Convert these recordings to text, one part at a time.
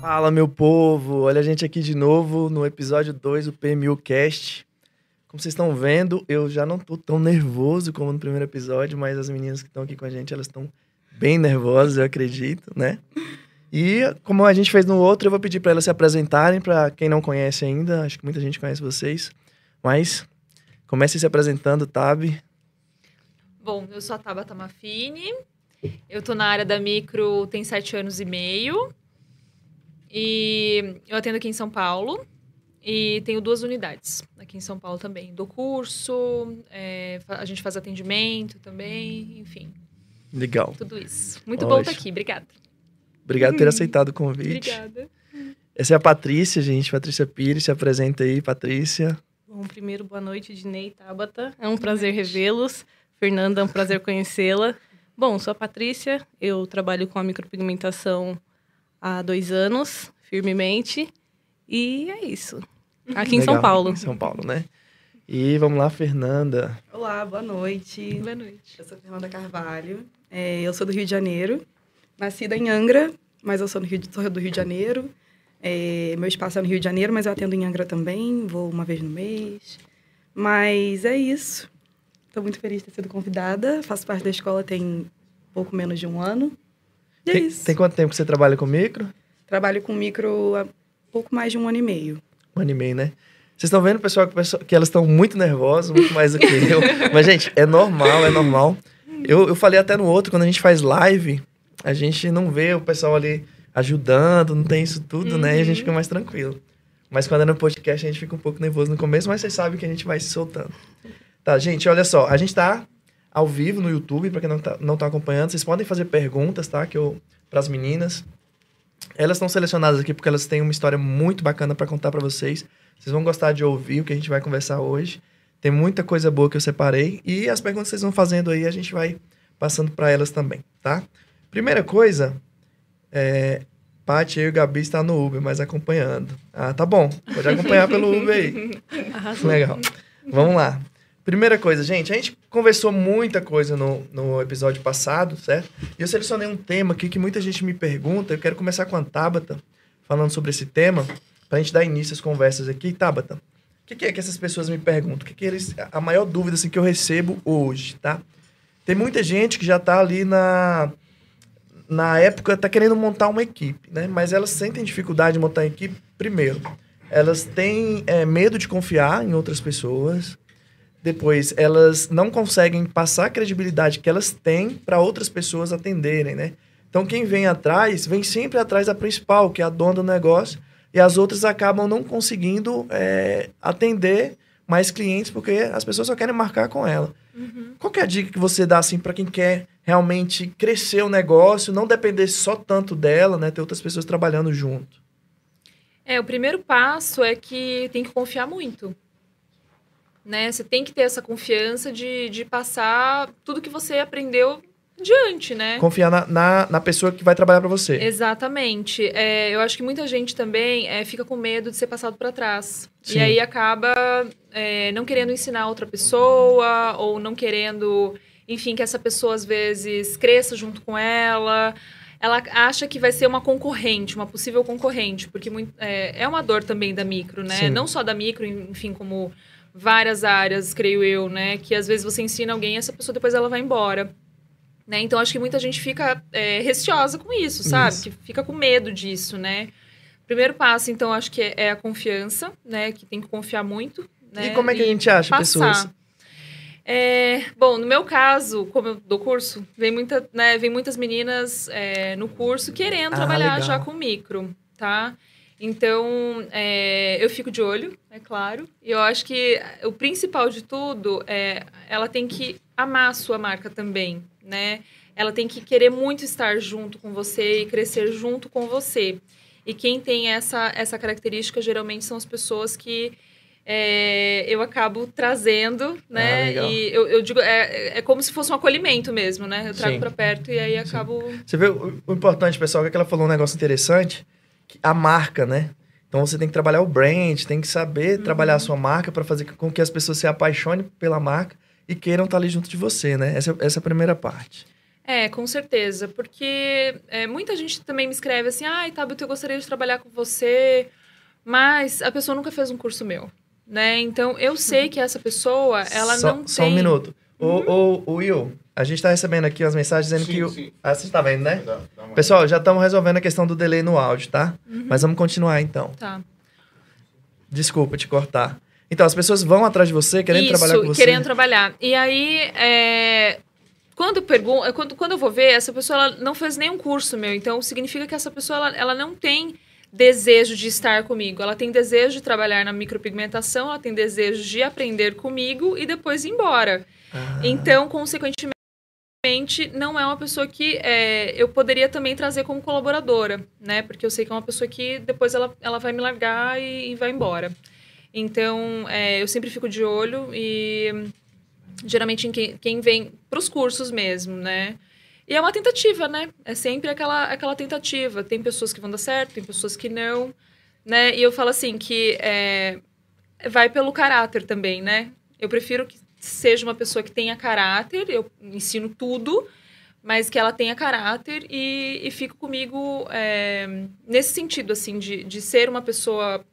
Fala, meu povo! Olha a gente aqui de novo no episódio 2 do PMU Cast. Como vocês estão vendo, eu já não tô tão nervoso como no primeiro episódio, mas as meninas que estão aqui com a gente, elas estão bem nervosas, eu acredito, né? E como a gente fez no outro, eu vou pedir para elas se apresentarem, para quem não conhece ainda, acho que muita gente conhece vocês, mas comecem se apresentando, Tab. Bom, eu sou a Tabata Mafini, eu tô na área da micro tem 7 anos e meio, e eu atendo aqui em São Paulo, e tenho 2 unidades aqui em São Paulo também. Dou curso, a gente faz atendimento também, enfim. Legal. Tudo isso. Muito bom estar aqui, obrigada. Obrigado por ter aceitado o convite. Obrigada. Essa é a Patrícia, gente, Patrícia Pires, se apresenta aí, Patrícia. Bom, primeiro, boa noite, Dinei e Tabata. É um prazer revê-los. Fernanda, é um prazer conhecê-la. Bom, sou a Patrícia, eu trabalho com a micropigmentação há 2 anos, firmemente. E é isso. Aqui em Legal, São Paulo. Em São Paulo, né? E vamos lá, Fernanda. Olá, boa noite. Boa noite. Eu sou Fernanda Carvalho. Eu sou do Rio de Janeiro. Nascida em Angra, mas eu sou do Rio de Janeiro. Meu espaço é no Rio de Janeiro, mas eu atendo em Angra também. Vou uma vez no mês. Mas é isso. Estou muito feliz de ter sido convidada. Faço parte da escola tem pouco menos de 1 ano. E é isso. Tem quanto tempo que você trabalha com micro? Trabalho com micro há pouco mais de 1 ano e meio. 1 ano e meio, né? Vocês estão vendo, pessoal, que elas estão muito nervosas, muito mais do que eu. Mas, gente, é normal, é normal. Eu falei até no outro, quando a gente faz live, a gente não vê o pessoal ali ajudando, não tem isso tudo, né? E a gente fica mais tranquilo. Mas quando é no podcast, a gente fica um pouco nervoso no começo, mas vocês sabem que a gente vai se soltando. Tá, gente, olha só. A gente tá ao vivo no YouTube, pra quem não tá acompanhando. Vocês podem fazer perguntas, tá? Pras meninas. Elas estão selecionadas aqui porque elas têm uma história muito bacana pra contar pra vocês. Vocês vão gostar de ouvir o que a gente vai conversar hoje. Tem muita coisa boa que eu separei. E as perguntas que vocês vão fazendo aí, a gente vai passando pra elas também, tá? Primeira coisa, Paty, eu e o Gabi está no Uber, mas acompanhando. Ah, tá bom. Pode acompanhar pelo Uber aí. Arrasou. Legal. Vamos lá. Primeira coisa, gente, a gente conversou muita coisa no episódio passado, certo? E eu selecionei um tema aqui que muita gente me pergunta. Eu quero começar com a Tabata, falando sobre esse tema, pra gente dar início às conversas aqui. Tabata, o que é que essas pessoas me perguntam? A maior dúvida assim, que eu recebo hoje, tá? Tem muita gente que já tá ali na época, tá querendo montar uma equipe, né? Mas elas sentem dificuldade de montar uma equipe, primeiro. Elas têm medo de confiar em outras pessoas. Depois, elas não conseguem passar a credibilidade que elas têm para outras pessoas atenderem, né? Então, quem vem atrás, vem sempre atrás da principal, que é a dona do negócio, e as outras acabam não conseguindo atender mais clientes, porque as pessoas só querem marcar com ela. Uhum. Qual que é a dica que você dá, assim, para quem quer realmente crescer o negócio, não depender só tanto dela, né? Ter outras pessoas trabalhando junto. O primeiro passo é que tem que confiar muito. Né? Você tem que ter essa confiança de passar tudo que você aprendeu adiante, né? Confiar na pessoa que vai trabalhar para você. Exatamente. Eu acho que muita gente também fica com medo de ser passado para trás. Sim. E aí acaba não querendo ensinar outra pessoa, ou não querendo, enfim, que essa pessoa às vezes cresça junto com ela. Ela acha que vai ser uma concorrente, uma possível concorrente, porque é uma dor também da micro, né? Sim. Não só da micro, enfim, como várias áreas, creio eu, né? Que às vezes você ensina alguém e essa pessoa depois ela vai embora. Né? Então, acho que muita gente fica receosa com isso, sabe? Isso. Que fica com medo disso, né? Primeiro passo, então, acho que é a confiança, né? Que tem que confiar muito. Né? E como é que a gente acha pessoas? Bom, no meu caso, como eu dou curso, vem muitas meninas no curso querendo trabalhar legal. já com micro, tá? Então, eu fico de olho, é claro. E eu acho que o principal de tudo ela tem que amar a sua marca também, né? Ela tem que querer muito estar junto com você e crescer junto com você. E quem tem essa característica, geralmente, são as pessoas que eu acabo trazendo, né? Legal. E eu digo, é como se fosse um acolhimento mesmo, né? Eu trago Sim. para perto e aí acabo... Você vê o importante, pessoal, que ela falou um negócio interessante, a marca, né? Então você tem que trabalhar o brand, tem que saber trabalhar a sua marca para fazer com que as pessoas se apaixonem pela marca e queiram estar ali junto de você, né? Essa é a primeira parte. Com certeza, porque muita gente também me escreve assim, Tabata, eu gostaria de trabalhar com você, mas a pessoa nunca fez um curso meu, né? Então, eu sei que essa pessoa, ela não tem... Só um minuto. O Will, a gente tá recebendo aqui as mensagens dizendo que... Sim. você tá vendo, né? Dá uma- Pessoal, já estamos resolvendo a questão do delay no áudio, tá? Mas vamos continuar, então. Tá. Desculpa te cortar. Então, as pessoas vão atrás de você, querendo trabalhar com você. Querendo trabalhar. E aí, quando eu vou ver, essa pessoa ela não fez nenhum curso meu. Então, significa que essa pessoa ela não tem desejo de estar comigo. Ela tem desejo de trabalhar na micropigmentação, ela tem desejo de aprender comigo e depois ir embora. Então, consequentemente, não é uma pessoa que eu poderia também trazer como colaboradora, né? Porque eu sei que é uma pessoa que depois ela vai me largar e vai embora. Então, eu sempre fico de olho e geralmente em quem vem para os cursos mesmo, né? E é uma tentativa, né? É sempre aquela tentativa. Tem pessoas que vão dar certo, tem pessoas que não, né? E eu falo assim que vai pelo caráter também, né? Eu prefiro que seja uma pessoa que tenha caráter, eu ensino tudo, mas que ela tenha caráter e fique comigo nesse sentido, assim, de ser uma pessoa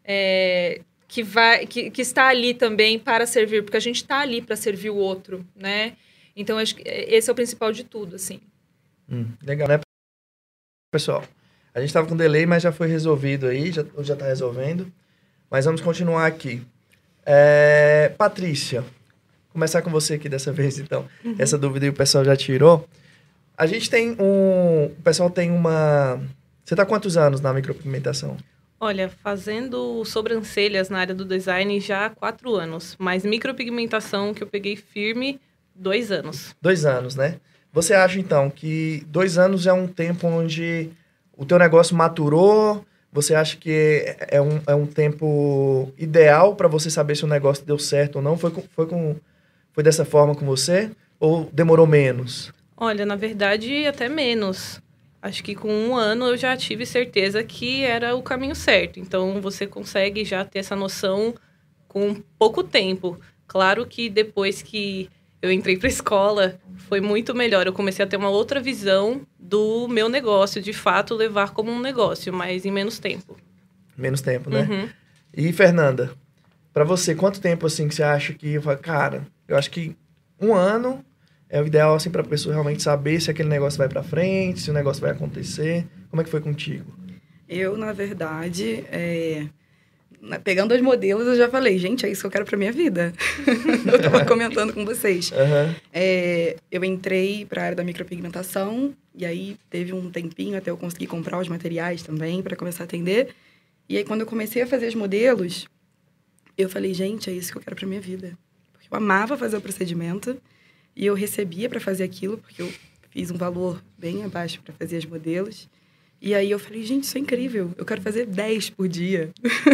que está ali também para servir, porque a gente está ali para servir o outro, né? Então, acho que esse é o principal de tudo, assim. Legal, né? Pessoal, a gente estava com delay, mas já foi resolvido aí, já está resolvendo. Mas vamos continuar aqui. Patrícia, começar com você aqui dessa vez, então. Essa dúvida aí o pessoal já tirou. A gente tem o pessoal tem uma... Você está há quantos anos na micropigmentação? Olha, fazendo sobrancelhas na área do design já há 4 anos. Mas micropigmentação que eu peguei firme, 2 anos. 2 anos, né? Você acha, então, que 2 anos é um tempo onde o teu negócio maturou? Você acha que é um tempo ideal para você saber se o negócio deu certo ou não? Foi dessa forma com você? Ou demorou menos? Olha, na verdade, até menos. Acho que com 1 ano eu já tive certeza que era o caminho certo. Então, você consegue já ter essa noção com pouco tempo. Claro que depois que eu entrei para a escola, foi muito melhor. Eu comecei a ter uma outra visão do meu negócio, de fato, levar como um negócio, mas em menos tempo. Menos tempo, né? Uhum. E, Fernanda, para você, quanto tempo, assim, que você acha que... Cara, eu acho que 1 ano é o ideal, assim, para a pessoa realmente saber se aquele negócio vai para frente, se o negócio vai acontecer. Como é que foi contigo? Eu, na verdade, pegando os modelos, eu já falei, gente, é isso que eu quero pra minha vida. Eu tava comentando com vocês. Uhum. Eu entrei pra área da micropigmentação, e aí teve um tempinho até eu conseguir comprar os materiais também para começar a atender. E aí, quando eu comecei a fazer os modelos, eu falei, gente, é isso que eu quero pra minha vida. Porque eu amava fazer o procedimento, e eu recebia para fazer aquilo, porque eu fiz um valor bem abaixo para fazer os modelos. E aí eu falei, gente, isso é incrível. Eu quero fazer 10 por dia.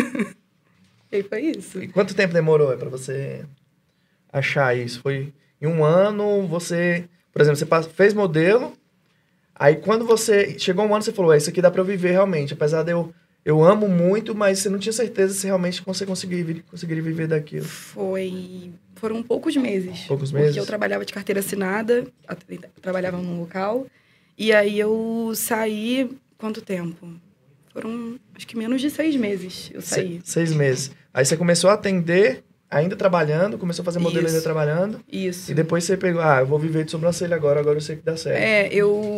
E aí foi isso. E quanto tempo demorou para você achar isso? Foi em 1 ano, você... Por exemplo, você fez modelo, aí quando você... Chegou 1 ano, você falou, isso aqui dá para eu viver realmente. Apesar de eu amo muito, mas você não tinha certeza se realmente você conseguiria viver daquilo. Foram poucos meses. Poucos meses? Porque eu trabalhava de carteira assinada, trabalhava num local, e aí eu saí... Quanto tempo? Foram, acho que menos de 6 meses eu saí. 6 meses. Aí você começou a atender, ainda trabalhando, começou a fazer modelo ainda trabalhando. Isso. E depois você pegou, eu vou viver de sobrancelha agora eu sei que dá certo.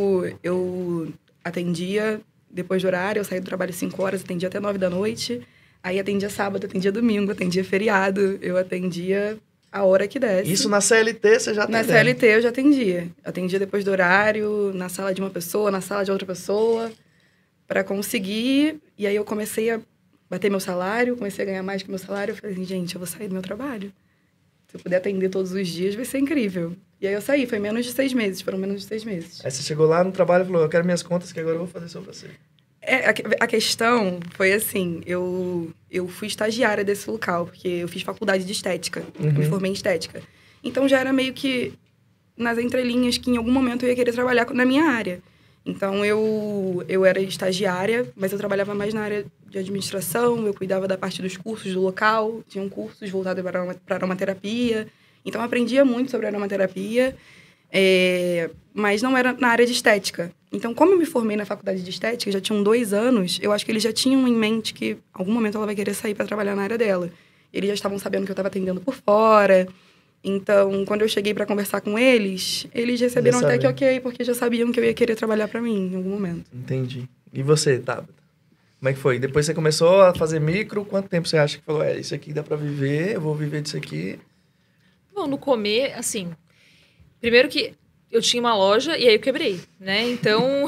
Eu atendia depois do horário, eu saía do trabalho às 5 horas, atendia até 9 da noite. Aí atendia sábado, atendia domingo, atendia feriado. Eu atendia a hora que desse. Isso na CLT você já atendeu? Na CLT eu já atendia. Atendia depois do horário, na sala de uma pessoa, na sala de outra pessoa, para conseguir. E aí eu comecei a bater meu salário, comecei a ganhar mais que meu salário. Eu falei assim, gente, eu vou sair do meu trabalho. Se eu puder atender todos os dias, vai ser incrível. E aí eu saí, foi menos de 6 meses, foram menos de 6 meses. Aí você chegou lá no trabalho e falou, eu quero minhas contas que agora eu vou fazer só pra você. A questão foi assim, eu fui estagiária desse local, porque eu fiz faculdade de estética, eu me formei em estética. Então já era meio que nas entrelinhas que em algum momento eu ia querer trabalhar na minha área. Então eu era estagiária, mas eu trabalhava mais na área de administração, eu cuidava da parte dos cursos do local, tinham cursos voltados para aromaterapia. Então eu aprendia muito sobre aromaterapia. Mas não era na área de estética. Então, como eu me formei na faculdade de estética, já tinham 2 anos, eu acho que eles já tinham em mente que, em algum momento, ela vai querer sair para trabalhar na área dela. Eles já estavam sabendo que eu estava atendendo por fora. Então, quando eu cheguei para conversar com eles receberam até que ok, porque já sabiam que eu ia querer trabalhar para mim em algum momento. Entendi. E você, Tabata? Como é que foi? Depois você começou a fazer micro, quanto tempo você acha que falou, isso aqui dá para viver, eu vou viver disso aqui? Bom, no começo, assim, primeiro que eu tinha uma loja e aí eu quebrei, né? Então...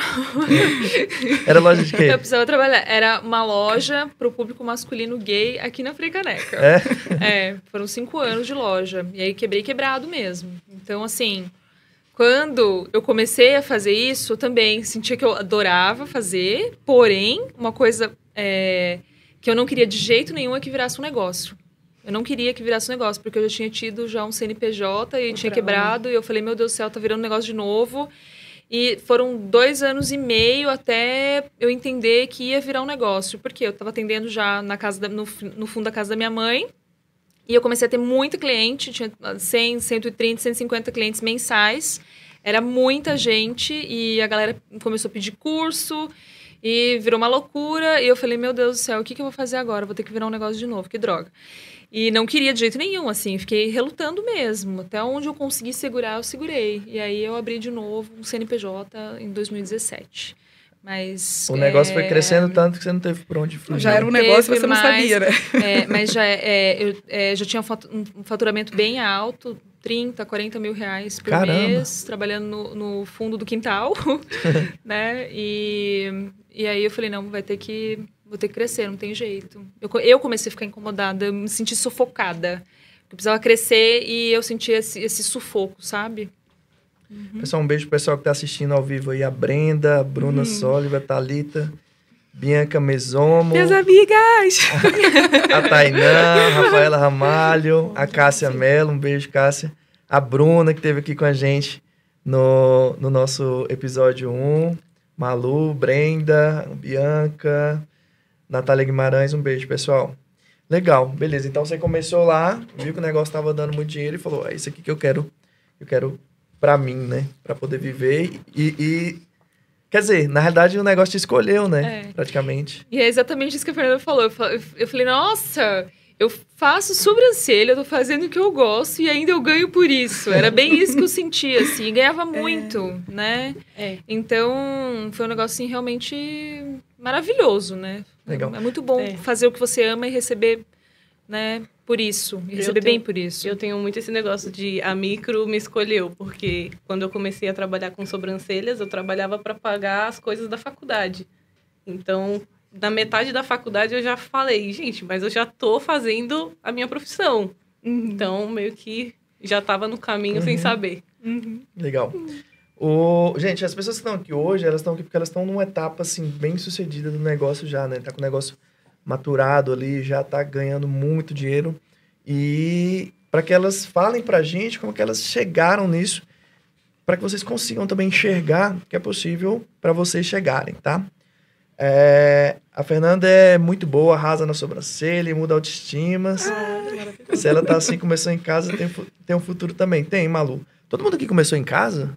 Era loja de quê? Eu precisava trabalhar. Era uma loja pro público masculino gay aqui na Frei Caneca. Foram 5 anos de loja. E aí quebrei quebrado mesmo. Então, assim, quando eu comecei a fazer isso, eu também sentia que eu adorava fazer. Porém, uma coisa que eu não queria de jeito nenhum é que virasse um negócio. Eu não queria que virasse um negócio, porque eu já tinha tido um CNPJ e tinha quebrado. E eu falei, meu Deus do céu, tá virando um negócio de novo. E foram 2 anos e meio até eu entender que ia virar um negócio. Porque eu estava atendendo já no fundo da casa da minha mãe. E eu comecei a ter muito cliente. Tinha 100, 130, 150 clientes mensais. Era muita gente. E a galera começou a pedir curso. E virou uma loucura. E eu falei, meu Deus do céu, o que eu vou fazer agora? Vou ter que virar um negócio de novo. Que droga. E não queria de jeito nenhum, assim. Fiquei relutando mesmo. Até onde eu consegui segurar, eu segurei. E aí eu abri de novo um CNPJ em 2017. Mas... O negócio foi crescendo tanto que você não teve por onde fugir. Já era um negócio que você não sabia, né? Mas eu já tinha um faturamento bem alto. 30, 40 mil reais por mês. Trabalhando no fundo do quintal. Né? E aí eu falei, não, vou ter que crescer, não tem jeito. Eu comecei a ficar incomodada, eu me senti sufocada. Eu precisava crescer e eu sentia esse sufoco, sabe? Pessoal, um beijo pro pessoal que tá assistindo ao vivo aí. A Brenda, a Bruna Soliva, a Thalita, Bianca Mesomo. Minhas amigas! A Tainã, a Rafaela Ramalho, a Cássia Mello, um beijo, Cássia. A Bruna, que esteve aqui com a gente no nosso episódio 1. Malu, Brenda, Bianca... Natália Guimarães, um beijo, pessoal. Legal, beleza. Então, você começou lá, viu que o negócio estava dando muito dinheiro e falou, é isso aqui que eu quero pra mim, né? Pra poder viver. Quer dizer, na realidade, o negócio te escolheu, né? Praticamente. E é exatamente isso que a Fernanda falou. Eu falei, nossa, eu faço sobrancelha, eu tô fazendo o que eu gosto e ainda eu ganho por isso. Era bem isso que eu sentia, assim. Ganhava muito, né? Então, foi um negócio, assim, realmente maravilhoso, né? Legal. É muito bom fazer o que você ama e receber, né, por isso. E receber bem por isso. Eu tenho muito esse negócio de a micro me escolheu, porque quando eu comecei a trabalhar com sobrancelhas, eu trabalhava para pagar as coisas da faculdade. Então, na metade da faculdade eu já falei, gente, mas eu já tô fazendo a minha profissão. Então, meio que já tava no caminho sem saber. Legal. Gente, as pessoas que estão aqui hoje, elas estão aqui porque elas estão numa etapa, assim, bem sucedida do negócio já, né? Tá com o negócio maturado ali, já tá ganhando muito dinheiro. E para que elas falem pra gente como que elas chegaram nisso, para que vocês consigam também enxergar que é possível para vocês chegarem, tá? A Fernanda é muito boa, arrasa na sobrancelha, muda a autoestima. Se ela tá assim, começou em casa, tem um futuro também. Tem, Malu? Todo mundo aqui começou em casa?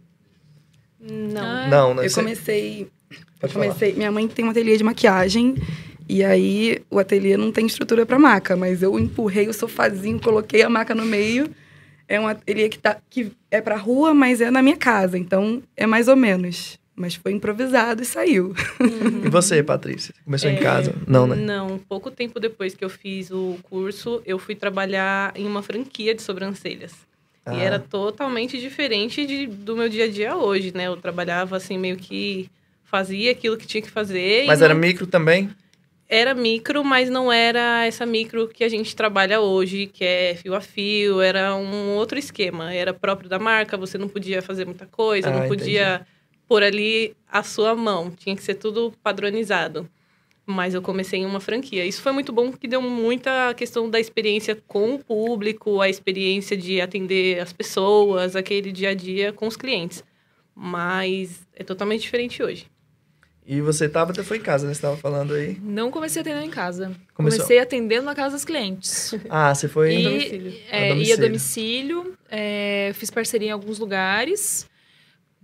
Não. Não, Eu comecei... Minha mãe tem um ateliê de maquiagem. E aí, o ateliê não tem estrutura para maca. Mas eu empurrei o sofazinho, coloquei a maca no meio. É um ateliê que é pra rua, mas é na minha casa. Então, é mais ou menos. Mas foi improvisado e saiu. E você, Patrícia? Começou em casa? Não, né? Não. Pouco tempo depois que eu fiz o curso, eu fui trabalhar em uma franquia de sobrancelhas. E era totalmente diferente do meu dia a dia hoje, né? Eu trabalhava assim, meio que fazia aquilo que tinha que fazer. Mas era micro também? Era micro, mas não era essa micro que a gente trabalha hoje, que é fio a fio. Era um outro esquema. Era próprio da marca, você não podia fazer muita coisa, não podia pôr ali a sua mão. Tinha que ser tudo padronizado. Mas eu comecei em uma franquia. Isso foi muito bom, porque deu muita questão da experiência com o público, a experiência de atender as pessoas, aquele dia a dia com os clientes. Mas é totalmente diferente hoje. E você, Tabata, foi em casa, né? Você estava falando aí. Não comecei atendendo em casa. Comecei atendendo na casa dos clientes. Você foi a domicílio. Ia a domicílio. Fiz parceria em alguns lugares.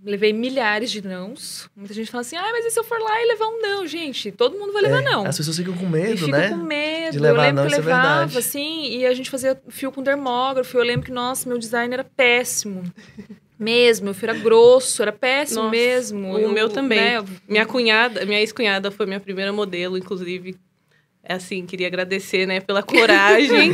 levei milhares de nãos. Muita gente fala assim, mas e se eu for lá e levar um não? Gente, todo mundo vai levar não. As pessoas ficam com medo, e né? Ficam com medo. De levar eu lembro não, que eu isso é levava, verdade. assim, e a gente fazia fio com dermógrafo. Eu lembro que, nossa, meu design era péssimo. Mesmo, meu fio era grosso, era péssimo. Nossa, mesmo. O meu também. Né, Minha ex-cunhada foi minha primeira modelo, inclusive. É assim, queria agradecer, né, pela coragem.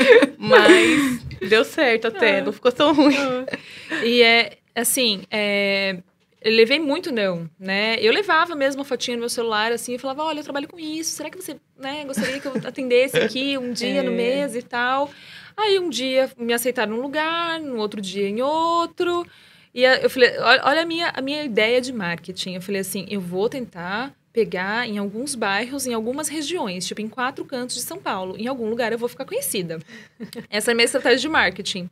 Mas deu certo até, não ficou tão ruim. E assim, eu levei muito não, né? Eu levava mesmo a fotinha no meu celular, assim, eu falava, olha, eu trabalho com isso, será que você, né, gostaria que eu atendesse aqui um dia no mês e tal? Aí um dia me aceitaram num lugar, no outro dia em outro. E eu falei, olha a minha ideia de marketing. Eu falei assim, eu vou tentar pegar em alguns bairros, em algumas regiões, tipo em 4 cantos de São Paulo. Em algum lugar eu vou ficar conhecida. Essa é a minha estratégia de marketing.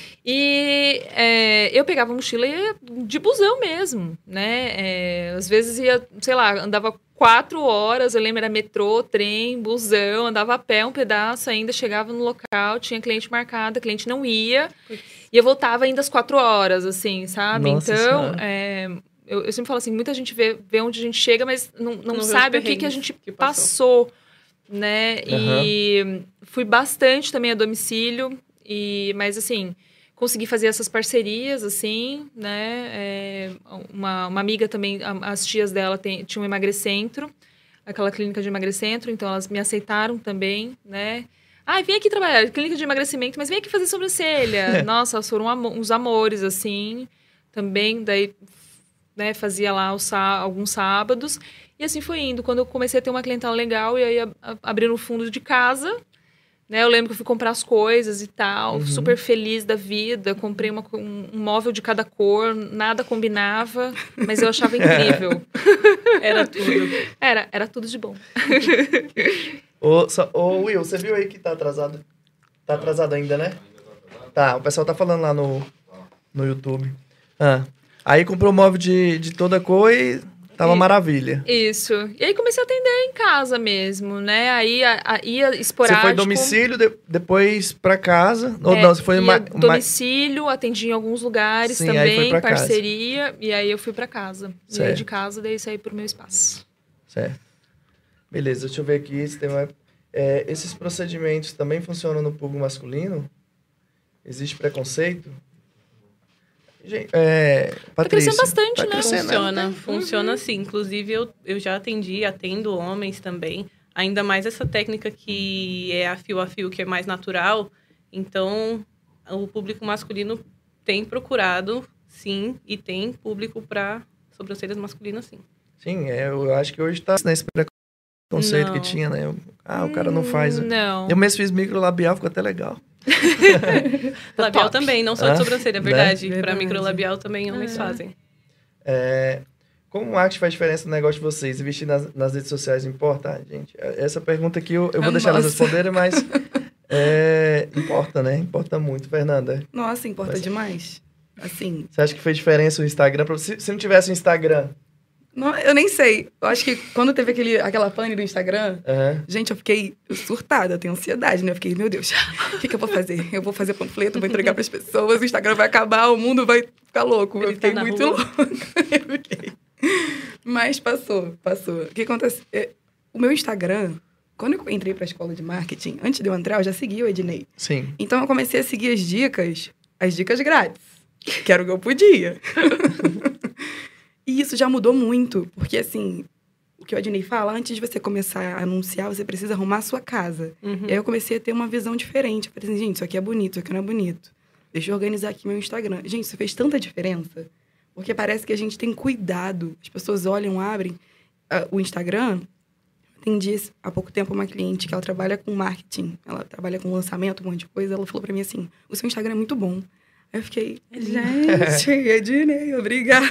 E eu pegava a mochila e ia de busão mesmo, né? Às vezes ia, sei lá, andava 4 horas, eu lembro, era metrô, trem, busão, andava a pé um pedaço ainda, chegava no local, tinha cliente marcado, a cliente não ia, e eu voltava ainda às 4 horas, assim, sabe? Nossa então, Senhora. eu sempre falo assim, muita gente vê onde a gente chega, mas não sabe o que a gente passou, né? E fui bastante também a domicílio, mas assim, consegui fazer essas parcerias, assim, né? Uma amiga também, as tias dela tinham um emagrecentro, aquela clínica de emagrecentro, então elas me aceitaram também, né? Vem aqui trabalhar, clínica de emagrecimento, mas vem aqui fazer sobrancelha. Nossa, elas foram uns amores, assim, também, daí, né, fazia lá alguns sábados, e assim foi indo. Quando eu comecei a ter uma clientela legal, e aí abri no fundo de casa, né, eu lembro que eu fui comprar as coisas e tal, super feliz da vida, comprei um móvel de cada cor, nada combinava, mas eu achava incrível. Era tudo. Era tudo de bom. Ô, Will, você viu aí que tá atrasado? Tá atrasado ainda, né? Tá, o pessoal tá falando lá no YouTube. Aí comprou o móvel de toda cor e tava maravilha. Isso. E aí comecei a atender em casa mesmo, né? Aí ia esporádico. Você foi domicílio, depois pra casa? Ou não, você foi... domicílio, atendi em alguns lugares. Sim, também, aí foi pra parceria. Casa. E aí eu fui pra casa. Certo. E aí de casa, daí saí pro meu espaço. Certo. Beleza, deixa eu ver aqui. Esses procedimentos também funcionam no público masculino? Existe preconceito? Gente, Patrícia, tá crescendo bastante, tá né? Crescendo, Funciona sim. Inclusive, eu já atendo homens também. Ainda mais essa técnica que é a fio, que é mais natural. Então, o público masculino tem procurado, sim, e tem público para sobrancelhas masculinas, sim. Sim, eu acho que hoje tá nesse preconceito que tinha, né? O cara não faz. Não. Eu mesmo fiz microlabial, ficou até legal. Labial também, não só de sobrancelha, é verdade. Né? Para microlabial também homens fazem. Como o marketing faz diferença no negócio de vocês? Investir nas redes sociais importa? Gente, essa pergunta aqui eu vou deixar elas responderem, mas importa, né? Importa muito, Fernanda. Nossa, importa demais. Assim. Você acha que fez diferença o Instagram? Se não tivesse o Instagram... Não, eu nem sei. Eu acho que quando teve aquela pane do Instagram, gente, eu fiquei surtada, eu tenho ansiedade, né? Eu fiquei, meu Deus, o que eu vou fazer? Eu vou fazer panfleto, vou entregar pras pessoas, o Instagram vai acabar, o mundo vai ficar louco. Eu fiquei muito louca. Eu fiquei. Mas passou. O que acontece? O meu Instagram, quando eu entrei pra escola de marketing, antes de eu entrar, eu já seguia o Ednei. Sim. Então eu comecei a seguir as dicas grátis, que era o que eu podia. E isso já mudou muito, porque, assim, o que o Ednei fala, antes de você começar a anunciar, você precisa arrumar a sua casa. E aí eu comecei a ter uma visão diferente. Eu falei assim, gente, isso aqui é bonito, isso aqui não é bonito. Deixa eu organizar aqui meu Instagram. Gente, isso fez tanta diferença, porque parece que a gente tem cuidado. As pessoas olham, abrem o Instagram. Atendi há pouco tempo uma cliente que ela trabalha com marketing, ela trabalha com lançamento, um monte de coisa. Ela falou pra mim assim, o seu Instagram é muito bom. Aí eu fiquei, gente, Ednei, obrigada.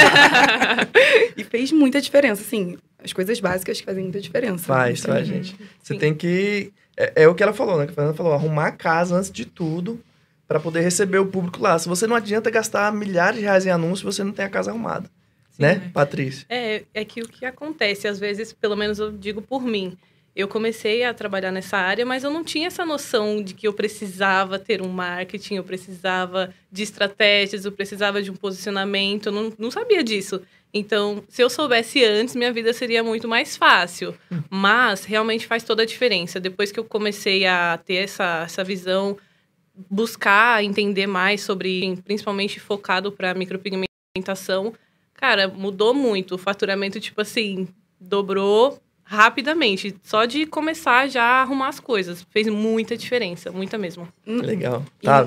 E fez muita diferença, assim, as coisas básicas que fazem muita diferença. Faz, gente. Você tem que... É o que ela falou, né? Que a Fernanda falou, arrumar a casa antes de tudo para poder receber o público lá. Se você não adianta gastar milhares de reais em anúncio, você não tem a casa arrumada. Sim, né, Patrícia? É que o que acontece, às vezes, pelo menos eu digo por mim, eu comecei a trabalhar nessa área, mas eu não tinha essa noção de que eu precisava ter um marketing, eu precisava de estratégias, eu precisava de um posicionamento, eu não sabia disso. Então, se eu soubesse antes, minha vida seria muito mais fácil. Mas, realmente faz toda a diferença. Depois que eu comecei a ter essa visão, buscar entender mais sobre, principalmente focado para micropigmentação, cara, mudou muito. O faturamento, tipo assim, dobrou rapidamente. Só de começar já a arrumar as coisas. Fez muita diferença, muita mesmo. Legal. Tá.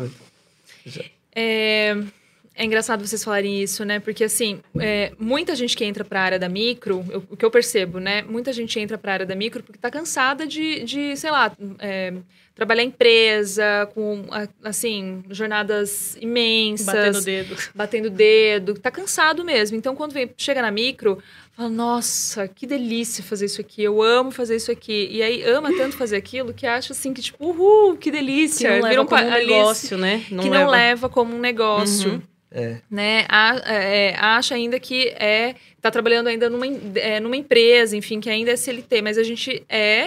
É engraçado vocês falarem isso, né? Porque, assim, muita gente que entra para a área da micro, o que eu percebo, né? Muita gente entra para a área da micro porque tá cansada de sei lá, trabalhar em empresa, com, assim, jornadas imensas. Batendo dedo. Tá cansado mesmo. Então, quando chega na micro, fala, nossa, que delícia fazer isso aqui. Eu amo fazer isso aqui. E aí, ama tanto fazer aquilo que acha, assim, que tipo, uhul, que delícia. Que não leva como um negócio, né? Não leva como um negócio. Né? Acha ainda que tá trabalhando ainda numa empresa, enfim, que ainda é CLT, mas a gente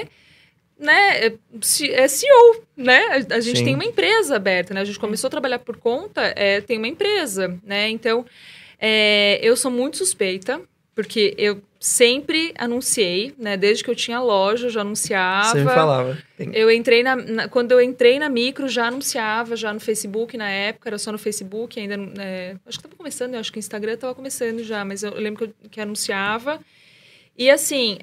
né, é CEO, né? A gente Sim. tem uma empresa aberta, né? A gente começou a trabalhar por conta, tem uma empresa, né? Então, eu sou muito suspeita, porque eu sempre anunciei, né? Desde que eu tinha loja, eu já anunciava. Você me falava. Eu entrei quando eu entrei na micro, já anunciava, já no Facebook na época, era só no Facebook, ainda acho que estava começando, acho que o Instagram estava começando já, mas eu lembro que anunciava. E assim,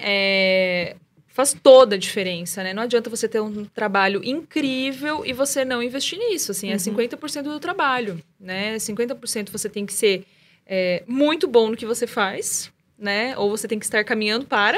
faz toda a diferença, né? Não adianta você ter um trabalho incrível e você não investir nisso, assim, é 50% do trabalho, né? 50% você tem que ser muito bom no que você faz, né? Ou você tem que estar caminhando para...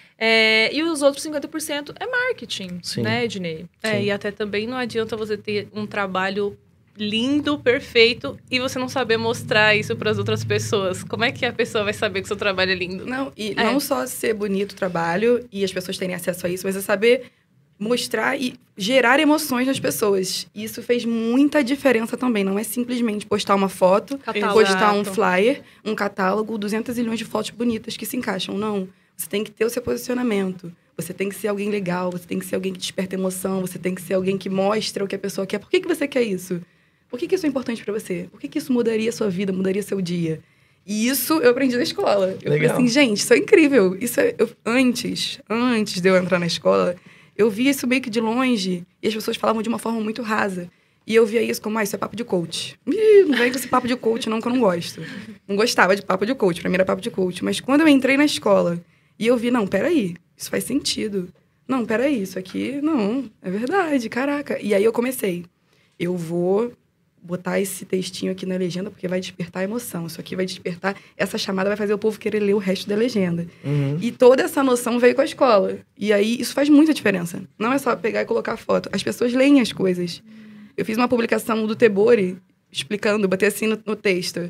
e os outros 50% é marketing, Sim. né, Ednei? E até também não adianta você ter um trabalho lindo, perfeito, e você não saber mostrar isso para as outras pessoas. Como é que a pessoa vai saber que o seu trabalho é lindo? Não, e não só ser bonito o trabalho e as pessoas terem acesso a isso, mas é saber mostrar e gerar emoções nas pessoas. E isso fez muita diferença também. Não é simplesmente postar uma foto, postar um flyer, um catálogo, 200 milhões de fotos bonitas que se encaixam. Não. Você tem que ter o seu posicionamento. Você tem que ser alguém legal, você tem que ser alguém que desperta emoção, você tem que ser alguém que mostra o que a pessoa quer. Por que você quer isso? Por que isso é importante pra você? Por que isso mudaria a sua vida, mudaria seu dia? E isso eu aprendi na escola. Eu falei assim, gente, isso é incrível. Isso antes de eu entrar na escola, eu via isso meio que de longe e as pessoas falavam de uma forma muito rasa. E eu via isso como, isso é papo de coach. Não vem com esse papo de coach não, que eu não gosto. Não gostava de papo de coach, pra mim era papo de coach. Mas quando eu entrei na escola e eu vi, não, peraí, isso faz sentido. Não, peraí, isso aqui, não, é verdade, caraca. E aí eu comecei. Eu vou botar esse textinho aqui na legenda, porque vai despertar emoção. Isso aqui vai despertar... Essa chamada vai fazer o povo querer ler o resto da legenda. E toda essa noção veio com a escola. E aí, isso faz muita diferença. Não é só pegar e colocar foto. As pessoas leem as coisas. Eu fiz uma publicação do Tebori, explicando, botei assim no texto.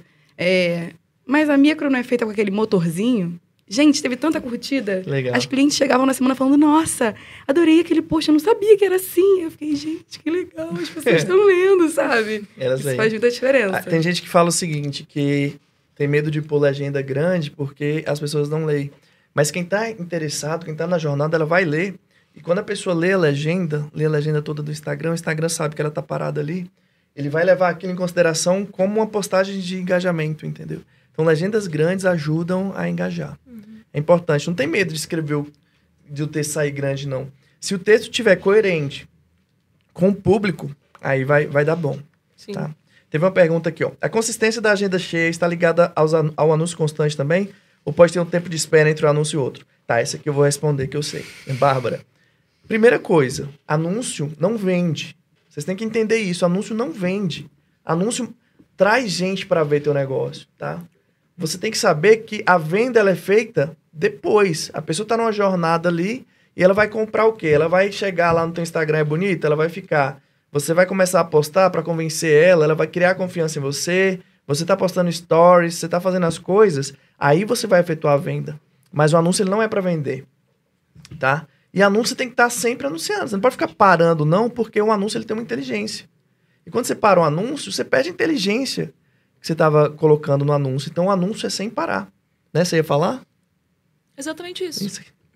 Mas a micro não é feita com aquele motorzinho? Gente, teve tanta curtida. Legal. As clientes chegavam na semana falando, nossa, adorei aquele post, eu não sabia que era assim. Eu fiquei, gente, que legal, as pessoas estão lendo, sabe? Isso faz muita diferença. Tem gente que fala o seguinte, que tem medo de pôr legenda grande porque as pessoas não leem. Mas quem tá interessado, quem tá na jornada, ela vai ler. E quando a pessoa lê a legenda toda do Instagram, o Instagram sabe que ela tá parada ali, ele vai levar aquilo em consideração como uma postagem de engajamento, entendeu? Então, legendas grandes ajudam a engajar. É importante. Não tem medo de escrever de o texto sair grande, não. Se o texto estiver coerente com o público, aí vai dar bom. Sim. Tá? Teve uma pergunta aqui, ó. A consistência da agenda cheia está ligada ao anúncio constante também? Ou pode ter um tempo de espera entre um anúncio e outro? Tá, essa aqui eu vou responder, que eu sei. Bárbara. Primeira coisa, anúncio não vende. Vocês têm que entender isso. Anúncio não vende. Anúncio traz gente para ver teu negócio, tá? Você tem que saber que a venda ela é feita depois. A pessoa está numa jornada ali e ela vai comprar o quê? Ela vai chegar lá no teu Instagram, é bonita, ela vai ficar. Você vai começar a postar para convencer ela vai criar confiança em você, você está postando stories, você está fazendo as coisas, aí você vai efetuar a venda. Mas o anúncio ele não é para vender, tá? E anúncio você tem que estar sempre anunciando. Você não pode ficar parando, não, porque o anúncio ele tem uma inteligência. E quando você para um anúncio, você perde a inteligência que você estava colocando no anúncio. Então, o anúncio é sem parar. Né? Você ia falar? Exatamente isso.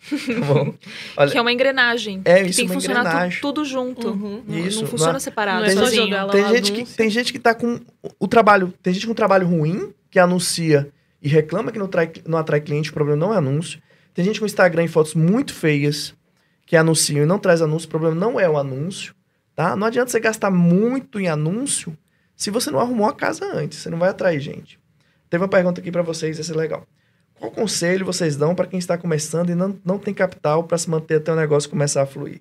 Tá bom? Olha, Que é uma engrenagem. É, que isso, tem que uma funcionar engrenagem. tudo junto. Uhum. Não, Isso, não funciona não- separado, não é só sozinho. jogar lá. tem gente que tá com o trabalho... Tem gente com um trabalho ruim, que anuncia e reclama que não atrai cliente, o problema não é anúncio. Tem gente com Instagram e fotos muito feias, que anunciam e não traz anúncio, o problema não é o anúncio, tá? Não adianta você gastar muito em anúncio se você não arrumou a casa antes, você não vai atrair gente. Teve uma pergunta aqui pra vocês, essa é legal. Qual conselho vocês dão pra quem está começando e não tem capital pra se manter até o negócio começar a fluir?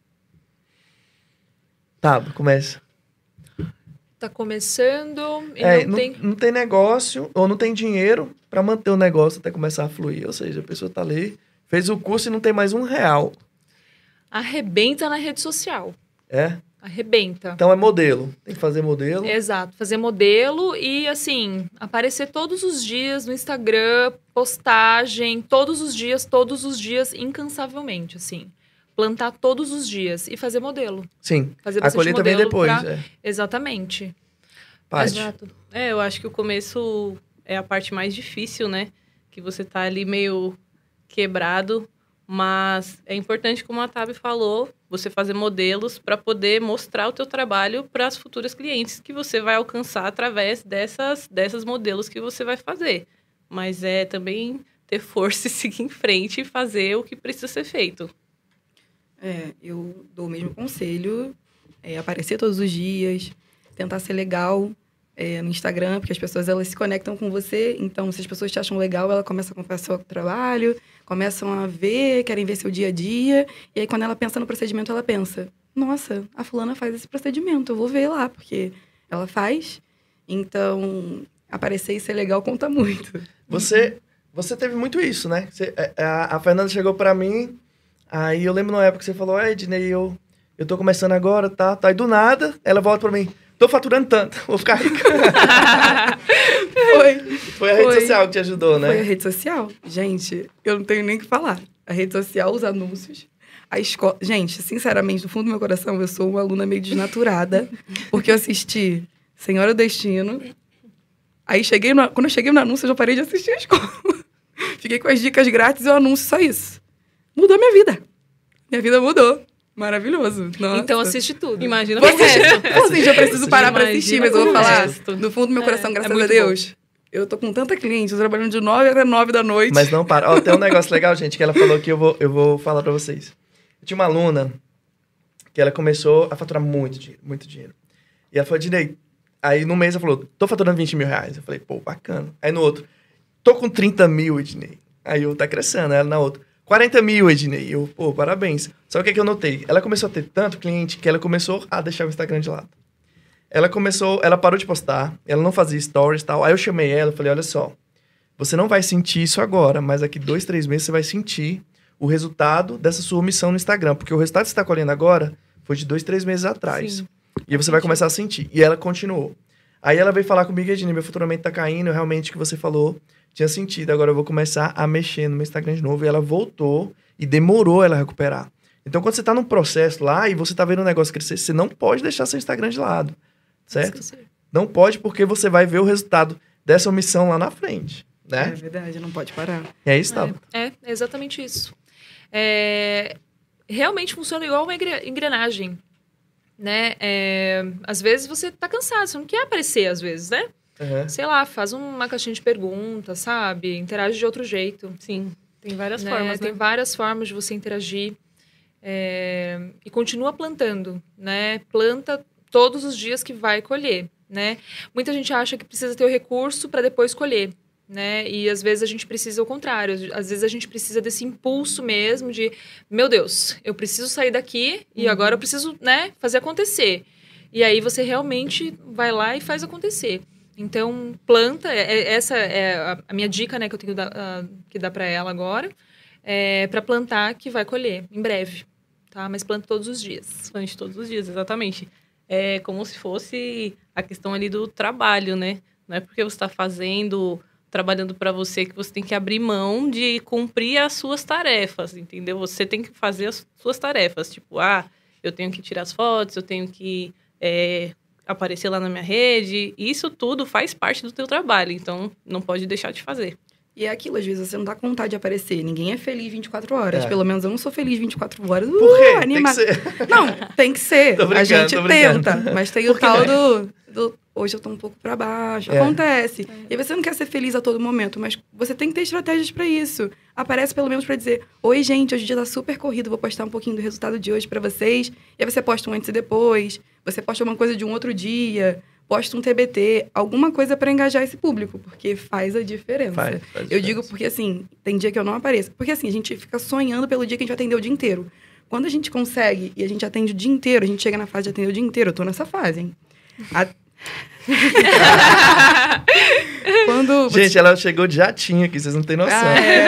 Tá, começa. Tá começando e Não tem negócio ou não tem dinheiro pra manter o negócio até começar a fluir. Ou seja, a pessoa tá ali, fez o curso e não tem mais R$1. Arrebenta na rede social. É? Arrebenta. Então é modelo. Tem que fazer modelo. Exato, fazer modelo e, assim, aparecer todos os dias no Instagram, postagem, todos os dias, incansavelmente, assim. Plantar todos os dias e fazer modelo. Sim. Fazer A bastante colheita vem modelo depois. pra- É. Exatamente. Paty. Exato. Eu acho que o começo é a parte mais difícil, né? Que você tá ali meio quebrado, mas é importante, como a Tabi falou, você fazer modelos para poder mostrar o teu trabalho para as futuras clientes que você vai alcançar através dessas modelos que você vai fazer. Mas é também ter força e seguir em frente e fazer o que precisa ser feito. Eu dou o mesmo conselho, aparecer todos os dias, tentar ser legal no Instagram, porque as pessoas elas se conectam com você, então se as pessoas te acham legal, ela começa a acompanhar seu trabalho, começam a ver, querem ver seu dia a dia, e aí quando ela pensa no procedimento, ela pensa, nossa, a fulana faz esse procedimento, eu vou ver lá, porque ela faz, então aparecer e ser legal conta muito. Você teve muito isso, né? A Fernanda chegou pra mim, aí eu lembro na época que você falou, Ednei, eu tô começando agora, tá? Aí do nada, ela volta pra mim, tô faturando tanto, vou ficar rica. Foi a rede social que te ajudou, né? Foi a rede social. Gente, eu não tenho nem o que falar. A rede social, os anúncios, a escola... Gente, sinceramente, do fundo do meu coração, eu sou uma aluna meio desnaturada, porque eu assisti Senhora Destino. Aí, quando eu cheguei no anúncio, eu já parei de assistir a escola. Fiquei com as dicas grátis e o anúncio, só isso. Mudou minha vida. Minha vida mudou. Maravilhoso. Nossa. Então assiste tudo. Imagina Vou o resto. assistir, eu preciso parar pra assistir, mas eu vou falar. Imagina. Do fundo do meu coração, graças a muito Deus. Eu tô com tanta cliente, eu tô trabalhando de 9 até 9 da noite. Mas não para. Ó, tem um negócio legal, gente, que ela falou que eu vou falar pra vocês. Eu tinha uma aluna que ela começou a faturar muito dinheiro, muito dinheiro. E ela falou, Ednei, aí no mês ela falou, tô faturando R$20 mil. Eu falei, pô, bacana. Aí no outro, tô com 30 mil, Ednei. Aí eu, tá crescendo. Aí ela na outra, 40 mil, Ednei. Eu, pô, parabéns. Só que o que eu notei? Ela começou a ter tanto cliente que ela começou a deixar o Instagram de lado. Ela parou de postar, ela não fazia stories e tal. Aí eu chamei ela e falei, olha só, você não vai sentir isso agora, mas daqui 2, 3 meses você vai sentir o resultado dessa sua omissão no Instagram. Porque o resultado que você está colhendo agora foi de 2, 3 meses atrás. Sim. E aí você vai começar a sentir. E ela continuou. Aí ela veio falar comigo, Ednei, meu faturamento tá caindo, realmente o que você falou tinha sentido. Agora eu vou começar a mexer no meu Instagram de novo. E ela voltou e demorou ela recuperar. Então quando você tá num processo lá e você tá vendo um negócio crescer, você não pode deixar seu Instagram de lado. Certo? Não pode, porque você vai ver o resultado dessa omissão lá na frente, É né? verdade, não pode parar. É isso, tá? É exatamente isso. Realmente funciona igual uma engrenagem, né? Às vezes você tá cansado, você não quer aparecer, às vezes, né? Uhum. Sei lá, faz uma caixinha de perguntas, sabe? Interage de outro jeito. Sim, tem várias Né? formas, Tem né? várias formas de você interagir. E continua plantando, né? Planta todos os dias que vai colher, né? Muita gente acha que precisa ter o recurso para depois colher, né? E às vezes a gente precisa o contrário. Às vezes a gente precisa desse impulso mesmo de, meu Deus, eu preciso sair daqui e agora eu preciso, né, fazer acontecer. E aí você realmente vai lá e faz acontecer. Então, planta, essa é a minha dica, né, que eu tenho que dar para ela agora, para plantar que vai colher em breve, tá? Mas planta todos os dias. Plante todos os dias, exatamente. É como se fosse a questão ali do trabalho, né? Não é porque você está trabalhando para você que você tem que abrir mão de cumprir as suas tarefas, entendeu? Você tem que fazer as suas tarefas. Tipo, eu tenho que tirar as fotos, eu tenho que aparecer lá na minha rede. Isso tudo faz parte do teu trabalho, então não pode deixar de fazer. E é aquilo, às vezes você não tá com vontade de aparecer. Ninguém é feliz 24 horas. É. Pelo menos eu não sou feliz 24 horas. Por quê? Tem que Animada. ser. Não, tem que ser. Tô brincando, A gente tô brincando. tenta. Mas tem o Por que tal não? do hoje eu tô um pouco pra baixo. É. Acontece. E aí você não quer ser feliz a todo momento, mas você tem que ter estratégias pra isso. Aparece pelo menos pra dizer: oi, gente, hoje o dia tá super corrido, vou postar um pouquinho do resultado de hoje pra vocês. E aí você posta um antes e depois. Você posta uma coisa de um outro dia. Posta um TBT. Alguma coisa pra engajar esse público, porque faz a diferença. Faz Eu diferença. digo porque, assim, tem dia que eu não apareço. Porque, assim, a gente fica sonhando pelo dia que a gente vai atender o dia inteiro. Quando a gente consegue e a gente atende o dia inteiro, a gente chega na fase de atender o dia inteiro. Eu tô nessa fase, hein? Quando você- Gente, ela chegou de jatinho aqui, vocês não têm noção.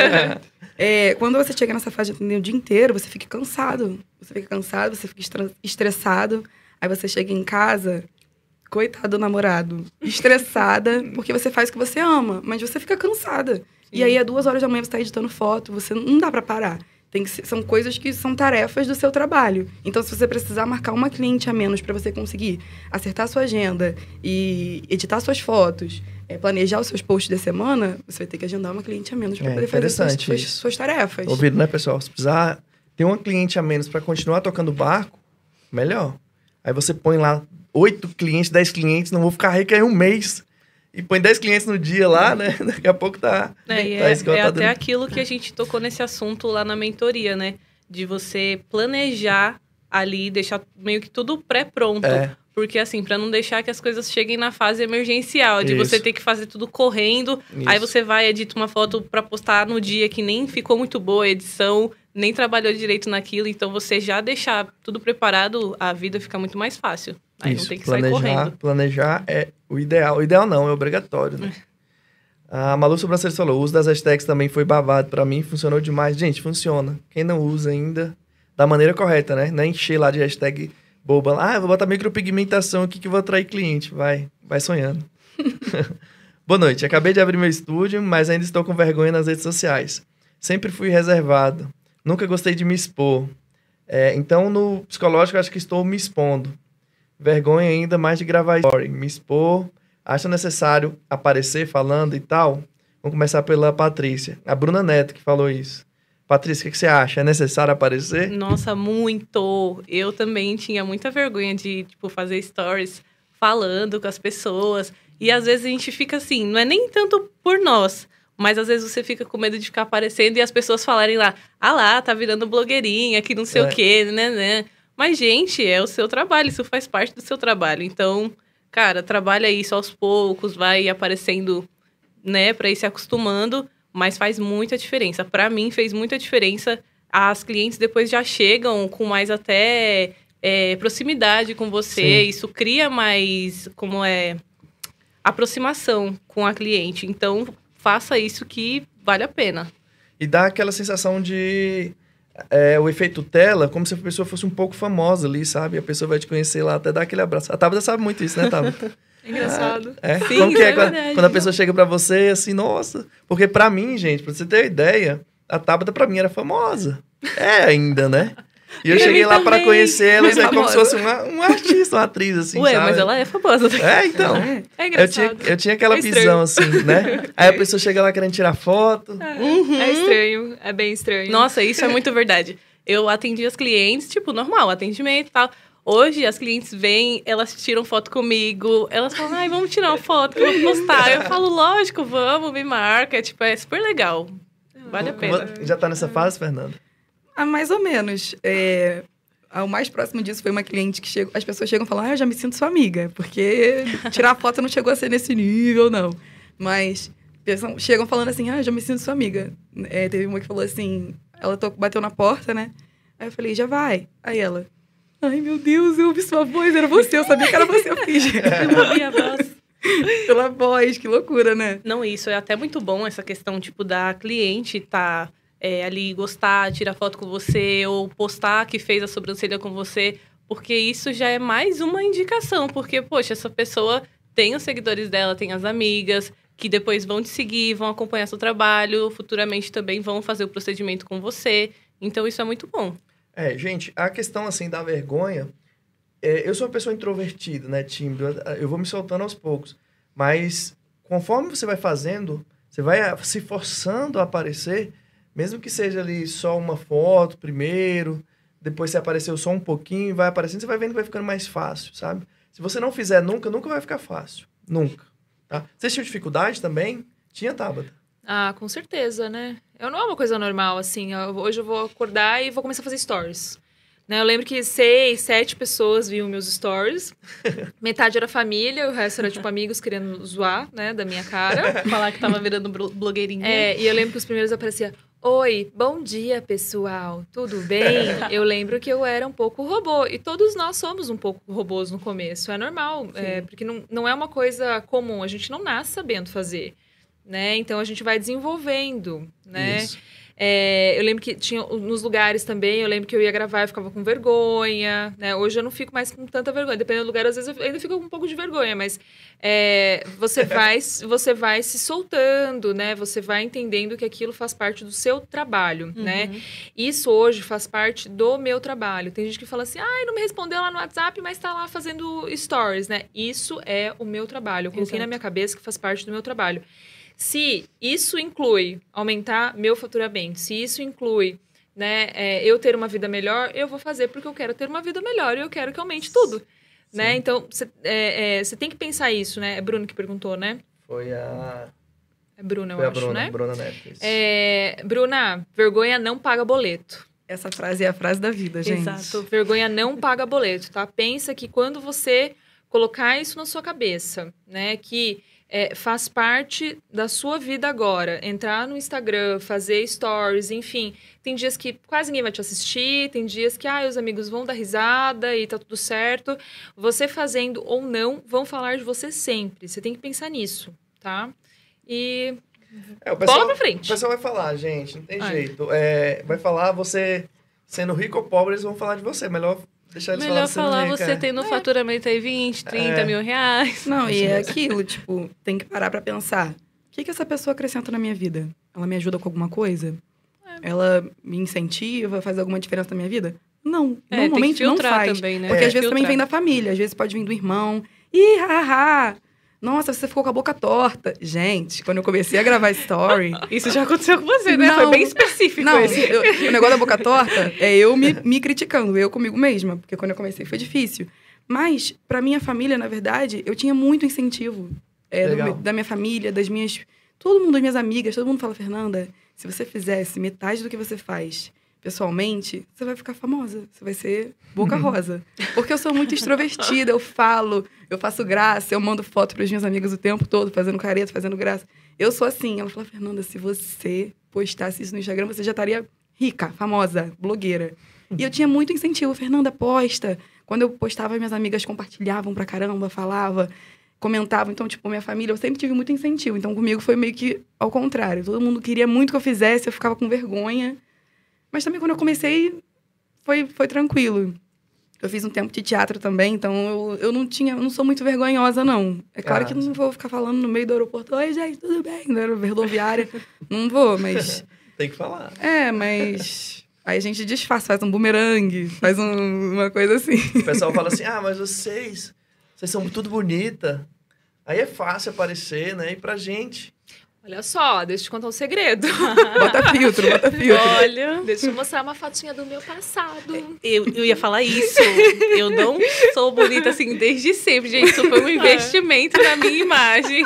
quando você chega nessa fase de atender o dia inteiro, você fica cansado. Você fica cansado, você fica estressado. Aí você chega em casa, coitado do namorado, estressada, porque você faz o que você ama, mas você fica cansada. E aí, às 2 horas da manhã, você tá editando foto, você não dá pra parar. São coisas que são tarefas do seu trabalho. Então, se você precisar marcar uma cliente a menos para você conseguir acertar a sua agenda e editar suas fotos, planejar os seus posts da semana, você vai ter que agendar uma cliente a menos para poder fazer interessante isso. suas tarefas. Ouviram, né, pessoal? Se precisar ter uma cliente a menos para continuar tocando barco, melhor. Aí você põe lá 8 clientes, 10 clientes, não vou ficar rico aí um mês. E põe 10 clientes no dia lá, né? Daqui a pouco tá É esgotado. até aquilo que a gente tocou nesse assunto lá na mentoria, né? De você planejar ali, deixar meio que tudo pré-pronto. É. Porque, assim, para não deixar que as coisas cheguem na fase emergencial, de Isso. você ter que fazer tudo correndo. Isso. Aí você vai, edita uma foto para postar no dia que nem ficou muito boa a edição, nem trabalhou direito naquilo. Então, você já deixar tudo preparado, a vida fica muito mais fácil. Aí não tem que sair correndo. Planejar é o ideal. O ideal não, é obrigatório, né? A Malu Sobrancelha falou, o uso das hashtags também foi babado pra mim, funcionou demais. Gente, funciona. Quem não usa ainda, da maneira correta, né? Não é encher lá de hashtag boba. Eu vou botar micropigmentação aqui que eu vou atrair cliente. Vai sonhando. Boa noite. Acabei de abrir meu estúdio, mas ainda estou com vergonha nas redes sociais. Sempre fui reservado. Nunca gostei de me expor. Então, no psicológico, acho que estou me expondo. Vergonha ainda mais de gravar story. Me expor. Acho necessário aparecer falando e tal? Vamos começar pela Patrícia. A Bruna Neto que falou isso. Patrícia, o que você acha? É necessário aparecer? Nossa, muito! Eu também tinha muita vergonha de, fazer stories falando com as pessoas. E às vezes a gente fica assim, não é nem tanto por nós, mas às vezes você fica com medo de ficar aparecendo e as pessoas falarem lá, tá virando blogueirinha, que não sei o quê, né? Mas, gente, é o seu trabalho, isso faz parte do seu trabalho. Então, cara, trabalha isso aos poucos, vai aparecendo, né, pra ir se acostumando, mas faz muita diferença. Pra mim, fez muita diferença. As clientes depois já chegam com mais até proximidade com você. Sim. Isso cria mais, aproximação com a cliente. Então, faça isso que vale a pena. E dá aquela sensação de... o efeito tela, como se a pessoa fosse um pouco famosa ali, sabe? A pessoa vai te conhecer lá, até dar aquele abraço. A Tabata sabe muito isso, né, Tabata? Engraçado. Sim, Como que isso é quando, verdade. quando a pessoa chega pra você, assim, nossa... Porque pra mim, gente, pra você ter uma ideia, a Tabata pra mim era famosa. É ainda, né? E eu Pra cheguei mim lá pra também. conhecer ela, Bem como se famosa. fosse uma artista, uma atriz, assim, Ué, sabe? mas ela é famosa. Então... É engraçado. Eu tinha aquela É visão, assim, né? Aí a pessoa chega lá querendo tirar foto. É estranho, é bem estranho. Nossa, isso é muito verdade. Eu atendi as clientes, normal, atendimento e tal. Hoje, as clientes vêm, elas tiram foto comigo, elas falam, vamos tirar uma foto que eu vou postar. Eu falo, lógico, vamos, me marca. É super legal. Vale a pena. Já tá nessa fase, Fernanda? Mais ou menos. O mais próximo disso foi uma cliente que chegou... As pessoas chegam e falam, eu já me sinto sua amiga. Porque tirar foto não chegou a ser nesse nível, não. Mas chegam falando assim, eu já me sinto sua amiga. Teve uma que falou assim, ela bateu na porta, né? Aí eu falei, já vai. Aí ela, ai meu Deus, eu ouvi sua voz, era você, eu sabia que era você, eu fiz. Eu ouvi a voz. Pela voz, que loucura, né? Não, isso é até muito bom, essa questão, da cliente tá ali gostar, tirar foto com você, ou postar que fez a sobrancelha com você, porque isso já é mais uma indicação, porque, poxa, essa pessoa tem os seguidores dela, tem as amigas, que depois vão te seguir, vão acompanhar seu trabalho, futuramente também vão fazer o procedimento com você, então isso é muito bom. Gente, a questão, assim, da vergonha... eu sou uma pessoa introvertida, né, tímido. Eu vou me soltando aos poucos. Mas, conforme você vai fazendo, Você vai se forçando a aparecer, mesmo que seja ali só uma foto primeiro, depois você apareceu só um pouquinho, vai aparecendo, você vai vendo que vai ficando mais fácil, sabe? Se você não fizer nunca, nunca vai ficar fácil. Nunca. Tá? Você tinha dificuldade também? Tinha, Tabata? Ah, com certeza, né? Não é uma coisa normal, assim. Hoje eu vou acordar e vou começar a fazer stories. Né? Eu lembro que 6, 7 pessoas viam meus stories. Metade era família, o resto era, tipo, amigos querendo zoar, né? Da minha cara. Falar que tava virando blogueirinha. E eu lembro que os primeiros apareciam... Oi, bom dia, pessoal. Tudo bem? Eu lembro que eu era um pouco robô. E todos nós somos um pouco robôs no começo. É normal, porque não é uma coisa comum. A gente não nasce sabendo fazer, né? Então, a gente vai desenvolvendo, né? Isso. Eu lembro que tinha nos lugares também, eu lembro que eu ia gravar e ficava com vergonha, né? Hoje eu não fico mais com tanta vergonha. Dependendo do lugar, às vezes eu ainda fico com um pouco de vergonha, mas você vai se soltando, né? Você vai entendendo que aquilo faz parte do seu trabalho, né? Isso hoje faz parte do meu trabalho. Tem gente que fala assim, não me respondeu lá no WhatsApp, mas tá lá fazendo stories, né? Isso é o meu trabalho. Eu coloquei na minha cabeça que faz parte do meu trabalho. Se isso inclui aumentar meu faturamento, se isso inclui, né, eu ter uma vida melhor, eu vou fazer porque eu quero ter uma vida melhor e eu quero que aumente tudo, né? Então, você tem que pensar isso, né? É Bruno que perguntou, né? Foi a... É Bruna, Foi eu a acho, Bruna, né? Bruna Neto. Bruna, vergonha não paga boleto. Essa frase é a frase da vida, gente. Exato. Vergonha não paga boleto, tá? Pensa que quando você colocar isso na sua cabeça, né, que faz parte da sua vida agora. Entrar no Instagram, fazer stories, enfim. Tem dias que quase ninguém vai te assistir, tem dias que os amigos vão dar risada e tá tudo certo. Você fazendo ou não, vão falar de você sempre. Você tem que pensar nisso, tá? E bola pra frente. O pessoal vai falar, gente, não tem jeito. Vai falar, você sendo rico ou pobre, eles vão falar de você. Melhor deixar eles Melhor falar você tendo um faturamento aí 20, 30 mil reais. Não, e é aquilo, tipo, tem que parar pra pensar. O que essa pessoa acrescenta na minha vida? Ela me ajuda com alguma coisa? Ela me incentiva, faz alguma diferença na minha vida? Não, normalmente não faz. Também, né? Porque às vezes também vem da família, às vezes pode vir do irmão. Ih, haha! Nossa, você ficou com a boca torta. Gente, quando eu comecei a gravar story... Isso já aconteceu com você, né? Foi bem específico. Não, o negócio da boca torta é eu me criticando, eu comigo mesma. Porque quando eu comecei foi difícil. Mas, pra minha família, na verdade, eu tinha muito incentivo. Da minha família, das minhas... Todo mundo, das minhas amigas, todo mundo fala, Fernanda, se você fizesse metade do que você faz pessoalmente, você vai ficar famosa. Você vai ser boca rosa. Porque eu sou muito extrovertida, eu falo, eu faço graça, eu mando foto para os meus amigos o tempo todo, fazendo careta, fazendo graça. Eu sou assim. Ela fala, Fernanda, se você postasse isso no Instagram, você já estaria rica, famosa, blogueira. E eu tinha muito incentivo. Fernanda, posta. Quando eu postava, minhas amigas compartilhavam pra caramba, falava, comentavam. Então, tipo, minha família, eu sempre tive muito incentivo. Então, comigo foi meio que ao contrário. Todo mundo queria muito que eu fizesse, eu ficava com vergonha. Mas também, quando eu comecei, foi tranquilo. Eu fiz um tempo de teatro também, então eu não sou muito vergonhosa, não. É claro que não vou ficar falando no meio do aeroporto, oi, gente, tudo bem? Na rodoviária. Não vou, mas... Tem que falar. Mas... Aí a gente disfarça, faz um bumerangue, faz uma coisa assim. O pessoal fala assim, mas vocês são tudo bonita. Aí é fácil aparecer, né? E pra gente... Olha só, deixa eu te contar um segredo. Bota filtro. Olha, deixa eu mostrar uma fotinha do meu passado. Eu ia falar isso. Eu não sou bonita assim desde sempre, gente. Isso foi um investimento na minha imagem.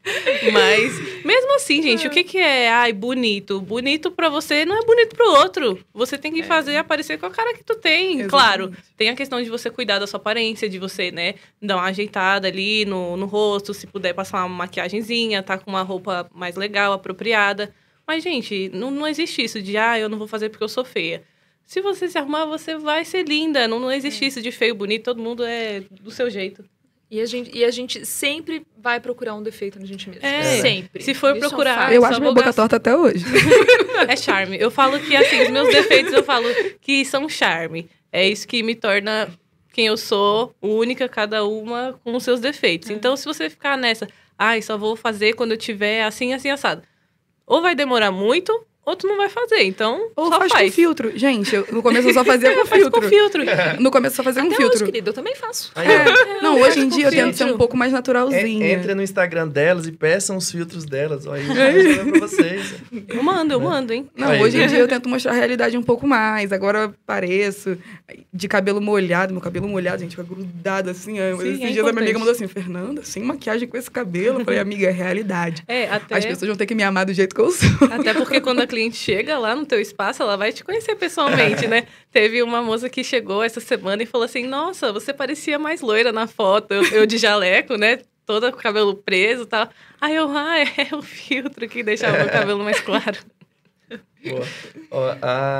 Mas, mesmo assim, gente, o que é, bonito? Bonito pra você não é bonito pro outro. Você tem que fazer aparecer com a cara que tu tem. Exatamente. Claro, tem a questão de você cuidar da sua aparência, de você, né, dar uma ajeitada ali no rosto, se puder passar uma maquiagenzinha, tá com uma roupa mais legal, apropriada. Mas, gente, não existe isso de, eu não vou fazer porque eu sou feia. Se você se arrumar, você vai ser linda. Não existe isso de feio, bonito, todo mundo é do seu jeito. E a gente sempre vai procurar um defeito na gente mesma. Sempre. Se for procurar... Eu acho minha boca torta até hoje. É charme. Eu falo que, assim, os meus defeitos, eu falo que são charme. É isso que me torna quem eu sou, única, cada uma com os seus defeitos. Então, se você ficar nessa, só vou fazer quando eu tiver assim, assim, assado. Ou vai demorar muito, outro não vai fazer. Então, Ou só faz faz. com filtro. Gente, no começo eu só fazia com Faz filtro. com filtro. No começo eu só fazia com Até filtro. hoje, querido, eu também faço. Aí, ó. Não, hoje em Faz com dia eu tento ser filtro. um pouco mais naturalzinha. Entre no Instagram delas e peçam os filtros delas. Olha, eu vou pra vocês. Eu mando, hein? Não, Aí. hoje em dia eu tento mostrar a realidade um pouco mais. Agora eu pareço de cabelo molhado. Meu cabelo molhado, gente, fica grudado assim. Esses dias a minha amiga mandou assim, Fernanda, sem maquiagem com esse cabelo. Eu falei, amiga, é realidade. Até... As pessoas vão ter que me amar do jeito que eu sou. Até porque quando a cliente chega lá no teu espaço, ela vai te conhecer pessoalmente, né? Teve uma moça que chegou essa semana e falou assim, nossa, você parecia mais loira na foto. Eu de jaleco, né? Toda com o cabelo preso e tal. Aí eu, é o filtro que deixava o meu cabelo mais claro. Boa. Ó,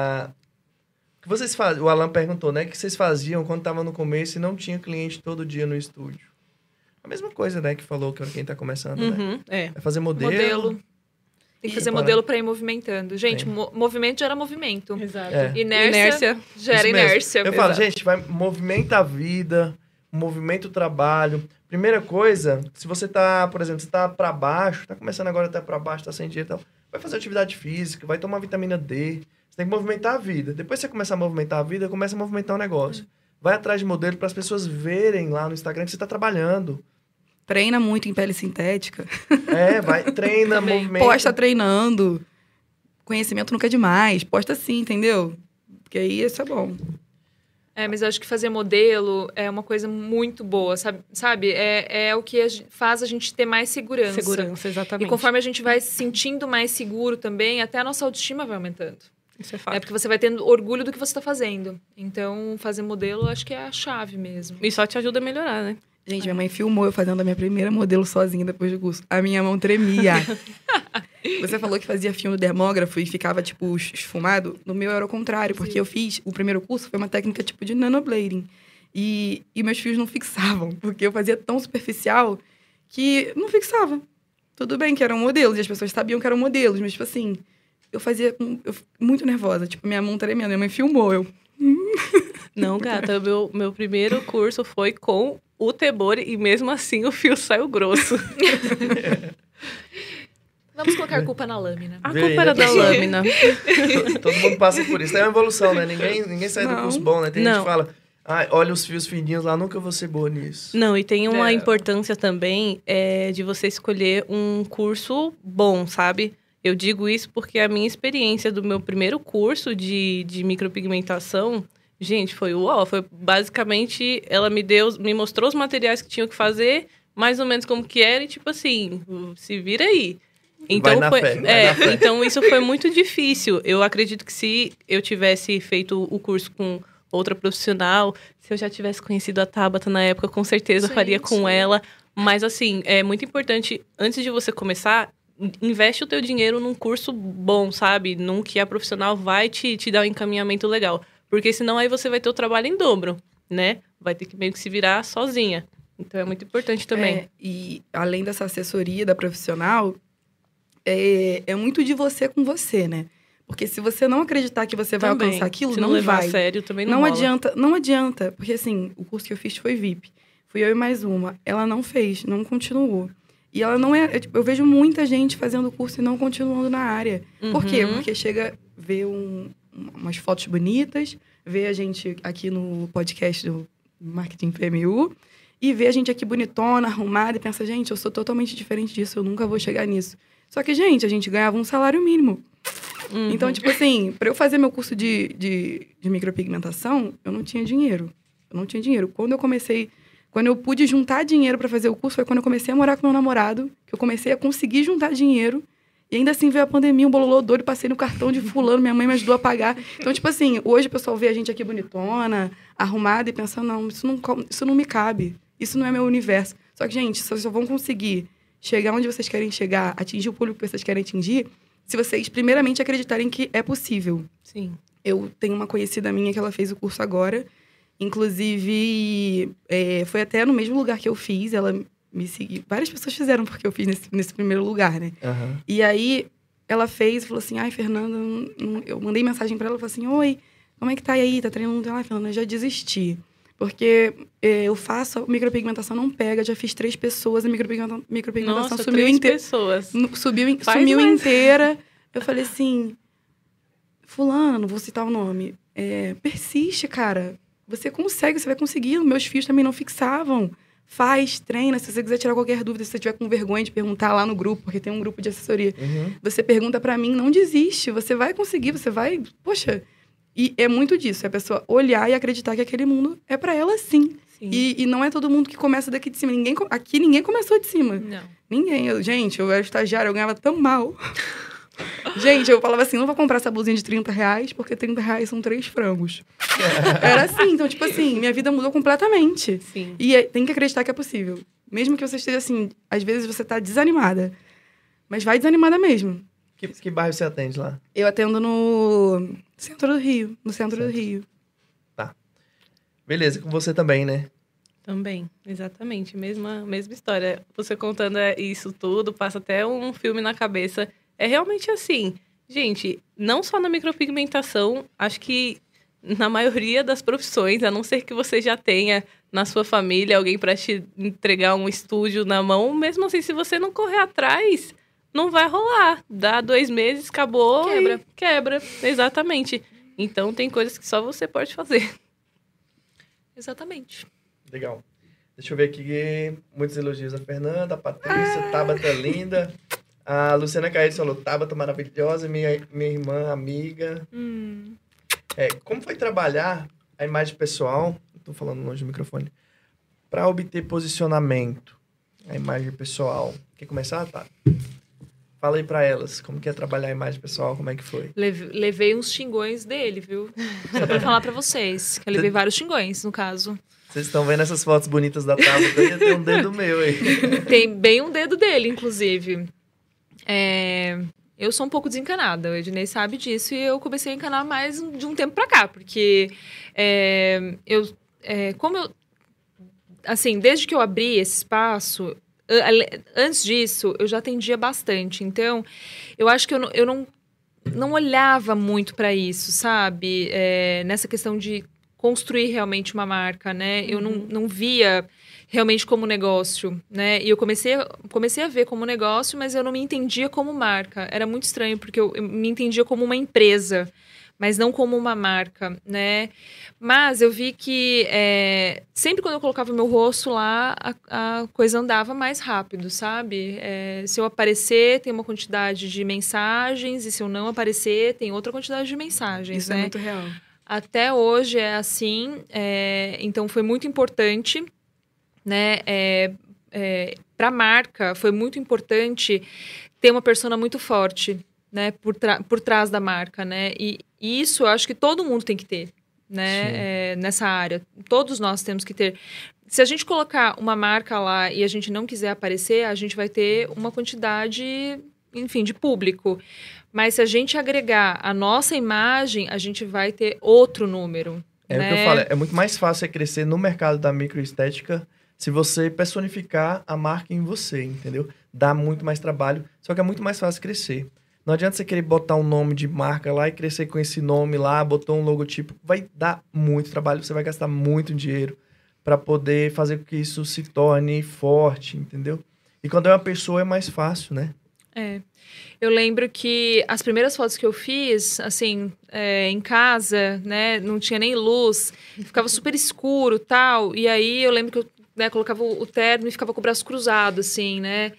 o que vocês fazem? O Alan perguntou, né? O que vocês faziam quando estavam no começo e não tinha cliente todo dia no estúdio? A mesma coisa, né? Que falou que quem tá começando, né? Uhum, É fazer modelo. Tem que E fazer para- modelo pra ir movimentando. Gente, Tem. movimento gera movimento. Exato. É. Inércia gera Isso mesmo. inércia. Eu falo, Exato. gente, movimenta a vida, movimenta o trabalho. Primeira coisa, se você tá, por exemplo, você tá pra baixo, tá começando agora até pra baixo, tá sem dinheiro e tal, vai fazer atividade física, vai tomar vitamina D. Você tem que movimentar a vida. Depois que você começar a movimentar a vida, começa a movimentar o negócio. Vai atrás de modelo para as pessoas verem lá no Instagram que você tá trabalhando. Treina muito em pele sintética. Treina, Também. movimenta. Posta treinando. Conhecimento nunca é demais. Posta sim, entendeu? Porque aí isso é bom. Mas eu acho que fazer modelo é uma coisa muito boa, sabe? É o que faz a gente ter mais segurança. Segurança, exatamente. E conforme a gente vai se sentindo mais seguro também, até a nossa autoestima vai aumentando. Isso é fato. Porque você vai tendo orgulho do que você está fazendo. Então, fazer modelo, eu acho que é a chave mesmo. E só te ajuda a melhorar, né? Gente, minha mãe filmou eu fazendo a minha primeira modelo sozinha depois do curso. A minha mão tremia. Você falou que fazia filme dermógrafo e ficava, tipo, esfumado. No meu era o contrário, porque eu fiz... O primeiro curso foi uma técnica, tipo, de nanoblading. E meus fios não fixavam, porque eu fazia tão superficial que não fixava. Tudo bem que eram modelos, e as pessoas sabiam que eram modelos, mas, tipo assim... Eu fazia muito nervosa. Tipo, minha mão tremendo. Minha mãe filmou, eu... Não, gata, meu primeiro curso foi com o Tebori e mesmo assim o fio saiu grosso. Vamos colocar culpa na lâmina. A Vê culpa aí, era né, da pessoal? lâmina. Todo mundo passa por isso. É uma evolução, né? Ninguém sai do Não. curso bom, né? Tem gente Não. que fala, olha os fios fininhos lá, nunca vou ser boa nisso. Não, e tem uma É. importância também de você escolher um curso bom, sabe? Eu digo isso porque a minha experiência do meu primeiro curso de micropigmentação, gente, foi uau. Foi basicamente, ela me mostrou os materiais que tinham que fazer, mais ou menos como que era, e tipo assim, se vira aí. Então, Vai na fé, vai na fé. então isso foi muito difícil. Eu acredito que se eu tivesse feito o curso com outra profissional, se eu já tivesse conhecido a Tabata na época, com certeza eu faria com Sim. ela. Mas assim, é muito importante, antes de você começar, investe o teu dinheiro num curso bom, sabe? Num que a profissional vai te dar um encaminhamento legal. Porque senão aí você vai ter o trabalho em dobro, né? Vai ter que meio que se virar sozinha. Então é muito importante também. E além dessa assessoria da profissional, é muito de você com você, né? Porque se você não acreditar que você vai Também. alcançar aquilo, se não levar vai. a sério, também não Não rola. não adianta. Porque, assim, o curso que eu fiz foi VIP. Fui eu e mais uma. Ela não fez, não continuou. E ela não é... Eu vejo muita gente fazendo o curso e não continuando na área. Por quê? Uhum. Porque chega, vê umas fotos bonitas, vê a gente aqui no podcast do Marketing PMU, e vê a gente aqui bonitona, arrumada, e pensa, gente, eu sou totalmente diferente disso, eu nunca vou chegar nisso. Só que, gente, a gente ganhava um salário mínimo. Uhum. Então, tipo assim, para eu fazer meu curso de micropigmentação, eu não tinha dinheiro. Quando eu pude juntar dinheiro para fazer o curso, foi quando eu comecei a morar com meu namorado, que eu comecei a conseguir juntar dinheiro. E ainda assim veio a pandemia, um bololô doido, passei no cartão de fulano, minha mãe me ajudou a pagar. Então, tipo assim, hoje o pessoal vê a gente aqui bonitona, arrumada, e pensa, não, isso não me cabe. Isso não é meu universo. Só que, gente, vocês só vão conseguir chegar onde vocês querem chegar, atingir o público que vocês querem atingir, se vocês, primeiramente, acreditarem que é possível. Sim. Eu tenho uma conhecida minha que ela fez o curso agora. Inclusive, foi até no mesmo lugar que eu fiz. Ela me seguiu. Várias pessoas fizeram porque eu fiz nesse primeiro lugar, né? Aham. E aí, ela fez e falou assim, ai, Fernanda... Eu mandei mensagem pra ela, falei assim, oi, como é que tá aí? Tá treinando? Ai, Fernanda, eu já desisti. Porque eu faço, a micropigmentação não pega. Já fiz 3 pessoas, a micropigmentação Nossa, sumiu 3 inteira. pessoas. Sumiu Faz mais. inteira. Eu falei assim... fulano, não vou citar o nome, persiste, cara. Você consegue, você vai conseguir. Meus filhos também não fixavam. Faz, treina. Se você quiser tirar qualquer dúvida, se você tiver com vergonha de perguntar lá no grupo, porque tem um grupo de assessoria. Você pergunta pra mim, não desiste. Você vai conseguir, você vai... Poxa, e é muito disso. É a pessoa olhar e acreditar que aquele mundo é pra ela, sim. E não é todo mundo que começa daqui de cima. Aqui ninguém começou de cima. Não. Ninguém. Gente, eu era estagiária, eu ganhava tão mal. Gente, eu falava assim, não vou comprar essa blusinha de R$30, porque R$30 são 3 frangos. Era assim, então, tipo assim, minha vida mudou completamente. Sim. E tem que acreditar que é possível. Mesmo que você esteja assim, às vezes você tá desanimada. Mas vai desanimada mesmo. Que bairro você atende lá? Eu atendo no centro do Rio. No centro do Rio. Tá. Beleza, com você também, né? Também, exatamente. Mesma história. Você contando isso tudo, passa até um filme na cabeça. É realmente assim. Gente, não só na micropigmentação, acho que na maioria das profissões, a não ser que você já tenha na sua família alguém para te entregar um estúdio na mão, mesmo assim, se você não correr atrás, não vai rolar. Dá 2 meses, acabou Quebra. Quebra, exatamente. Então, tem coisas que só você pode fazer. Exatamente. Legal. Deixa eu ver aqui. Muitos elogios a Fernanda, a Patrícia, Tabata linda. A Luciana Caedes falou, Tabata maravilhosa, minha irmã, amiga. Como foi trabalhar a imagem pessoal, tô falando longe do microfone, para obter posicionamento, a imagem pessoal? Quer começar, tá? Fala aí pra elas, como que é trabalhar a imagem pessoal, como é que foi? Levei uns xingões dele, viu? Só pra falar pra vocês, que eu levei vários xingões, no caso. Vocês estão vendo essas fotos bonitas da Tabata, ia ter um dedo meu aí. Tem bem um dedo dele, inclusive. Eu sou um pouco desencanada, o Ednei sabe disso, e eu comecei a encanar mais de um tempo pra cá, porque assim, desde que eu abri esse espaço, antes disso, eu já atendia bastante, então, eu acho que eu não olhava muito pra isso, sabe? Nessa questão de construir realmente uma marca, né? Eu não via realmente como negócio, né? E eu comecei a ver como negócio, mas eu não me entendia como marca. Era muito estranho, porque eu me entendia como uma empresa, mas não como uma marca, né? Mas eu vi que sempre quando eu colocava o meu rosto lá, a coisa andava mais rápido, sabe? Se eu aparecer, tem uma quantidade de mensagens, e se eu não aparecer, tem outra quantidade de mensagens, Isso né? é muito real. Até hoje é assim, então foi muito importante, né? Para a marca, foi muito importante ter uma persona muito forte, né? Por trás da marca, né? E isso eu acho que todo mundo tem que ter, né? Nessa área. Todos nós temos que ter. Se a gente colocar uma marca lá e a gente não quiser aparecer, a gente vai ter uma quantidade, enfim, de público. Mas se a gente agregar a nossa imagem, a gente vai ter outro número. É, né? o que eu falo, é muito mais fácil você crescer no mercado da microestética se você personificar a marca em você, entendeu? Dá muito mais trabalho, só que é muito mais fácil crescer. Não adianta você querer botar um nome de marca lá e crescer com esse nome lá, botou um logotipo, vai dar muito trabalho, você vai gastar muito dinheiro para poder fazer com que isso se torne forte, entendeu? E quando é uma pessoa é mais fácil, né? Eu lembro que as primeiras fotos que eu fiz, assim, em casa, né, não tinha nem luz, ficava super escuro, tal, e aí eu lembro que eu colocava o terno e ficava com o braço cruzado, assim, né,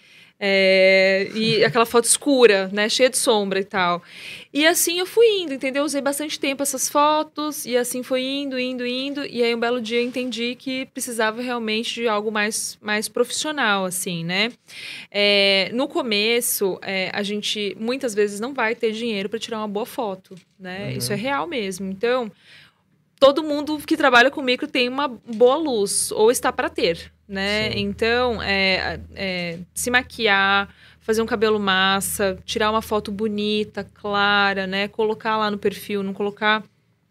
e aquela foto escura, né, cheia de sombra e tal. E assim eu fui indo, entendeu? Usei bastante tempo essas fotos, e assim foi indo, e aí um belo dia eu entendi que precisava realmente de algo mais profissional, assim, né? No começo, a gente muitas vezes não vai ter dinheiro para tirar uma boa foto, né? Isso é real mesmo. Então, todo mundo que trabalha com micro tem uma boa luz, ou está para ter, né? Sim. Então, se maquiar, fazer um cabelo massa, tirar uma foto bonita, clara, né? Colocar lá no perfil, não colocar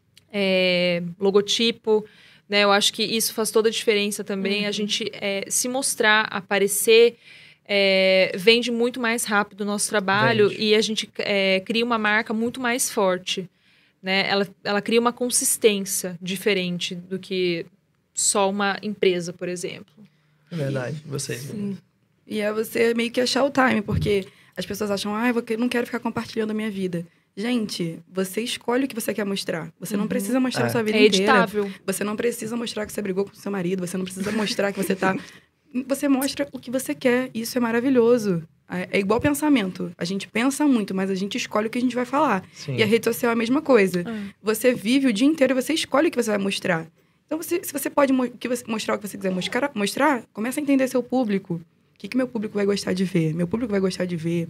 logotipo, né? Eu acho que isso faz toda a diferença também. A gente se mostrar, aparecer, vende muito mais rápido o nosso trabalho. Vende. E a gente cria uma marca muito mais forte, né? Ela cria uma consistência diferente do que só uma empresa, por exemplo. É verdade, vocês. Sim. E é você meio que achar o time, porque as pessoas acham, eu não quero ficar compartilhando a minha vida. Gente, você escolhe o que você quer mostrar. Você não precisa mostrar a sua vida É inteira. editável. Você não precisa mostrar que você brigou com seu marido. Você não precisa mostrar que você tá... Você mostra o que você quer. Isso é maravilhoso. É igual pensamento. A gente pensa muito, mas a gente escolhe o que a gente vai falar. Sim. E a rede social é a mesma coisa. Você vive o dia inteiro e você escolhe o que você vai mostrar. Então, se você pode mostrar o que você quiser mostrar, começa a entender seu público. O que meu público vai gostar de ver? Meu público vai gostar de ver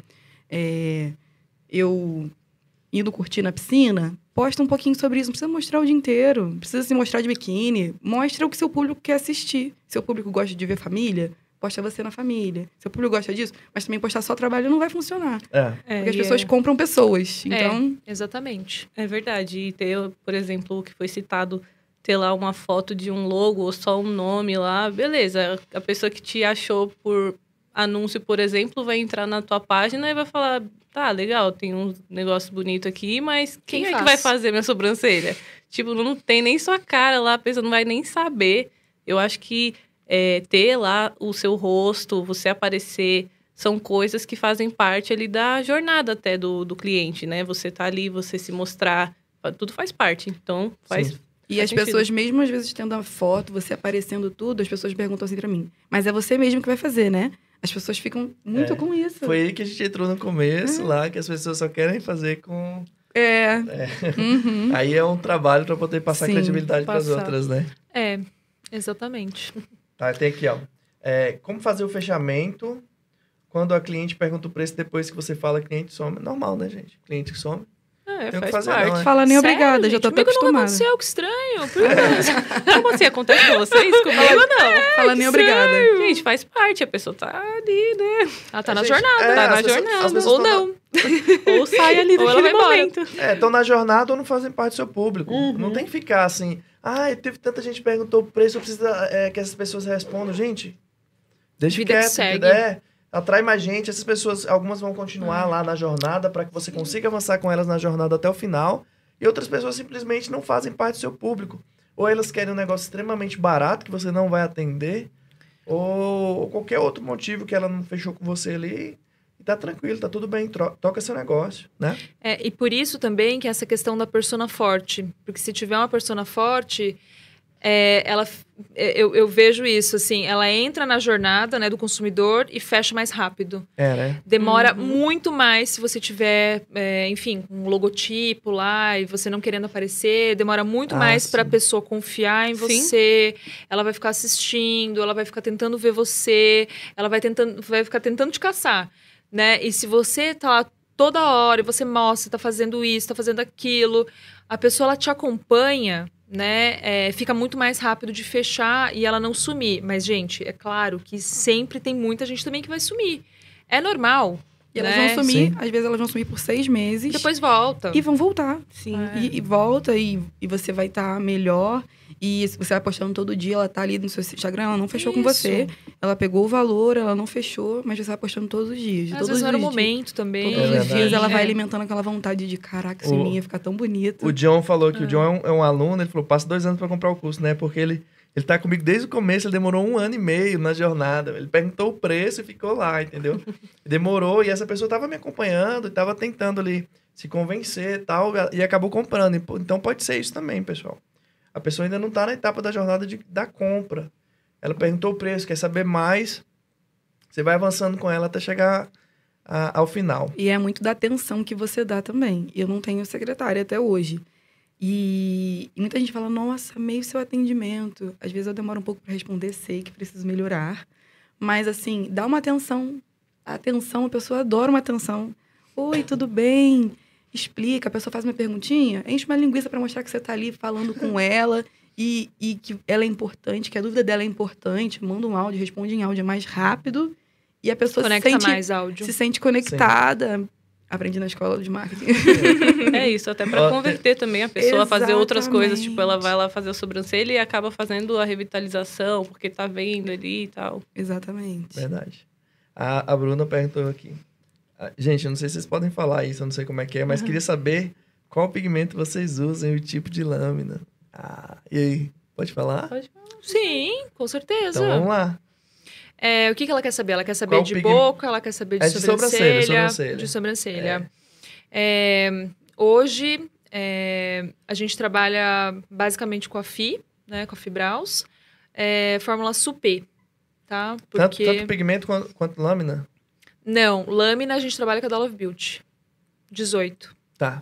eu indo curtir na piscina? Posta um pouquinho sobre isso. Não precisa mostrar o dia inteiro. Não precisa se mostrar de biquíni. Mostra o que seu público quer assistir. Seu público gosta de ver família? Posta você na família. Seu público gosta disso, mas também postar só trabalho não vai funcionar. Porque as pessoas compram pessoas. Então... Exatamente. É verdade. E ter, por exemplo, o que foi citado, ter lá uma foto de um logo ou só um nome lá, beleza. A pessoa que te achou por anúncio, por exemplo, vai entrar na tua página e vai falar, tá, legal, tem um negócio bonito aqui, mas quem é que vai fazer minha sobrancelha? Tipo, não tem nem sua cara lá, a pessoa não vai nem saber. Eu acho que ter lá o seu rosto, você aparecer, são coisas que fazem parte ali da jornada até do cliente, né? Você tá ali, você se mostrar, tudo faz parte. Então, faz... Sim. E as pessoas, mesmo às vezes tendo a foto, você aparecendo tudo, as pessoas perguntam assim pra mim, mas é você mesmo que vai fazer, né? As pessoas ficam muito com isso. Foi aí que a gente entrou no começo, lá, que as pessoas só querem fazer com... Uhum. Aí é um trabalho para poder passar Sim, credibilidade para as outras, né? Exatamente. Tá, tem aqui, ó. Como fazer o fechamento quando a cliente pergunta o preço depois que você fala, cliente some? Normal, né, gente? Cliente que some. Tem o que faz fazer, parte. não, né? Fala nem Sério, obrigada, gente? já tô até Comigo nunca acostumada. aconteceu, que estranho. Por que Como assim? Acontece com vocês? Comigo não. Fala nem obrigada. Gente, faz parte. A pessoa tá ali, né? Ela tá na Gente, jornada. Tá as na pessoas- jornada. as pessoas Ou tão não. Ou sai ali Ou ela naquele vai embora. momento. Estão na jornada ou não fazem parte do seu público. Não tem que ficar assim, teve tanta gente que perguntou o preço, eu preciso que essas pessoas respondam. Gente, deixa Vida que quieto, segue. entendeu? Atrai mais gente, essas pessoas, algumas vão continuar lá na jornada para que você consiga avançar com elas na jornada até o final, e outras pessoas simplesmente não fazem parte do seu público. Ou elas querem um negócio extremamente barato que você não vai atender, ou qualquer outro motivo que ela não fechou com você ali, e tá tranquilo, tá tudo bem, toca seu negócio, né? E por isso também que essa questão da persona forte. Porque se tiver uma persona forte, eu vejo isso, assim, ela entra na jornada, né, do consumidor e fecha mais rápido. Né? Demora muito mais se você tiver, enfim, um logotipo lá e você não querendo aparecer. Demora muito mais para a pessoa confiar em você. Ela vai ficar assistindo, ela vai ficar tentando ver você, ela vai ficar tentando te caçar, né? E se você tá lá toda hora e você mostra, tá fazendo isso, tá fazendo aquilo, a pessoa ela te acompanha, né? Fica muito mais rápido de fechar e ela não sumir. Mas, gente, é claro que sempre tem muita gente também que vai sumir. É normal. E elas né? vão sumir, Sim. às vezes elas vão sumir por 6 meses. Depois volta. E vão voltar. Sim. E volta e você vai estar melhor. E você vai postando todo dia, ela tá ali no seu Instagram, ela não fechou com Isso. você. Ela pegou o valor, ela não fechou, mas você vai postando todos os dias. Às todos vezes não era o os dias. momento também. Todos os verdade. dias ela vai É. alimentando aquela vontade de, caraca, esse menino ia ficar tão bonito. O John falou que o John é um aluno, ele falou, passa 2 anos para comprar o curso, né? Porque ele tá comigo desde o começo, ele demorou 1 ano e meio na jornada. Ele perguntou o preço e ficou lá, entendeu? Demorou, e essa pessoa tava me acompanhando, e tava tentando ali se convencer e tal, e acabou comprando. Então pode ser isso também, pessoal. A pessoa ainda não tá na etapa da jornada da compra. Ela perguntou o preço, quer saber mais, você vai avançando com ela até chegar ao final. E é muito da atenção que você dá também. Eu não tenho secretária até hoje. E muita gente fala, nossa, amei o seu atendimento. Às vezes eu demoro um pouco para responder, sei que preciso melhorar. Mas, assim, dá uma atenção. A pessoa adora uma atenção. Oi, tudo bem? Explica, a pessoa faz uma perguntinha, enche uma linguiça para mostrar que você tá ali falando com ela e que ela é importante, que a dúvida dela é importante. Manda um áudio, responde em áudio mais rápido. E a pessoa Conecta mais áudio. se sente conectada. Aprendi na escola de marketing. É isso, até pra converter também a pessoa a fazer outras coisas. Tipo, ela vai lá fazer a sobrancelha e acaba fazendo a revitalização, porque tá vendo ali e tal. Exatamente. Verdade. A Bruna perguntou aqui. Gente, eu não sei se vocês podem falar isso, eu não sei como é que é, mas queria saber qual pigmento vocês usam e o tipo de lâmina. E aí? Pode falar? Pode falar. Sim, com certeza. Então vamos lá. O que ela quer saber? Ela quer saber Qual de pigmento? boca, ela quer saber de De sobrancelha. sobrancelha. De sobrancelha. Hoje, a gente trabalha basicamente com a FI, né, com a Fibraus, fórmula Supé, tá? Tanto pigmento quanto lâmina? Não, lâmina a gente trabalha com a Dollar Beauty. 18. Tá.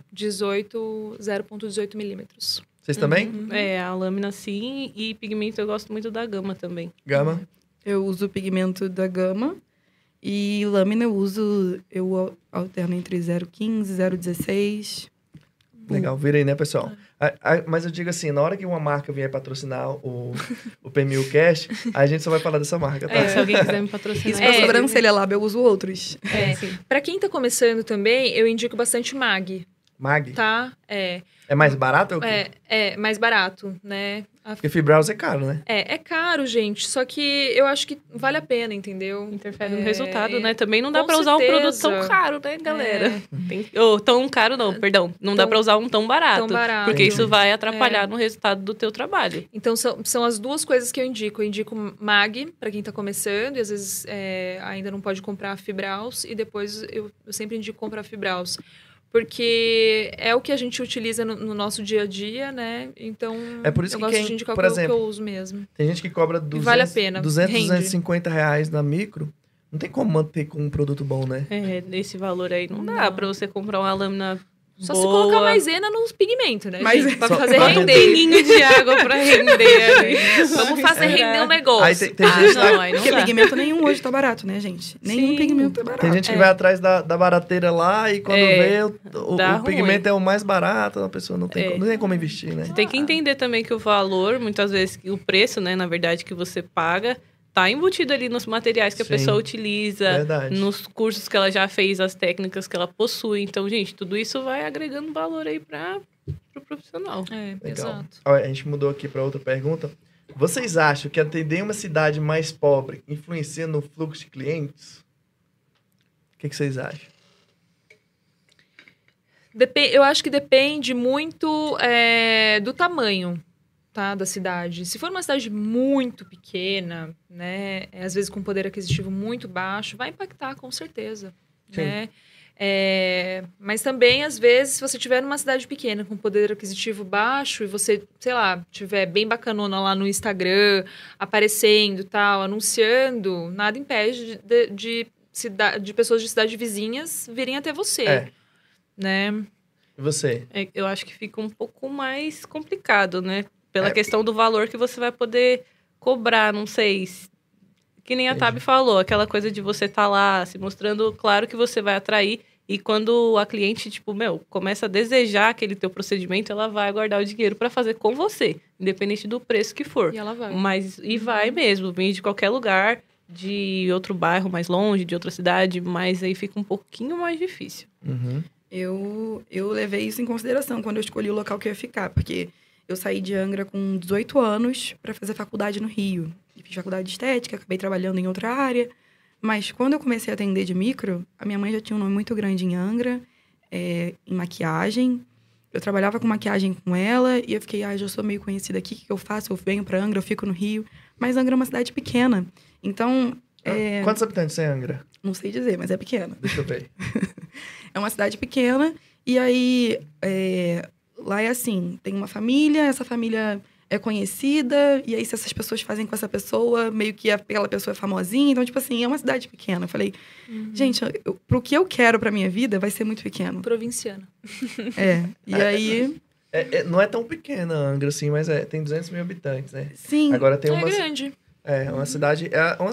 0,18 milímetros. Vocês também? A lâmina sim, e pigmento eu gosto muito da Gama também. Gama? Eu uso o pigmento da Gama. E lâmina eu alterno entre 0,15 e 0,16. Legal, vira aí, né, pessoal? Mas eu digo assim, na hora que uma marca vier patrocinar o PMUcast, a gente só vai falar dessa marca, tá? Se alguém quiser me patrocinar. Isso pra sobrancelha Lab, eu uso outros. Sim. Pra quem tá começando também, eu indico bastante MAG, Mag? tá? É mais barato ou o quê? É mais barato, né? Porque Fibraus é caro, né? É caro, gente, só que eu acho que vale a pena, entendeu? Interfere no resultado, né? Também não dá com pra usar um produto certeza. tão caro, né, galera? Tão caro não, perdão. Não dá pra usar um tão barato. Tão barato. Porque isso vai atrapalhar no resultado do teu trabalho. Então, são as duas coisas que eu indico. Eu indico MAG, para quem tá começando, e às vezes ainda não pode comprar a Fibraus, e depois eu sempre indico comprar a Fibraus. Porque é o que a gente utiliza no nosso dia a dia, né? Então, É por isso eu que gosto quem, de indicar por o que exemplo, eu uso mesmo. Tem gente que cobra 200, vale a pena, 200 rende. 250 reais na micro. Não tem como manter com um produto bom, né? Nesse valor aí não dá pra você comprar uma lâmina Só boa. se colocar maisena nos pigmentos, né? Mas gente? Pra só- fazer só Um render. pinguinho de água pra render ali. Vamos fazer render o negócio. Aí tem gente Não, aí não Porque dá. pigmento nenhum hoje tá barato, né, gente? Nenhum Sim. pigmento tá barato. Tem gente que vai atrás da barateira lá e quando vê, dá o pigmento ruim. é o mais barato, a pessoa não tem como investir, né? Você tem que entender também que o valor, muitas vezes, o preço, né, na verdade, que você paga, tá embutido ali nos materiais que a Sim. pessoa utiliza, Verdade. nos cursos que ela já fez, as técnicas que ela possui. Então, gente, tudo isso vai agregando valor aí pro profissional. Legal. Exato. Olha, a gente mudou aqui para outra pergunta. Vocês acham que atender uma cidade mais pobre influencia no fluxo de clientes? O que vocês acham? Eu acho que depende muito do tamanho, tá, da cidade. Se for uma cidade muito pequena, né, às vezes com poder aquisitivo muito baixo, vai impactar com certeza, Sim. né? Mas também, às vezes, se você tiver numa cidade pequena com poder aquisitivo baixo e você, sei lá, tiver bem bacanona lá no Instagram, aparecendo, tal, anunciando, nada impede de pessoas de cidades vizinhas virem até você, né? E você? Eu acho que fica um pouco mais complicado, né? Pela questão do valor que você vai poder cobrar, não sei. Que nem a Tabi falou, aquela coisa de você estar lá se mostrando, claro que você vai atrair. E quando a cliente, tipo, começa a desejar aquele teu procedimento, ela vai guardar o dinheiro para fazer com você, independente do preço que for. E ela vai. E vai mesmo, vem de qualquer lugar, de outro bairro mais longe, de outra cidade, mas aí fica um pouquinho mais difícil. Uhum. Eu levei isso em consideração quando eu escolhi o local que eu ia ficar, porque eu saí de Angra com 18 anos para fazer faculdade no Rio. Fiz faculdade de estética, acabei trabalhando em outra área. Mas quando eu comecei a atender de micro, a minha mãe já tinha um nome muito grande em Angra, em maquiagem. Eu trabalhava com maquiagem com ela e eu fiquei, já sou meio conhecida aqui, o que eu faço? Eu venho para Angra, eu fico no Rio. Mas Angra é uma cidade pequena. Então, Quantos habitantes tem Angra? não sei dizer, mas é pequena. Deixa eu ver. É uma cidade pequena e aí lá é assim, tem uma família, essa família é conhecida, e aí se essas pessoas fazem com essa pessoa, meio que aquela pessoa é famosinha, então, tipo assim, é uma cidade pequena. Eu falei, gente, pro que eu quero pra minha vida, vai ser muito pequeno. Provinciana. E aí... Não é tão pequena Angra, assim, mas tem 200 mil habitantes, né? Sim. Agora tem grande. uma cidade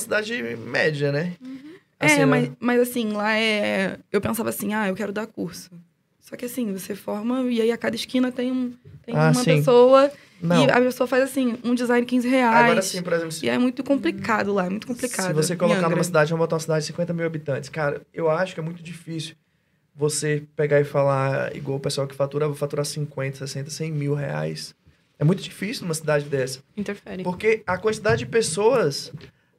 média, né? Assim, mas assim, lá eu pensava assim, eu quero dar curso. Só que assim, você forma e aí a cada esquina tem uma sim. pessoa... Não. E a pessoa faz assim, um design 15 reais. Agora sim, por exemplo... E é muito complicado lá, é muito complicado. Se você colocar numa cidade, vamos botar uma cidade de 50 mil habitantes. Cara, eu acho que é muito difícil você pegar e falar, igual o pessoal que fatura, vou faturar 50, 60, 100 mil reais. É muito difícil numa cidade dessa. Interfere. Porque a quantidade de pessoas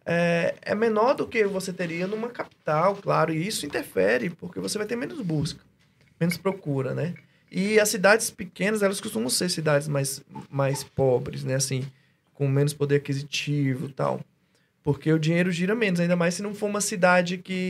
é menor do que você teria numa capital, claro. E isso interfere, porque você vai ter menos busca, menos procura, né? E as cidades pequenas, elas costumam ser cidades mais pobres, né? Assim, com menos poder aquisitivo e tal. Porque o dinheiro gira menos, ainda mais se não for uma cidade que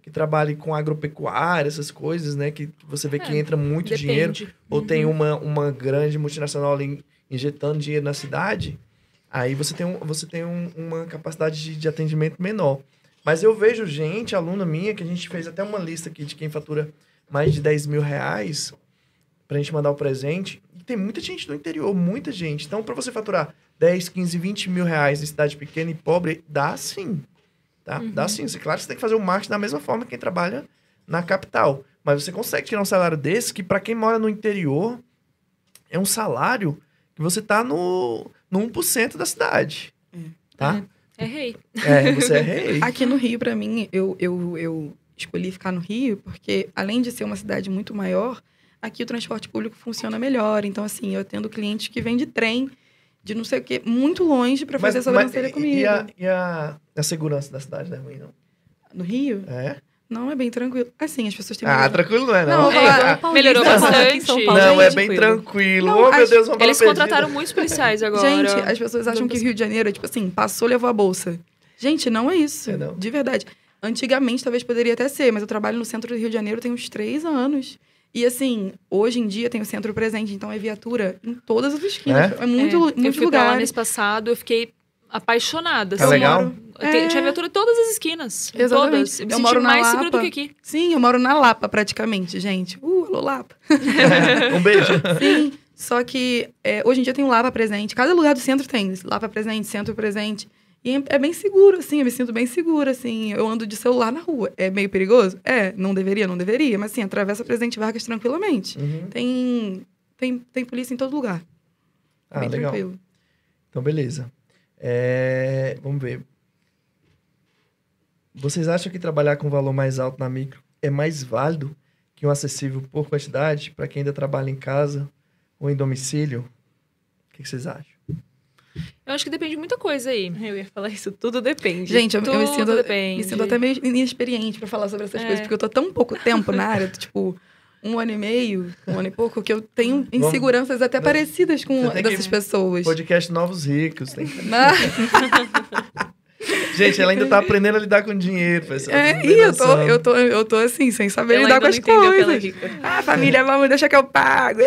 que trabalhe com agropecuária, essas coisas, né? Que você vê que entra muito dinheiro. Depende. Ou tem uma grande multinacional ali injetando dinheiro na cidade, aí você tem uma capacidade de atendimento menor. Mas eu vejo gente, aluna minha, que a gente fez até uma lista aqui de quem fatura mais de 10 mil reais pra gente mandar o presente. E tem muita gente do interior, muita gente. Então, pra você faturar 10, 15, 20 mil reais em cidade pequena e pobre, dá sim. Tá? Dá sim. Claro que você tem que fazer o marketing da mesma forma que quem trabalha na capital. Mas você consegue tirar um salário desse que, pra quem mora no interior, é um salário que você tá no 1% da cidade. Tá? É rei. Você é rei. Aqui no Rio, pra mim, eu escolhi ficar no Rio porque, além de ser uma cidade muito maior, aqui o transporte público funciona melhor. Então, assim, eu atendo clientes que vêm de trem, de não sei o quê, muito longe pra fazer sobrancelha comigo. E a segurança da cidade não é ruim, não? No Rio? É? Não, é bem tranquilo. Assim, as pessoas têm... Tranquilo não é, Não, melhorou bastante. Não, é bem tranquilo. Não, meu Deus, vamos Eles contrataram muitos policiais agora. Gente, as pessoas acham que o Rio de Janeiro é tipo assim, passou, levou a bolsa. Gente, não é isso. É, não. De verdade. Antigamente, talvez poderia até ser, mas eu trabalho no centro do Rio de Janeiro tem uns 3 anos. E assim, hoje em dia tem o centro presente, então é viatura em todas as esquinas. É muito eu fui lugar. pra lá nesse passado, eu fiquei apaixonada. É legal? Tinha viatura em todas as esquinas. Em Exatamente. todas. Eu me Eu senti moro na mais seguro Lapa. do que aqui. Sim, eu moro na Lapa praticamente, gente. Alô, Lapa. Um beijo. Sim, só que hoje em dia tem o Lapa presente. Cada lugar do centro tem Lapa presente, centro presente. E é bem seguro, assim, eu me sinto bem segura, assim. Eu ando de celular na rua. É meio perigoso? Não deveria. Mas assim, atravessa Presidente Vargas tranquilamente. Tem polícia em todo lugar. Bem Legal. tranquilo. Então, beleza. Vamos ver. Vocês acham que trabalhar com valor mais alto na micro é mais válido que um acessível por quantidade para quem ainda trabalha em casa ou em domicílio? O que vocês acham? Eu acho que depende de muita coisa aí. Eu ia falar isso, tudo depende. Gente, eu me depende. sinto até meio inexperiente pra falar sobre essas coisas, porque eu tô tão pouco tempo na área, tipo, 1 ano e meio, 1 ano e pouco, que eu tenho inseguranças até parecidas com dessas pessoas. Podcast Novos Ricos. Gente, ela ainda tá aprendendo a lidar com dinheiro, pessoal. Eu tô assim, sem saber lidar com as coisas. Família, vamos, deixa que eu pago.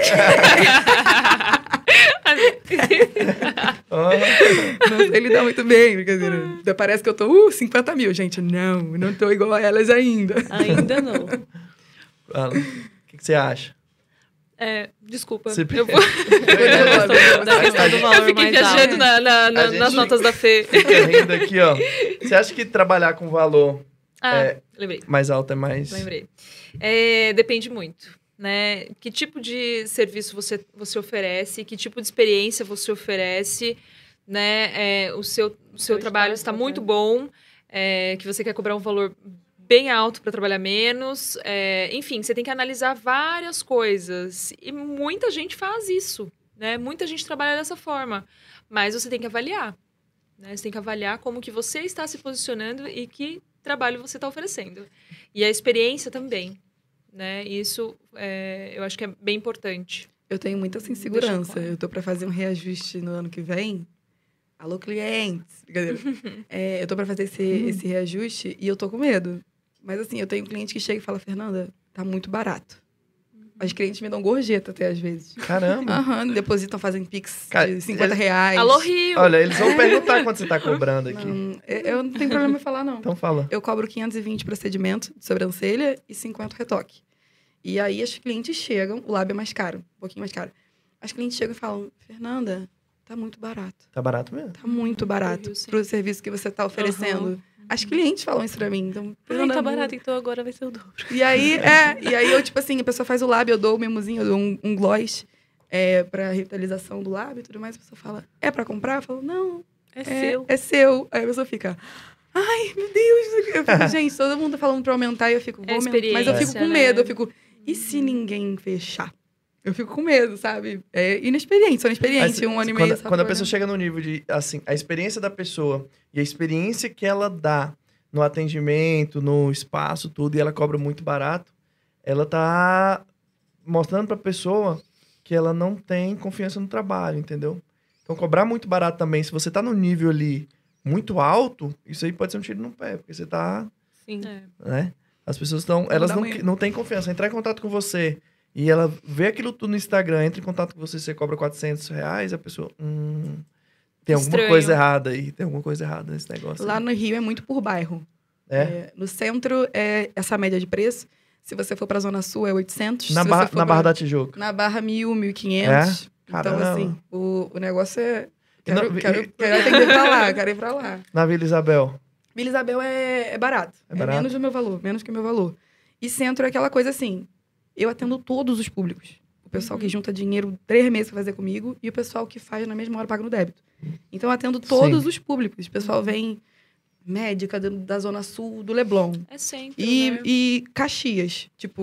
Não sei lidar muito bem, brincadeira. Parece que eu tô, 50 mil. Gente, não tô igual a elas ainda. Ainda não. Fala. O que você acha? Desculpa. Eu vou... Eu fiquei viajando nas notas da Fê. Fica rindo aqui, ó. Você acha que trabalhar com valor lembrei. mais alto é mais... Lembrei. Depende muito, né? Que tipo de serviço você oferece, que tipo de experiência você oferece, né? O seu trabalho está muito bom, que você quer cobrar um valor bem alto para trabalhar menos. Enfim, você tem que analisar várias coisas. E muita gente faz isso, né? Muita gente trabalha dessa forma. Mas você tem que avaliar, né? Você tem que avaliar como que você está se posicionando e que trabalho você está oferecendo. E a experiência também, né? Isso eu acho que é bem importante. Eu tenho muita insegurança. Claro. Eu tô para fazer um reajuste no ano que vem. Alô, clientes! Brincadeira. Eu tô para fazer esse reajuste e eu tô com medo. Mas, assim, eu tenho um cliente que chega e fala, Fernanda, tá muito barato. Os clientes me dão gorjeta até, às vezes. Caramba! Depositam, fazem Pix de 50 reais. Alô, Rio! Olha, eles vão perguntar quanto você tá cobrando aqui. Eu não tenho problema em falar, não. Então fala. Eu cobro 520 procedimento de sobrancelha e 50 retoque. E aí, as clientes chegam, o lábio é mais caro, um pouquinho mais caro. As clientes chegam e falam, Fernanda, tá muito barato. Tá barato mesmo? Tá muito barato pro serviço que você tá oferecendo. As clientes falam isso pra mim. Então, tá barato, então agora vai ser o dobro. E aí eu, tipo assim, a pessoa faz o lábio, eu dou o mimosinho, eu dou um gloss pra revitalização do lábio e tudo mais. A pessoa fala, é pra comprar? Eu falo, não. É seu. Aí a pessoa fica, ai, meu Deus. Eu fico, gente, todo mundo tá falando pra aumentar e eu fico, vou aumentar. Mas eu fico com medo, eu fico, e se ninguém fechar? Eu fico com medo, sabe? Inexperiente, sou inexperiente, 1 ano e meio. Quando a pessoa chega no nível de, assim, a experiência da pessoa e a experiência que ela dá no atendimento, no espaço, tudo, e ela cobra muito barato, ela tá mostrando pra pessoa que ela não tem confiança no trabalho, entendeu? Então, cobrar muito barato também, se você tá no nível ali muito alto, isso aí pode ser um tiro no pé, porque você tá... Sim. Né? As pessoas elas da manhã. não têm confiança. Entrar em contato com você e ela vê aquilo tudo no Instagram, entra em contato com você cobra R$400, a pessoa... tem alguma Estranho. coisa errada aí. Tem alguma coisa errada nesse negócio. Lá aí. no Rio é muito por bairro. É? No centro é essa média de preço. Se você for pra Zona Sul é 800. Na Se Barra, você for na pra- Barra da Tijuca. Na Barra 1.000, 1.500. É? Então, Caramba. assim, o negócio é... E na- Quero atender pra lá, quero ir pra lá. Na Vila Isabel. Vila Isabel é barato. É barato? Menos do meu valor, menos que o meu valor. E centro é aquela coisa assim, eu atendo todos os públicos. O pessoal que junta dinheiro 3 meses pra fazer comigo e o pessoal que faz na mesma hora paga no débito. Então eu atendo todos os públicos. O pessoal vem médica da Zona Sul, do Leblon. É sempre, né? E Caxias, tipo...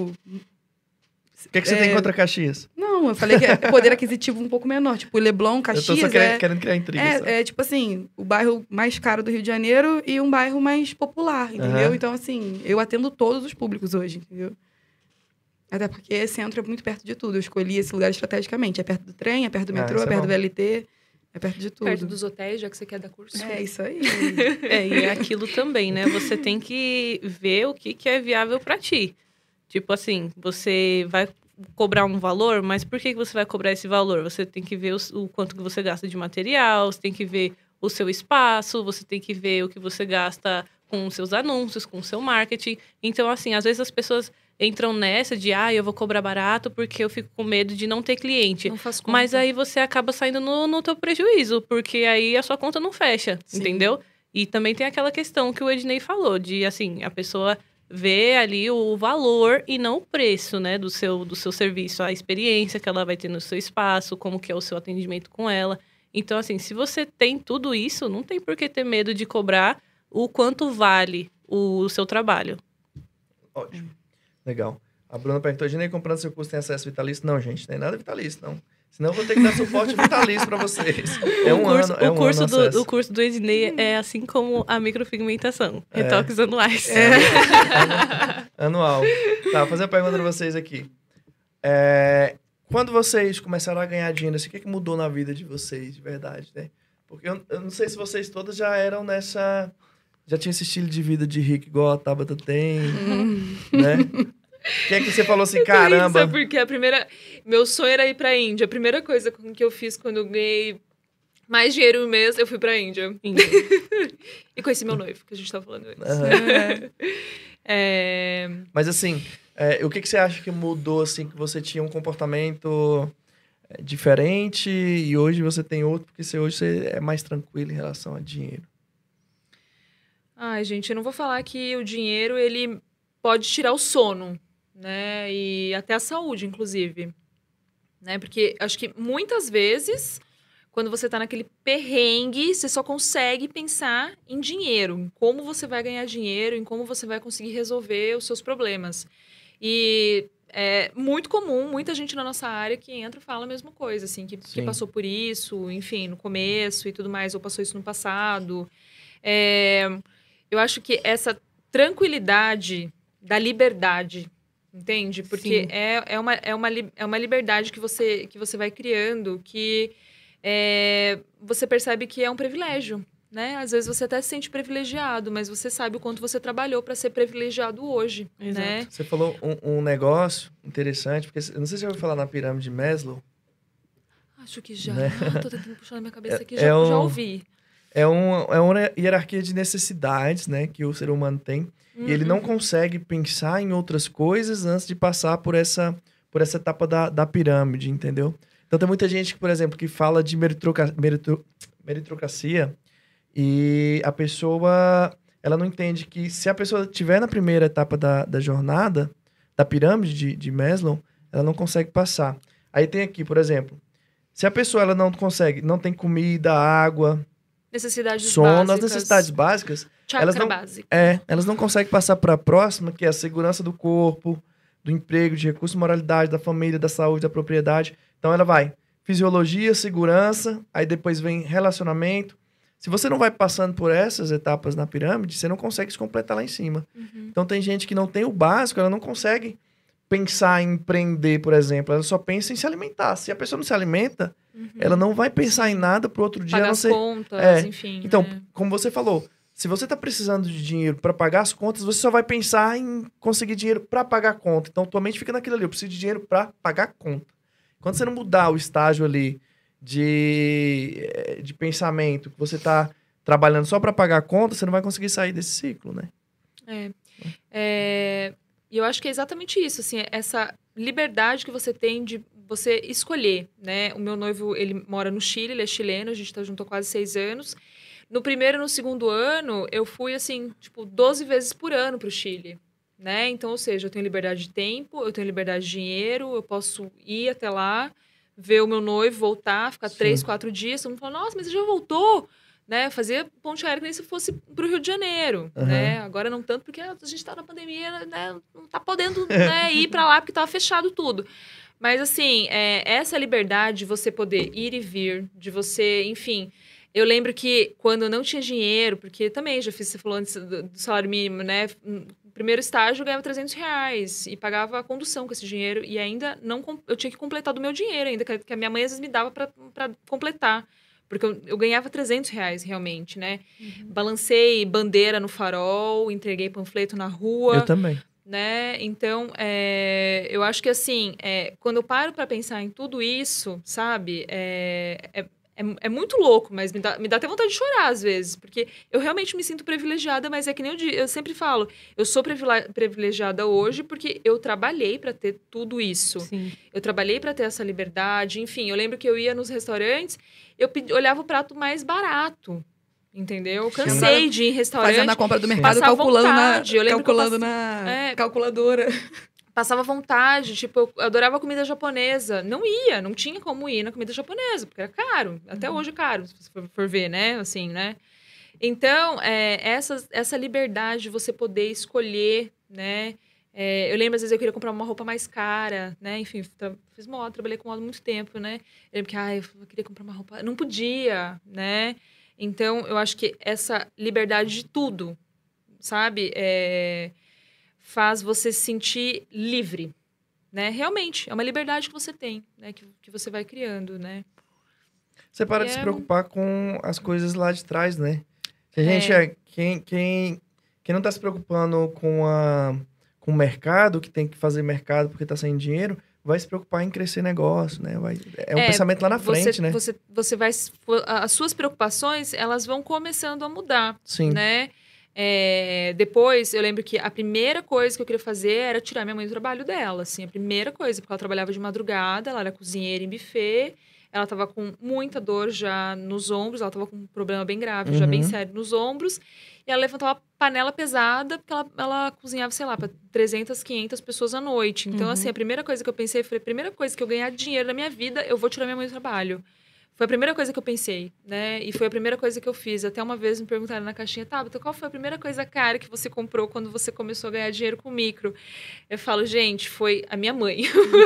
O que você tem contra Caxias? Não, eu falei que é poder aquisitivo um pouco menor. Tipo, Leblon, Eu tô Caxias só querendo criar intriga. só. é tipo assim, o bairro mais caro do Rio de Janeiro e um bairro mais popular, entendeu? Aham. Então, assim, eu atendo todos os públicos hoje, entendeu? Até porque esse centro é muito perto de tudo. Eu escolhi esse lugar estrategicamente. É perto do trem, é perto do metrô, isso é é perto bom. do VLT, é perto de tudo. Perto dos hotéis, já que você quer dar curso. É isso aí. E é aquilo também, né? Você tem que ver o que é viável pra ti. Tipo assim, você vai cobrar um valor, mas por que você vai cobrar esse valor? Você tem que ver o quanto que você gasta de material, você tem que ver o seu espaço, você tem que ver o que você gasta com os seus anúncios, com o seu marketing. Então, assim, às vezes as pessoas entram nessa de, eu vou cobrar barato porque eu fico com medo de não ter cliente. Não faz conta. Mas aí você acaba saindo no teu prejuízo, porque aí a sua conta não fecha, Sim. entendeu? E também tem aquela questão que o Ednei falou, de, assim, a pessoa vê ali o valor e não o preço, né, do seu serviço, a experiência que ela vai ter no seu espaço, como que é o seu atendimento com ela. Então, assim, se você tem tudo isso, não tem por que ter medo de cobrar o quanto vale o seu trabalho. Ótimo. Legal. A Bruna perguntou, Ednei, comprando seu curso tem acesso vitalício? Não, gente, não é nada vitalício, não. Senão eu vou ter que dar suporte vitalício pra vocês. É um ano, é um ano acesso. O curso do Ednei é assim como a micropigmentação. Retoques anuais. Anual. Tá, vou fazer uma pergunta pra vocês aqui. Quando vocês começaram a ganhar dinheiro, assim, o que mudou na vida de vocês, de verdade, né? Porque eu não sei se vocês todas já eram nessa... Já tinham esse estilo de vida de rico igual a Tabata tem, né? O que é que você falou assim, caramba... Isso, porque meu sonho era ir pra Índia. A primeira coisa que eu fiz quando eu ganhei mais dinheiro no mês, eu fui pra Índia. E conheci meu noivo, que a gente tava falando antes. Mas assim, o que você acha que mudou, assim, que você tinha um comportamento diferente e hoje você tem outro, porque hoje você é mais tranquilo em relação a dinheiro? Ai, gente, eu não vou falar que o dinheiro, ele pode tirar o sono, né? E até a saúde, inclusive. Né? Porque acho que muitas vezes, quando você tá naquele perrengue, você só consegue pensar em dinheiro, em como você vai ganhar dinheiro, em como você vai conseguir resolver os seus problemas. E é muito comum, muita gente na nossa área que entra e fala a mesma coisa, assim, que passou por isso, enfim, no começo e tudo mais, ou passou isso no passado. Eu acho que essa tranquilidade da liberdade, entende? Porque é uma liberdade que você vai criando que você percebe que é um privilégio, né? Às vezes você até se sente privilegiado, mas você sabe o quanto você trabalhou para ser privilegiado hoje, né? Você falou um negócio interessante, porque eu não sei se você já ouviu falar na pirâmide de Maslow. Acho que já. Né? Tô tentando puxar na minha cabeça aqui, já ouvi. É uma hierarquia de necessidades, né, que o ser humano tem. E ele não consegue pensar em outras coisas antes de passar por essa etapa da pirâmide, entendeu? Então tem muita gente, por exemplo, que fala de meritocracia e a pessoa, ela não entende que se a pessoa estiver na primeira etapa da jornada, da pirâmide de Maslow, ela não consegue passar. Aí tem aqui, por exemplo, se a pessoa ela não consegue, não tem comida, água... Necessidades sono, básicas. as necessidades básicas, Básico. elas não conseguem passar para a próxima, que é a segurança do corpo, do emprego, de recursos, moralidade, da família, da saúde, da propriedade. Então ela vai fisiologia, segurança, aí depois vem relacionamento. Se você não vai passando por essas etapas na pirâmide, você não consegue se completar lá em cima. Então tem gente que não tem o básico, ela não consegue pensar em empreender, por exemplo. Ela só pensa em se alimentar. Se a pessoa não se alimenta, ela não vai pensar em nada pro outro dia. Pagar a não as ser... contas, enfim. Então, como você falou, Se você tá precisando de dinheiro para pagar as contas, você só vai pensar em conseguir dinheiro para pagar a conta. Então, tua mente fica naquilo ali, eu preciso de dinheiro para pagar a conta. Quando você não mudar o estágio ali de pensamento, que você tá trabalhando só para pagar a conta, você não vai conseguir sair desse ciclo, né? E eu acho que é exatamente isso, assim, essa liberdade que você tem de você escolher, né? O meu noivo, ele mora no Chile, ele é chileno, a gente tá junto há quase 6 anos. No primeiro e no segundo ano, eu fui, assim, tipo, 12 vezes por ano pro Chile, né? Então, ou seja, eu tenho liberdade de tempo, eu tenho liberdade de dinheiro, eu posso ir até lá, ver o meu noivo, voltar, ficar 3, 4 dias. Todo mundo fala, nossa, mas você já voltou? Né? Fazia ponte aérea que nem se fosse pro Rio de Janeiro, né? Agora não tanto, porque a gente tá na pandemia, né? Não tá podendo, né, ir pra lá, porque tava fechado tudo. Mas, assim, essa liberdade de você poder ir e vir, de você, enfim... Eu lembro que quando eu não tinha dinheiro, porque também já fiz, você falou antes do salário mínimo, né? No primeiro estágio eu ganhava R$300 e pagava a condução com esse dinheiro e ainda não... Eu tinha que completar do meu dinheiro ainda, que a minha mãe às vezes me dava pra completar. Porque eu ganhava R$300 realmente, né? Balancei bandeira no farol, entreguei panfleto na rua. Eu também. Né? Então, eu acho que assim, quando eu paro para pensar em tudo isso, sabe? É muito louco, mas me dá até vontade de chorar às vezes, porque eu realmente me sinto privilegiada, mas é que nem eu sempre falo, eu sou privilegiada hoje porque eu trabalhei para ter tudo isso. Sim. Eu trabalhei para ter essa liberdade, enfim, eu lembro que eu ia nos restaurantes, eu olhava o prato mais barato, entendeu? Eu cansei de ir em restaurante. Fazendo a compra do mercado, calculando na calculadora. Passava vontade, tipo, eu adorava comida japonesa. Não tinha como ir na comida japonesa, porque era caro. Até hoje é caro, se você for ver, né? Assim, né? Então, essa liberdade de você poder escolher, né? Eu lembro, às vezes, eu queria comprar uma roupa mais cara, né? Enfim, fiz moda, trabalhei com moda há muito tempo, né? Eu lembro que, eu queria comprar uma roupa... Não podia, né? Então, eu acho que essa liberdade de tudo, sabe? Faz você se sentir livre, né? Realmente, é uma liberdade que você tem, né? Que você vai criando, né? Você para de se preocupar com as coisas lá de trás, né? Se a gente quem não tá se preocupando com o mercado, que tem que fazer mercado porque tá sem dinheiro, vai se preocupar em crescer negócio, né? É um pensamento lá na frente, né? Você vai... As suas preocupações, elas vão começando a mudar, Sim. né? Depois, eu lembro que a primeira coisa que eu queria fazer era tirar minha mãe do trabalho dela, assim, a primeira coisa, porque ela trabalhava de madrugada, ela era cozinheira em buffet, ela tava com muita dor já nos ombros, ela tava com um problema bem grave, já bem sério nos ombros, e ela levantava panela pesada, porque ela cozinhava, sei lá, para 300, 500 pessoas à noite. Então, assim, a primeira coisa que eu pensei foi, a primeira coisa que eu ganhar dinheiro na minha vida, eu vou tirar minha mãe do trabalho. Foi a primeira coisa que eu pensei, né? E foi a primeira coisa que eu fiz. Até uma vez me perguntaram na caixinha, Tabata, qual foi a primeira coisa cara que você comprou quando você começou a ganhar dinheiro com micro? Eu falo, gente, foi a minha mãe.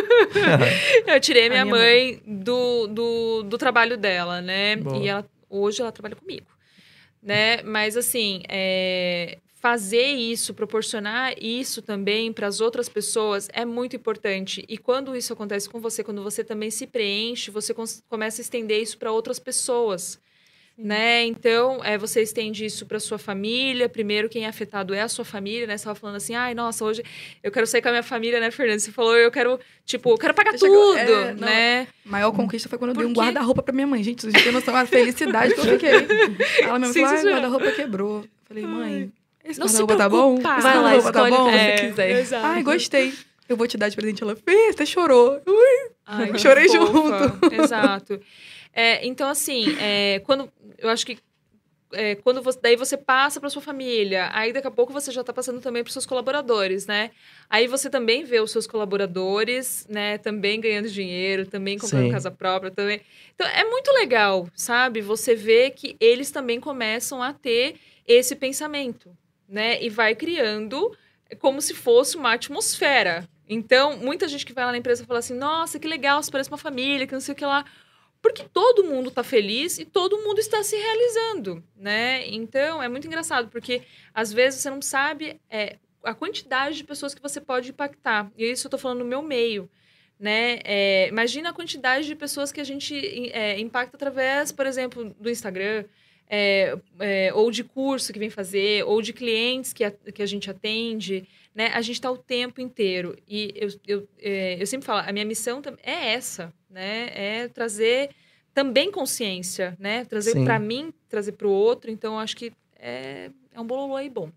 Eu tirei a minha mãe do trabalho dela, né? Boa. E hoje ela trabalha comigo, né? Mas, assim, fazer isso, proporcionar isso também para as outras pessoas é muito importante. E quando isso acontece com você, quando você também se preenche, você começa a estender isso para outras pessoas, né? Então, você estende isso para sua família. Primeiro, quem é afetado é a sua família, né? Você estava falando assim, nossa, hoje eu quero sair com a minha família, né, Fernanda? Você falou, eu quero pagar tudo, né? Maior conquista foi quando eu dei um guarda-roupa para minha mãe. Gente, vocês têm noção da felicidade que eu fiquei. Ela mesmo falou, o guarda-roupa quebrou. Eu falei, mãe... Esse guarda-roupa tá bom? Vai lá, escolhe o que você quiser. Exato. Gostei. Eu vou te dar de presente. Ela fez, até chorou. Chorei junto. Exato. Então, assim, eu acho que quando você passa para sua família, aí daqui a pouco você já está passando também para seus colaboradores, né? Aí você também vê os seus colaboradores, né? Também ganhando dinheiro, também comprando casa própria, também. Então, é muito legal, sabe? Você vê que eles também começam a ter esse pensamento, né? E vai criando como se fosse uma atmosfera. Então, muita gente que vai lá na empresa fala assim, nossa, que legal, você parece uma família, que não sei o que lá. Porque todo mundo está feliz e todo mundo está se realizando, né? Então, é muito engraçado, porque às vezes você não sabe a quantidade de pessoas que você pode impactar. E isso eu estou falando no meu meio, né? Imagina a quantidade de pessoas que a gente impacta através, por exemplo, do Instagram, ou de curso que vem fazer, ou de clientes que a gente atende, né? A gente está o tempo inteiro. E eu sempre falo, a minha missão é essa, né? É trazer também consciência, né? Trazer para mim, trazer para o outro. Então, eu acho que é um bololô aí bom.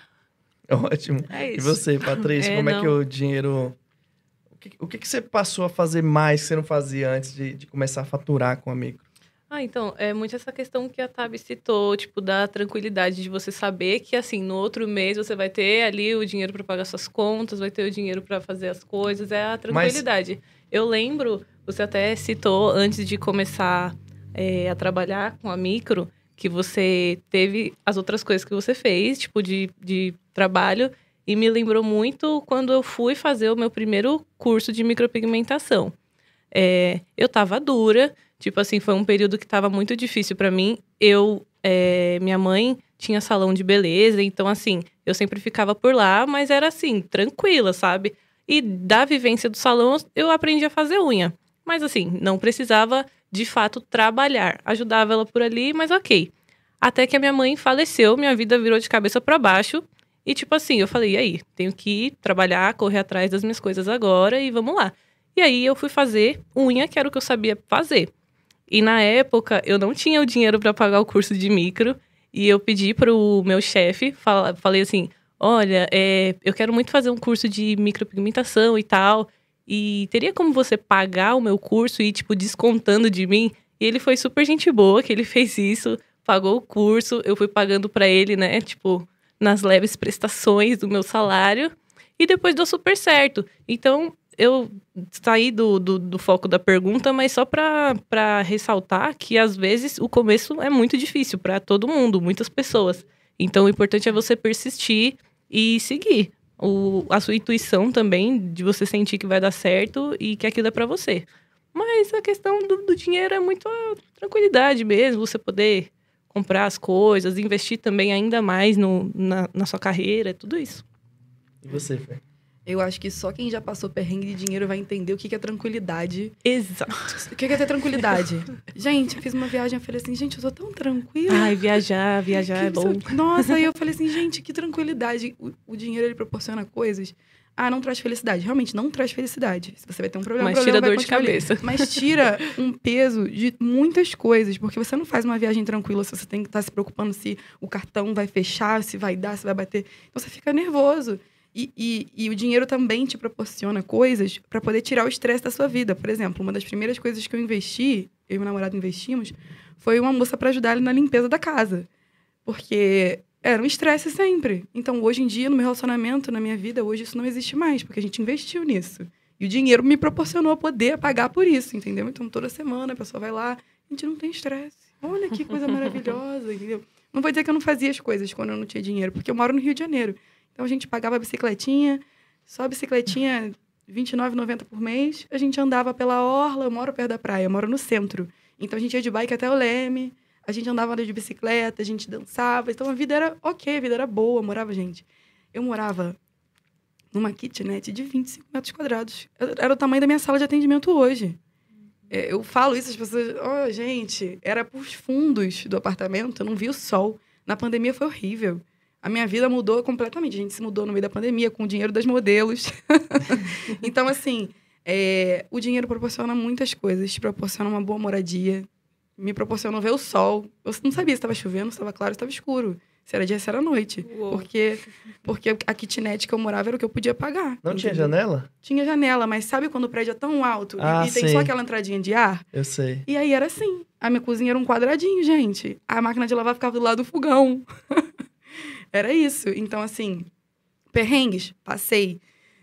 Ótimo. É isso. E você, Patrícia, como é que o dinheiro... O que você passou a fazer mais que você não fazia antes de começar a faturar com a micro? Então, é muito essa questão que a Tabi citou, tipo, da tranquilidade de você saber que, assim, no outro mês você vai ter ali o dinheiro para pagar suas contas, vai ter o dinheiro para fazer as coisas, é a tranquilidade. Eu lembro, você até citou antes de começar a trabalhar com a micro, que você teve as outras coisas que você fez, tipo, de trabalho, e me lembrou muito quando eu fui fazer o meu primeiro curso de micropigmentação. Eu tava dura, tipo assim, foi um período que tava muito difícil pra mim. Minha mãe tinha salão de beleza, então assim, eu sempre ficava por lá, mas era assim, tranquila, sabe? E da vivência do salão, eu aprendi a fazer unha. Mas assim, não precisava, de fato, trabalhar. Ajudava ela por ali, mas ok. Até que a minha mãe faleceu, minha vida virou de cabeça pra baixo. E tipo assim, eu falei, e aí? Tenho que trabalhar, correr atrás das minhas coisas agora e vamos lá. E aí eu fui fazer unha, que era o que eu sabia fazer. E na época, eu não tinha o dinheiro para pagar o curso de micro. E eu pedi pro meu chefe, falei assim, olha, eu quero muito fazer um curso de micropigmentação e tal. E teria como você pagar o meu curso e ir, tipo, descontando de mim? E ele foi super gente boa, que ele fez isso, pagou o curso. Eu fui pagando para ele, né, tipo, nas leves prestações do meu salário. E depois deu super certo. Então, eu saí do foco da pergunta, mas só para ressaltar que, às vezes, o começo é muito difícil para todo mundo, muitas pessoas. Então, o importante é você persistir e seguir. A sua intuição também, de você sentir que vai dar certo e que aquilo é para você. Mas a questão do dinheiro é muito a tranquilidade mesmo, você poder comprar as coisas, investir também ainda mais na sua carreira, tudo isso. E você, Fê? Eu acho que só quem já passou perrengue de dinheiro vai entender o que é tranquilidade. Exato. O que é ter tranquilidade? Gente, eu fiz uma viagem, eu falei assim, gente, eu tô tão tranquila. Ai, viajar é bom. Nossa, aí eu falei assim, gente, que tranquilidade. O dinheiro, ele proporciona coisas. Não traz felicidade. Realmente, não traz felicidade. Se você vai ter um problema, mas tira dor de cabeça. Mas tira um peso de muitas coisas. Porque você não faz uma viagem tranquila se você tem que estar se preocupando se o cartão vai fechar, se vai dar, se vai bater. Então, você fica nervoso. E o dinheiro também te proporciona coisas para poder tirar o estresse da sua vida. Por exemplo, uma das primeiras coisas que eu investi, eu e meu namorado investimos, foi uma moça para ajudar ele na limpeza da casa. Porque era um estresse sempre. Então, hoje em dia, no meu relacionamento, na minha vida, hoje isso não existe mais, porque a gente investiu nisso. E o dinheiro me proporcionou poder pagar por isso, entendeu? Então, toda semana a pessoa vai lá, a gente não tem estresse. Olha que coisa maravilhosa, entendeu? Não vou dizer que eu não fazia as coisas quando eu não tinha dinheiro, porque eu moro no Rio de Janeiro. Então, a gente pagava a bicicletinha, só a bicicletinha R$ 29,90 por mês. A gente andava pela orla, eu moro perto da praia, eu moro no centro. Então, a gente ia de bike até o Leme, a gente andava de bicicleta, a gente dançava. Então, a vida era ok, a vida era boa, eu morava numa kitnet de 25 metros quadrados. Era o tamanho da minha sala de atendimento hoje. Eu falo isso, as pessoas... gente, era por fundos do apartamento, eu não via o sol. Na pandemia foi horrível. A minha vida mudou completamente. A gente se mudou no meio da pandemia com o dinheiro das modelos. Então, assim, o dinheiro proporciona muitas coisas. Te proporciona uma boa moradia. Me proporcionou ver o sol. Eu não sabia se estava chovendo, se estava claro, se estava escuro. Se era dia, se era noite. Porque a kitnet que eu morava era o que eu podia pagar. Não tinha janela? Tinha janela, mas sabe quando o prédio é tão alto e tem só aquela entradinha de ar? Eu sei. E aí era assim. A minha cozinha era um quadradinho, gente. A máquina de lavar ficava do lado do fogão. Era isso. Então, assim, perrengues, passei.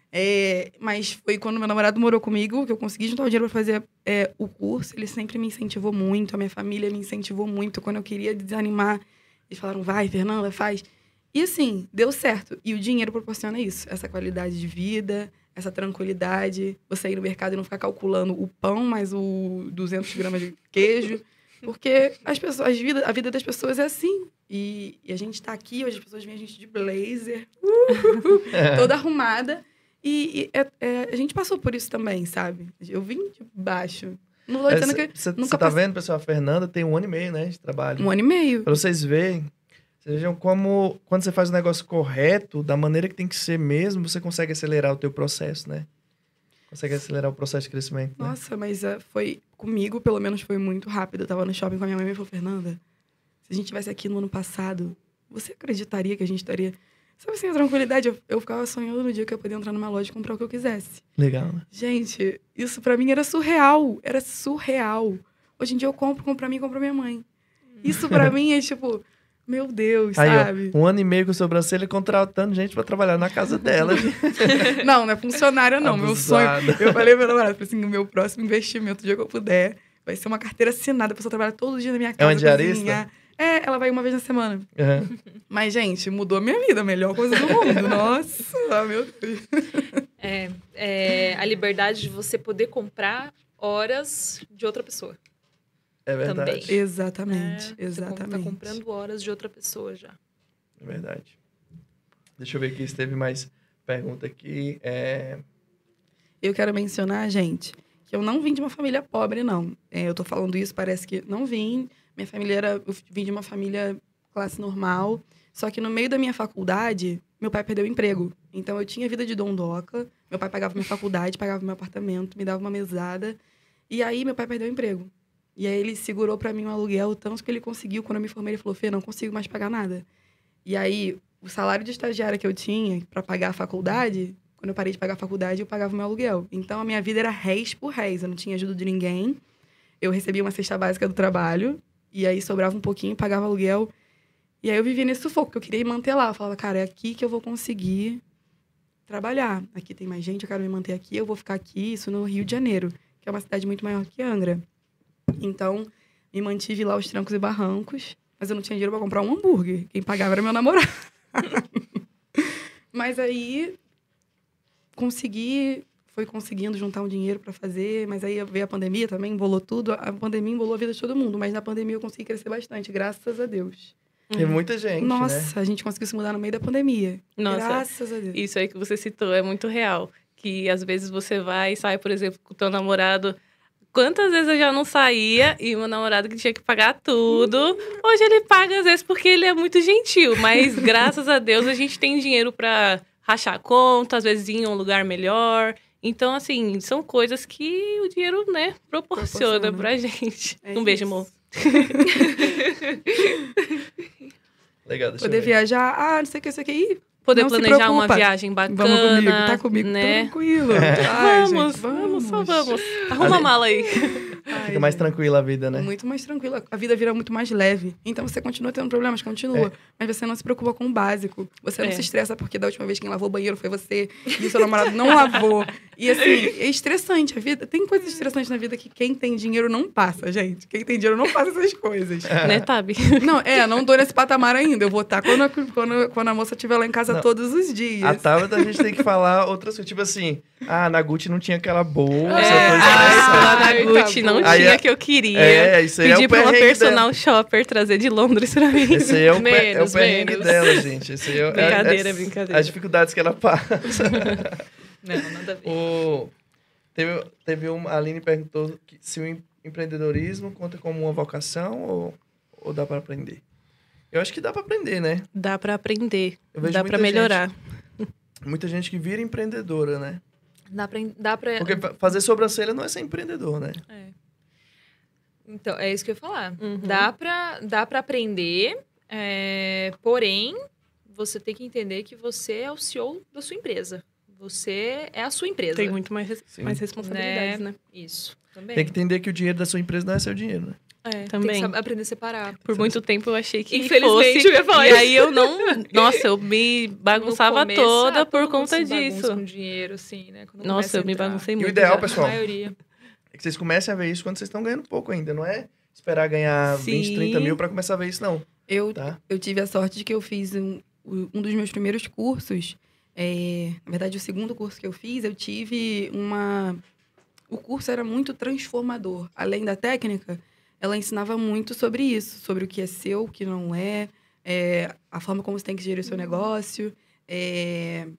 Mas foi quando meu namorado morou comigo que eu consegui juntar o dinheiro para fazer o curso. Ele sempre me incentivou muito, a minha família me incentivou muito. Quando eu queria desanimar, eles falaram, vai, Fernanda, faz. E, assim, deu certo. E o dinheiro proporciona isso. Essa qualidade de vida, essa tranquilidade. Você ir no mercado e não ficar calculando o pão mais o 200 gramas de queijo. Porque a vida das pessoas é assim. E a gente tá aqui, hoje as pessoas veem a gente de blazer, toda arrumada. E a gente passou por isso também, sabe? Eu vim de baixo. Não tô dizendo que Você nunca tá passei vendo, pessoal? A Fernanda tem 1 ano e meio, né, de trabalho. 1 ano e meio. Pra vocês verem, vocês vejam como, quando você faz o negócio correto, da maneira que tem que ser mesmo, você consegue acelerar o teu processo, né? Consegue acelerar o processo de crescimento, né? Nossa, mas foi... Comigo, pelo menos, foi muito rápido. Eu tava no shopping com a minha mãe e falou, Fernanda, se a gente tivesse aqui no ano passado, você acreditaria que a gente estaria... Sabe assim, a tranquilidade? Eu ficava sonhando no dia que eu podia entrar numa loja e comprar o que eu quisesse. Legal, né? Gente, isso pra mim era surreal. Era surreal. Hoje em dia eu compro pra mim e compro pra minha mãe. Isso pra mim é tipo... Meu Deus, Aí, sabe? ó, 1 ano e meio com sobrancelha contratando gente pra trabalhar na casa dela. Não é funcionária, não. Meu sonho... Abusada. Eu falei pra meu namorado, falei assim, o meu próximo investimento, o dia que eu puder, vai ser uma carteira assinada. A pessoa trabalha todo dia na minha casa. uma diarista? cozinhar. É, ela vai uma vez na semana. Uhum. Mas, gente, mudou a minha vida. A melhor coisa do mundo. Nossa, meu Deus. É a liberdade de você poder comprar horas de outra pessoa. É verdade. Também. Exatamente, Você exatamente. tá comprando horas de outra pessoa já. É verdade. Deixa eu ver aqui se teve mais pergunta aqui. Eu quero mencionar, gente, que eu não vim de uma família pobre, não. Eu tô falando isso, parece que não vim. Minha família eu vim de uma família classe normal. Só que no meio da minha faculdade, meu pai perdeu o emprego. Então, eu tinha vida de dondoca. Meu pai pagava minha faculdade, pagava meu apartamento, me dava uma mesada. E aí, meu pai perdeu o emprego. E aí, ele segurou pra mim um aluguel, tanto que ele conseguiu. Quando eu me formei, ele falou, Fê, não consigo mais pagar nada. E aí, o salário de estagiária que eu tinha pra pagar a faculdade, quando eu parei de pagar a faculdade, eu pagava o meu aluguel. Então, a minha vida era réis por réis. Eu não tinha ajuda de ninguém. Eu recebia uma cesta básica do trabalho. E aí, sobrava um pouquinho, pagava aluguel. E aí, eu vivia nesse sufoco, que eu queria me manter lá. Eu falava, cara, é aqui que eu vou conseguir trabalhar. Aqui tem mais gente, eu quero me manter aqui, eu vou ficar aqui. Isso no Rio de Janeiro, que é uma cidade muito maior que Angra. Então, me mantive lá aos trancos e barrancos. Mas eu não tinha dinheiro pra comprar um hambúrguer. Quem pagava era meu namorado. Mas aí, foi conseguindo juntar um dinheiro pra fazer. Mas aí veio a pandemia também, embolou tudo. A pandemia embolou a vida de todo mundo. Mas na pandemia eu consegui crescer bastante, graças a Deus. Tem muita gente, né? Nossa, a gente conseguiu se mudar no meio da pandemia. Nossa, Graças a Deus. isso aí que você citou é muito real. Que às vezes você vai e sai, por exemplo, com o teu namorado. Quantas vezes eu já não saía e meu namorado que tinha que pagar tudo. Hoje ele paga às vezes porque ele é muito gentil. Mas graças a Deus a gente tem dinheiro pra rachar a conta, às vezes ir em um lugar melhor. Então, assim, são coisas que o dinheiro, né, proporciona pra gente. É Um beijo, isso. amor. Legal, deixa Poder eu ver. viajar, não sei o que, isso aqui. Ih, Poder não se planejar uma preocupa. viagem bacana. Vamos comigo, tá comigo, né? tranquilo. Ai, Vamos, gente, vamos, só vamos. Arruma a mala aí. Ai, Fica mais gente, tranquila a vida, né? muito mais tranquila. A vida vira muito mais leve. Então, você continua tendo problemas, continua. Mas você não se preocupa com o básico. Você não se estressa porque da última vez quem lavou o banheiro foi você e o seu namorado não lavou. E, assim, é estressante a vida. Tem coisas estressantes na vida que quem tem dinheiro não passa, gente. Quem tem dinheiro não passa essas coisas. Né, Tabi? Não tô nesse patamar ainda. Eu vou estar quando a moça estiver lá em casa Não. todos os dias. A Tabata, a gente tem que falar outras coisas. Tipo assim, na Gucci não tinha aquela bolsa. Lá na Ai, Gucci tá não bom. Aí tinha é- que eu queria. isso aí é Pedi o pra uma perrengue personal shopper trazer de Londres pra mim. Esse aí é o Menos, perrengue menos. dela, gente. Esse aí Brincadeira, brincadeira. As dificuldades que ela passa. Não, nada a ver. A Aline perguntou se o empreendedorismo conta como uma vocação ou dá para aprender. Eu acho que dá para aprender, né? Dá pra aprender. Eu vejo Dá muita pra melhorar. Muita gente que vira empreendedora, né? Dá pra... Porque fazer sobrancelha não é ser empreendedor, né? É. Então, é isso que eu ia falar. Uhum. Dá pra aprender, porém, você tem que entender que você é o CEO da sua empresa. Você é a sua empresa. Tem muito mais, Sim. mais responsabilidades, né? Isso, também. Tem que entender que o dinheiro da sua empresa não é seu dinheiro, né? Tem Também. que aprender a separar. Por muito tempo eu achei que Infelizmente, fosse. eu ia falar E isso. aí eu não... Nossa, eu me bagunçava No começo, toda por todo mundo conta se bagunça disso. com dinheiro, assim, né? Quando Nossa, começa a eu me entrar. baguncei E o muito. ideal, já. pessoal, A maioria. é que vocês comecem a ver isso quando vocês estão ganhando pouco ainda. Não é esperar ganhar 20, Sim. 30 mil para começar a ver isso, não. Tá? Eu tive a sorte de que eu fiz um dos meus primeiros cursos. Na verdade, o segundo curso que eu fiz, eu tive uma... O curso era muito transformador. Além da técnica, ela ensinava muito sobre isso. Sobre o que é seu, o que não é. A forma como você tem que gerir o seu negócio.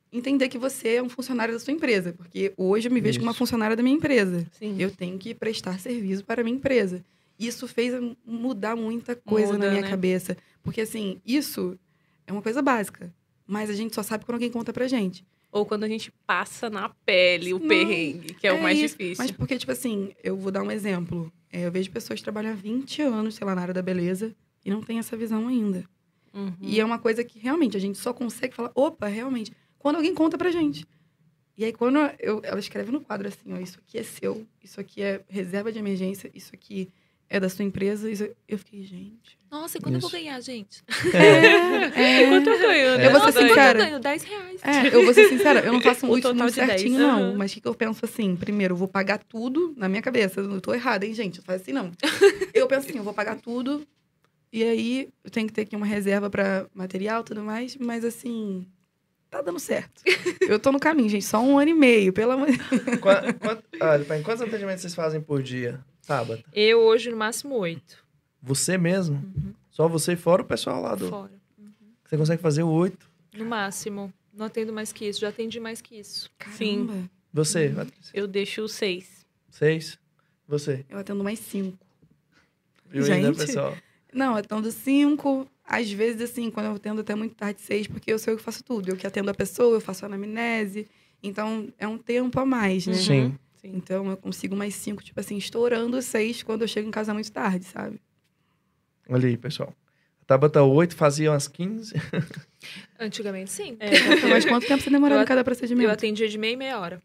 entender que você é um funcionário da sua empresa. Porque hoje eu me vejo como uma funcionária da minha empresa. Sim. Eu tenho que prestar serviço para a minha empresa. Isso fez mudar muita coisa na minha cabeça. Porque, assim, isso é uma coisa básica. Mas a gente só sabe quando alguém conta pra gente. Ou quando a gente passa na pele o perrengue, que é o mais difícil. Mas porque, tipo assim, eu vou dar um exemplo. Eu vejo pessoas que trabalham há 20 anos, sei lá, na área da beleza, e não tem essa visão ainda. Uhum. E é uma coisa que, realmente, a gente só consegue falar, opa, realmente, quando alguém conta pra gente. E aí, quando ela escreve no quadro assim, ó, isso aqui é seu, isso aqui é reserva de emergência, isso aqui é da sua empresa, eu fiquei, gente... Nossa, e quando eu vou ganhar, gente? Quanto eu ganho, né? Eu vou ser Nossa, sincera. quanto eu ganho? R$10. Eu vou ser sincera, eu não faço O isso total muito de 10, certinho, não. uhum. Mas o que eu penso assim? Primeiro, eu vou pagar tudo na minha cabeça. Eu tô errada, hein, gente? Eu faço assim, não. Eu penso assim, eu vou pagar tudo. E aí, eu tenho que ter aqui uma reserva pra material e tudo mais. Mas assim, tá dando certo. Eu tô no caminho, gente. Só 1 ano e meio, pelo amor de Deus. Olha, quantos atendimentos vocês fazem por dia, Tabata? Eu hoje, no máximo, 8. Você mesmo? Só você e fora o pessoal lá do... Fora. Você consegue fazer 8? No máximo. Não atendo mais que isso. Já atendi mais que isso. Caramba. Você, Patrícia? Eu deixo 6. 6? Você? Eu atendo mais 5. Viu aí, né, Gente. pessoal? Não, eu atendo 5. Às vezes, assim, quando eu atendo até muito tarde, 6, porque eu sou eu que faço tudo. Eu que atendo a pessoa, eu faço a anamnese. Então, é um tempo a mais, né? Sim. Sim. Então, eu consigo mais 5, tipo assim, estourando 6 quando eu chego em casa muito tarde, sabe? Olha aí, pessoal. A Tabata 8 fazia umas 15. Antigamente, sim. Mas quanto tempo você demorava em cada Eu procedimento? atendia de meia hora.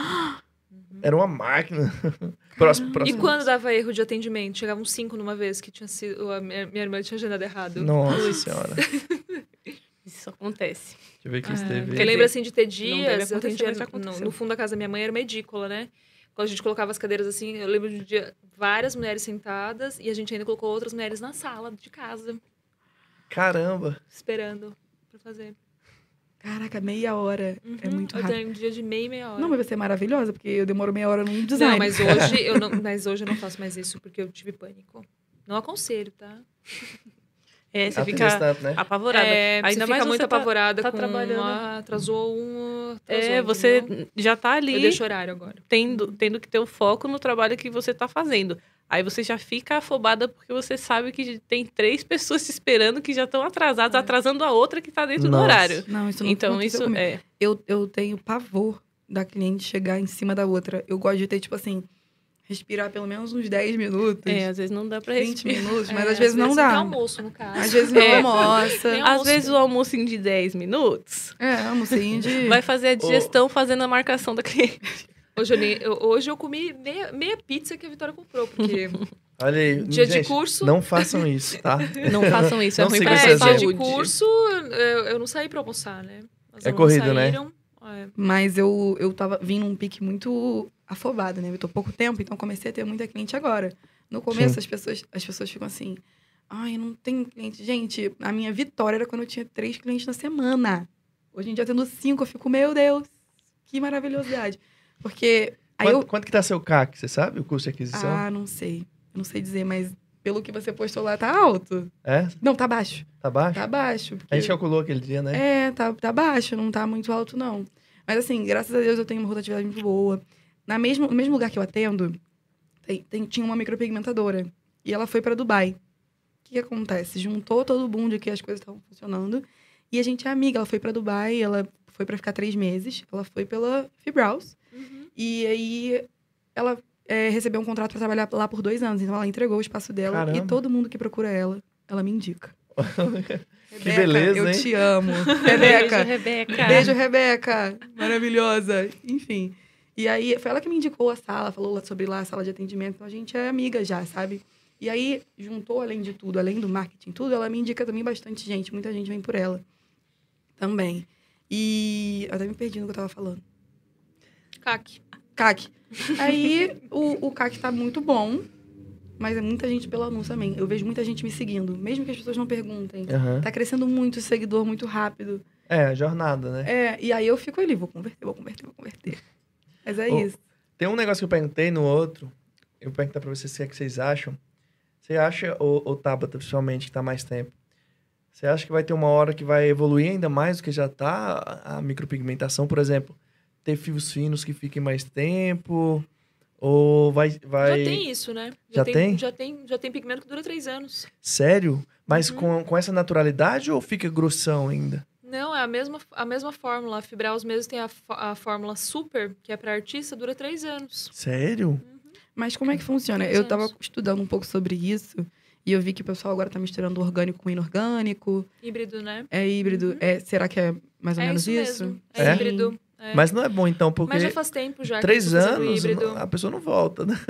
Era uma máquina. Próximo. E quando dava erro de atendimento? Chegavam 5 numa vez que tinha sido... Minha irmã tinha agendado errado. Nossa senhora. Isso acontece. Deixa eu ver aqui se teve... Eu lembro, assim, de ter deve dias... Eu acontecer, atendia mas já aconteceu. no fundo da casa da minha mãe, era uma edícula, né? Quando a gente colocava as cadeiras assim, eu lembro de um dia várias mulheres sentadas e a gente ainda colocou outras mulheres na sala de casa, Caramba. esperando pra fazer. Caraca, meia hora. É muito Eu rápido. tenho um dia de meia hora. Não, mas você é maravilhosa, porque eu demoro meia hora num design. Não, mas hoje eu não faço mais isso, porque eu tive pânico. Não aconselho, tá? É, você Atender fica tanto, né? apavorada. Ainda Ainda você mais fica muito você apavorada tá com trabalhando. Atrasou um... Você entendeu? já tá ali Eu deixo horário agora. tendo que ter o foco no trabalho que você tá fazendo. Aí você já fica afobada porque você sabe que tem 3 pessoas te esperando que já estão atrasadas, atrasando a outra que tá dentro do Nossa. horário. Não, isso não Então, aconteceu isso comigo. é. Eu tenho pavor da cliente chegar em cima da outra. Eu gosto de ter, tipo assim, respirar pelo menos uns 10 minutos. Às vezes não dá pra 20 respirar. minutos, mas às vezes não tem dá. almoço, no caso. Às vezes não almoça. Tem Às almoço. vezes o almocinho de 10 minutos Almocinho de... vai fazer a digestão fazendo a marcação da cliente. Hoje eu comi meia pizza que a Vitória comprou, porque Olha aí. dia de gente, curso... Não façam isso, tá? Não façam isso, é Não ruim sigam pra esse saúde. exemplo. dia de curso, eu não saí pra almoçar, né? As É alunas corrido, né? saíram, Mas eu tava vindo num pique muito afobada, né? Eu tô pouco tempo, então comecei a ter muita cliente agora. No começo, as pessoas ficam assim... Ai, eu não tenho cliente. Gente, a minha vitória era quando eu tinha 3 clientes na semana. Hoje em dia, tendo 5, eu fico, meu Deus, que maravilhosidade. Porque... Quanto que tá seu CAC? Você sabe o custo de aquisição? Ah, não sei. Eu não sei dizer, mas pelo que você postou lá, tá alto. É? Não, tá baixo. Tá baixo? Tá baixo. porque- A gente calculou aquele dia, né? tá baixo, não tá muito alto, não. Mas assim, graças a Deus eu tenho uma rotatividade muito boa. No mesmo lugar que eu atendo, tinha uma micropigmentadora. E ela foi pra Dubai. O que acontece? Juntou todo mundo que as coisas estavam funcionando. E a gente é amiga. Ela foi pra Dubai, ela foi pra ficar 3 meses. Ela foi pela Fibrows. E aí, ela recebeu um contrato pra trabalhar lá por 2 anos. Então, ela entregou o espaço dela. Caramba. E todo mundo que procura ela me indica. Que beleza, eu hein? te amo. Beijo, Rebeca. Rebeca. Beijo, Rebeca. Maravilhosa. Enfim. E aí, foi ela que me indicou a sala, falou sobre lá a sala de atendimento. Então, a gente é amiga já, sabe? E aí, juntou, além de tudo, além do marketing, tudo, ela me indica também bastante gente. Muita gente vem por ela. Também. E... Eu até me perdi no que eu tava falando. CAC. Aí, o CAC tá muito bom. Mas é muita gente pelo anúncio também. Eu vejo muita gente me seguindo. Mesmo que as pessoas não perguntem. Aham. Tá crescendo muito o seguidor, muito rápido. É, a jornada, né? E aí eu fico ali, vou converter. Mas é isso. Tem um negócio que eu perguntei no outro. Eu vou perguntar pra vocês o que é que vocês acham. Você acha, ou Tabata, principalmente, que tá há mais tempo, Você acha que vai ter uma hora que vai evoluir ainda mais do que já tá a micropigmentação, por exemplo, ter fios finos que fiquem mais tempo? Ou vai... Já tem isso, né? Já tem? Já tem pigmento que dura 3 anos. Sério? Mas com essa naturalidade ou fica grossão ainda? Não, é a mesma fórmula. A Fibraus mesmo tem a fórmula super, que é para artista, dura 3 anos. Sério? Mas como é que funciona? 3 Eu tava anos. estudando um pouco sobre isso e eu vi que o pessoal agora tá misturando orgânico com inorgânico. Híbrido, né? É híbrido. Será que é mais ou menos isso? mesmo. É É? híbrido. É. Mas não é bom então, porque Mas já faz tempo já. que 3 eles estão fazendo anos híbrido. a pessoa não volta, né?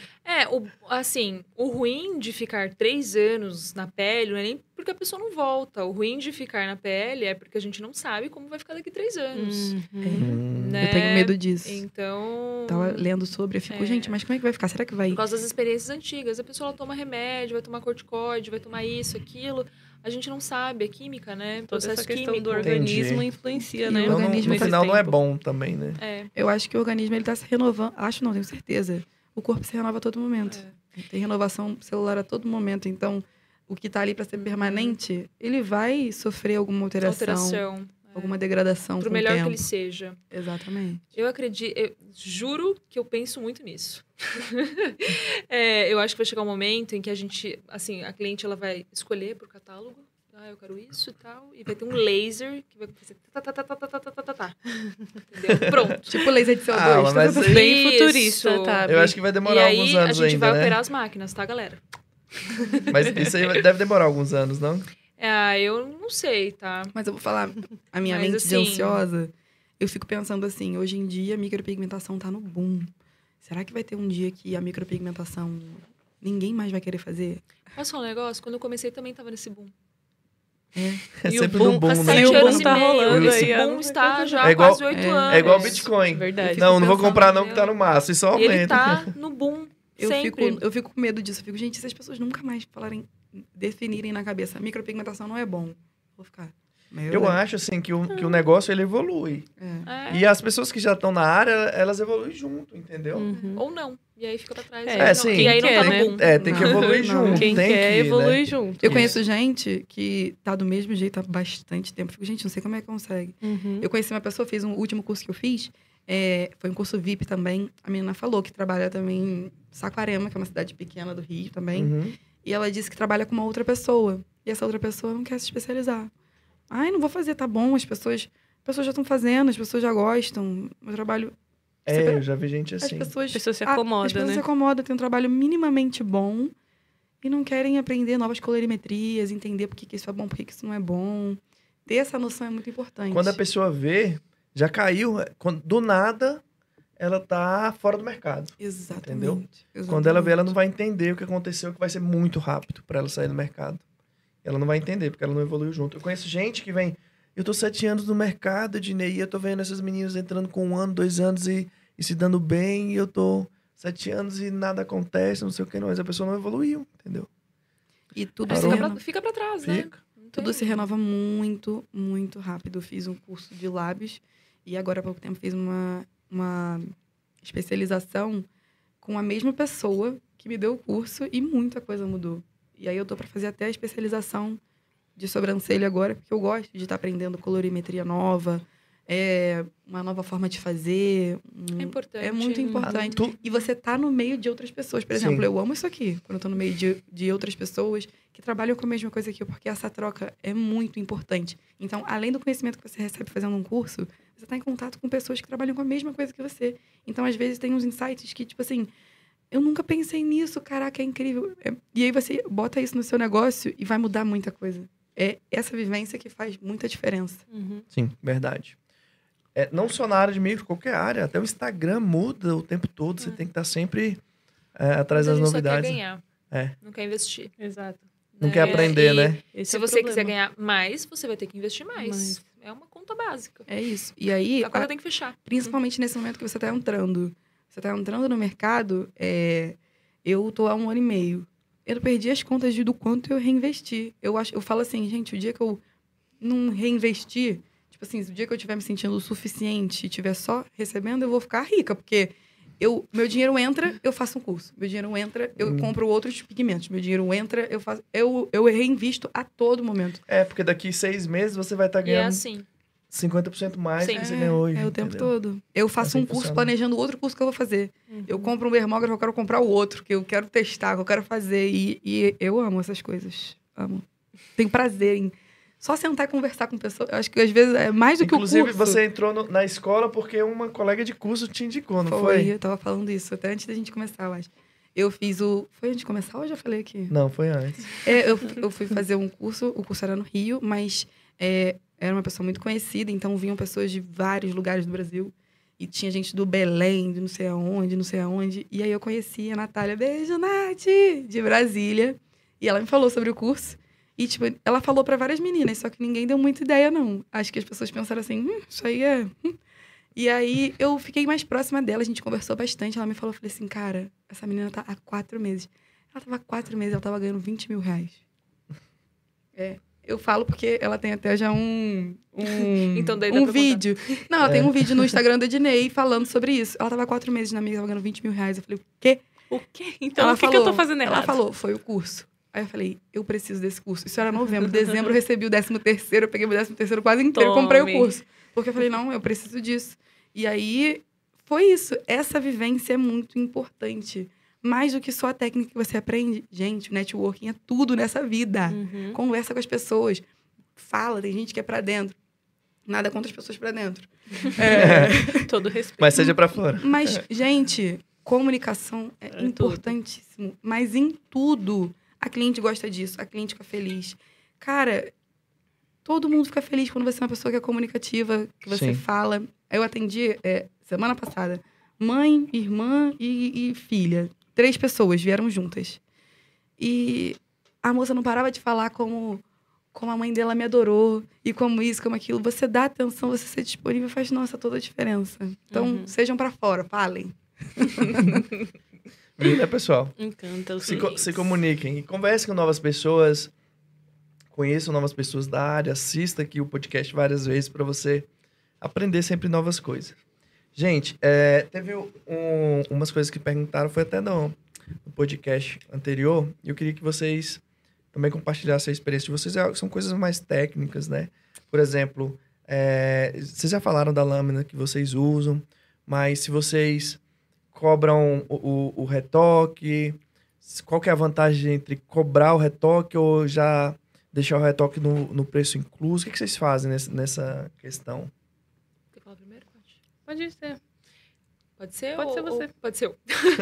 O ruim de ficar 3 anos na pele não é nem porque a pessoa não volta. O ruim de ficar na pele é porque a gente não sabe como vai ficar daqui 3 anos. Né? Eu tenho medo disso. Então, Tava lendo sobre, eu fico, gente, mas como é que vai ficar? Será que vai... por causa das experiências antigas, a pessoa ela toma remédio, vai tomar corticoide, vai tomar isso, aquilo. A gente não sabe, é química, né? Toda Processo essa questão químico. do organismo Entendi. influencia, E né? o Então, organismo no faz final não é tempo. bom também, né? É. Eu acho que o organismo, ele tá se renovando. Acho não, tenho certeza. O corpo se renova a todo momento. Tem renovação celular a todo momento. Então, o que tá ali para ser permanente, ele vai sofrer alguma alteração. Alguma degradação Pro com o melhor que tempo. ele seja. Exatamente. Eu acredito, eu juro que eu penso muito nisso. Eu acho que vai chegar um momento em que a gente, assim, a cliente ela vai escolher pro catálogo. Ah, eu quero isso e tal. E vai ter um laser que vai fazer tá. Entendeu? Pronto. Tipo laser de CO2. Ah, mas tá? aí- Bem Isso. futurista, tá? Eu acho que vai E demorar aí alguns a anos gente ainda, vai né? operar as máquinas, tá, galera? Mas isso aí deve demorar alguns anos, não? Eu não sei, tá? Mas eu vou falar, a minha Mas, mente de assim- ansiosa, eu fico pensando assim, hoje em dia a micropigmentação tá no boom. Será que vai ter um dia que a micropigmentação ninguém mais vai querer fazer? Posso falar um negócio? Quando eu comecei também tava nesse boom. É E o sempre boom- no boom, Há né? 7 E o boom anos e tá meio. rolando Esse aí, boom está já É há igual- quase 8 anos. É igual o Bitcoin. Verdade. Não vou pensando, comprar não que tá no máximo, isso E aumenta. ele tá no boom Eu sempre. fico com medo disso. Eu fico, gente, se as pessoas nunca mais definirem na cabeça, micropigmentação não é bom. Vou ficar. Meu Eu Deus. acho, assim, que o negócio, ele evolui. É. E as pessoas que já estão na área, elas evoluem junto, entendeu? Uhum. Ou não. E aí fica pra trás. É, E aí sim. E aí não Quem tá quer, né? no boom. Tem que Não, evoluir não. junto. Quem tem quer que, evolui né? junto. Eu conheço gente que tá do mesmo jeito há bastante tempo. Eu fico, gente, não sei como é que consegue. Uhum. Eu conheci uma pessoa, fez um último curso que eu fiz, foi um curso VIP também. A menina falou que trabalha também em Saquarema, que é uma cidade pequena do Rio também. Uhum. E ela disse que trabalha com uma outra pessoa. E essa outra pessoa não quer se especializar. Ai, não vou fazer, tá bom, as pessoas já estão fazendo, as pessoas já gostam. O trabalho... Eu já vi gente As assim. pessoas... A pessoa se as acomoda, pessoas né? se acomodam, têm um trabalho minimamente bom e não querem aprender novas colorimetrias, entender por que isso é bom, por que isso não é bom. Ter essa noção é muito importante. Quando a pessoa vê, já caiu. Do nada, ela tá fora do mercado. Exatamente. Quando ela vê, ela não vai entender o que aconteceu, que vai ser muito rápido pra ela sair do mercado. Ela não vai entender, porque ela não evoluiu junto. Eu conheço gente que vem... Eu tô 7 anos no mercado, Ednei, e eu tô vendo essas meninas entrando com 1 ano, 2 anos e se dando bem, e eu tô 7 anos e nada acontece, não sei o que, não. Mas a pessoa não evoluiu, entendeu? E tudo Parou. Fica pra trás, né? Fica. Não tem- Tudo se renova muito, muito rápido. Eu fiz um curso de lábios e agora há pouco tempo fiz uma especialização com a mesma pessoa que me deu o curso e muita coisa mudou. E aí eu tô para fazer até a especialização de sobrancelha agora, porque eu gosto de estar aprendendo colorimetria nova, uma nova forma de fazer. É importante. É muito importante. Tu- E você tá no meio de outras pessoas. Por Sim. exemplo, eu amo isso aqui. Quando eu tô no meio de outras pessoas que trabalham com a mesma coisa que eu. Porque essa troca é muito importante. Então, além do conhecimento que você recebe fazendo um curso, você tá em contato com pessoas que trabalham com a mesma coisa que você. Então, às vezes, tem uns insights que, tipo assim... Eu nunca pensei nisso, caraca, é incrível. E aí você bota isso no seu negócio e vai mudar muita coisa. É essa vivência que faz muita diferença. Uhum. Sim, verdade. Não só na área de micro, qualquer área. Até o Instagram muda o tempo todo. Você tem que estar sempre atrás das Mas a gente novidades. só quer ganhar. É. Não quer investir. Exato. Não quer aprender, E né? Esse Se é o você quiser problema. ganhar mais, você vai ter que investir mais. Mais. É uma conta básica. É isso. E aí, A conta tem que fechar. principalmente nesse momento que você está entrando. Você está entrando no mercado, eu tô há 1 ano e meio. Eu perdi as contas do quanto eu reinvesti. Eu falo assim, gente, o dia que eu não reinvestir, tipo assim, o dia que eu estiver me sentindo o suficiente e estiver só recebendo, eu vou ficar rica, porque Meu dinheiro entra, eu faço um curso. Meu dinheiro entra, eu compro outros pigmentos. Meu dinheiro entra, eu faço... Eu reinvisto a todo momento. Porque daqui 6 meses você vai estar E ganhando é assim. 50% mais do Sim. que você ganha hoje. É o tempo entendeu? todo. Eu faço Assim um curso funciona. planejando outro curso que eu vou fazer. Eu compro um dermógrafo, eu quero comprar o outro, que eu quero testar, que eu quero fazer. E eu amo essas coisas. Amo. Tenho prazer em só sentar e conversar com pessoas. Eu acho que às vezes é mais do que o curso. Inclusive, você entrou na escola porque uma colega de curso te indicou, não foi? Eu tava falando isso até antes da gente começar, eu acho. Eu fiz o... Foi antes de começar ou eu já falei aqui? Não, foi antes. Eu fui fazer um curso, o curso era no Rio, mas era uma pessoa muito conhecida, então vinham pessoas de vários lugares do Brasil. E tinha gente do Belém, de não sei aonde. E aí eu conheci a Natália, beijo, Nath, de Brasília. E ela me falou sobre o curso. E, tipo, ela falou pra várias meninas, só que ninguém deu muita ideia, não. Acho que as pessoas pensaram assim, isso aí é... E aí, eu fiquei mais próxima dela, a gente conversou bastante. Ela me falou, eu falei assim, cara, essa menina tá há 4 meses. Ela tava há 4 meses, ela tava ganhando 20 mil reais. Eu falo porque ela tem até já Então daí dá pra vídeo. Não, ela tem um vídeo no Instagram da Ednei falando sobre isso. Ela tava há 4 meses na minha, tava ganhando 20 mil reais. Eu falei, o quê? O quê? Então, Ela o que eu tô fazendo errado? Ela falou, foi o curso. Aí eu falei, eu preciso desse curso. Isso era novembro. Dezembro eu recebi o 13º, eu peguei meu 13º quase inteiro e comprei o curso. Porque eu falei, não, eu preciso disso. E aí, foi isso. Essa vivência é muito importante. Mais do que só a técnica que você aprende. Gente, o networking é tudo nessa vida. Conversa com as pessoas. Fala, tem gente que é pra dentro. Nada contra as pessoas pra dentro. Todo respeito. Mas seja pra fora. Mas, gente, comunicação é importantíssimo. Mas em tudo. A cliente gosta disso, a cliente fica feliz. Cara, todo mundo fica feliz quando você é uma pessoa que é comunicativa, que você fala. Eu atendi semana passada. Mãe, irmã e filha. 3 pessoas vieram juntas. E a moça não parava de falar como a mãe dela me adorou. E como isso, como aquilo. Você dá atenção, você ser disponível faz, nossa, toda a diferença. Então, sejam pra fora, falem. Né, pessoal? Encanta Se comuniquem e conversem com novas pessoas. Conheçam novas pessoas da área. Assista aqui o podcast várias vezes para você aprender sempre novas coisas. Gente, teve umas coisas que perguntaram, foi até no podcast anterior, e eu queria que vocês também compartilhassem a experiência de vocês. São coisas mais técnicas, né? Por exemplo, vocês já falaram da lâmina que vocês usam, mas se vocês cobram o retoque, qual que é a vantagem entre cobrar o retoque ou já deixar o retoque no preço incluso? O que vocês fazem nessa questão? Quer falar primeiro? Pode ser. Pode ser? Pode ser você. Pode ser eu.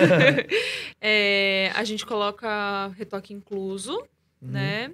A gente coloca retoque incluso, né?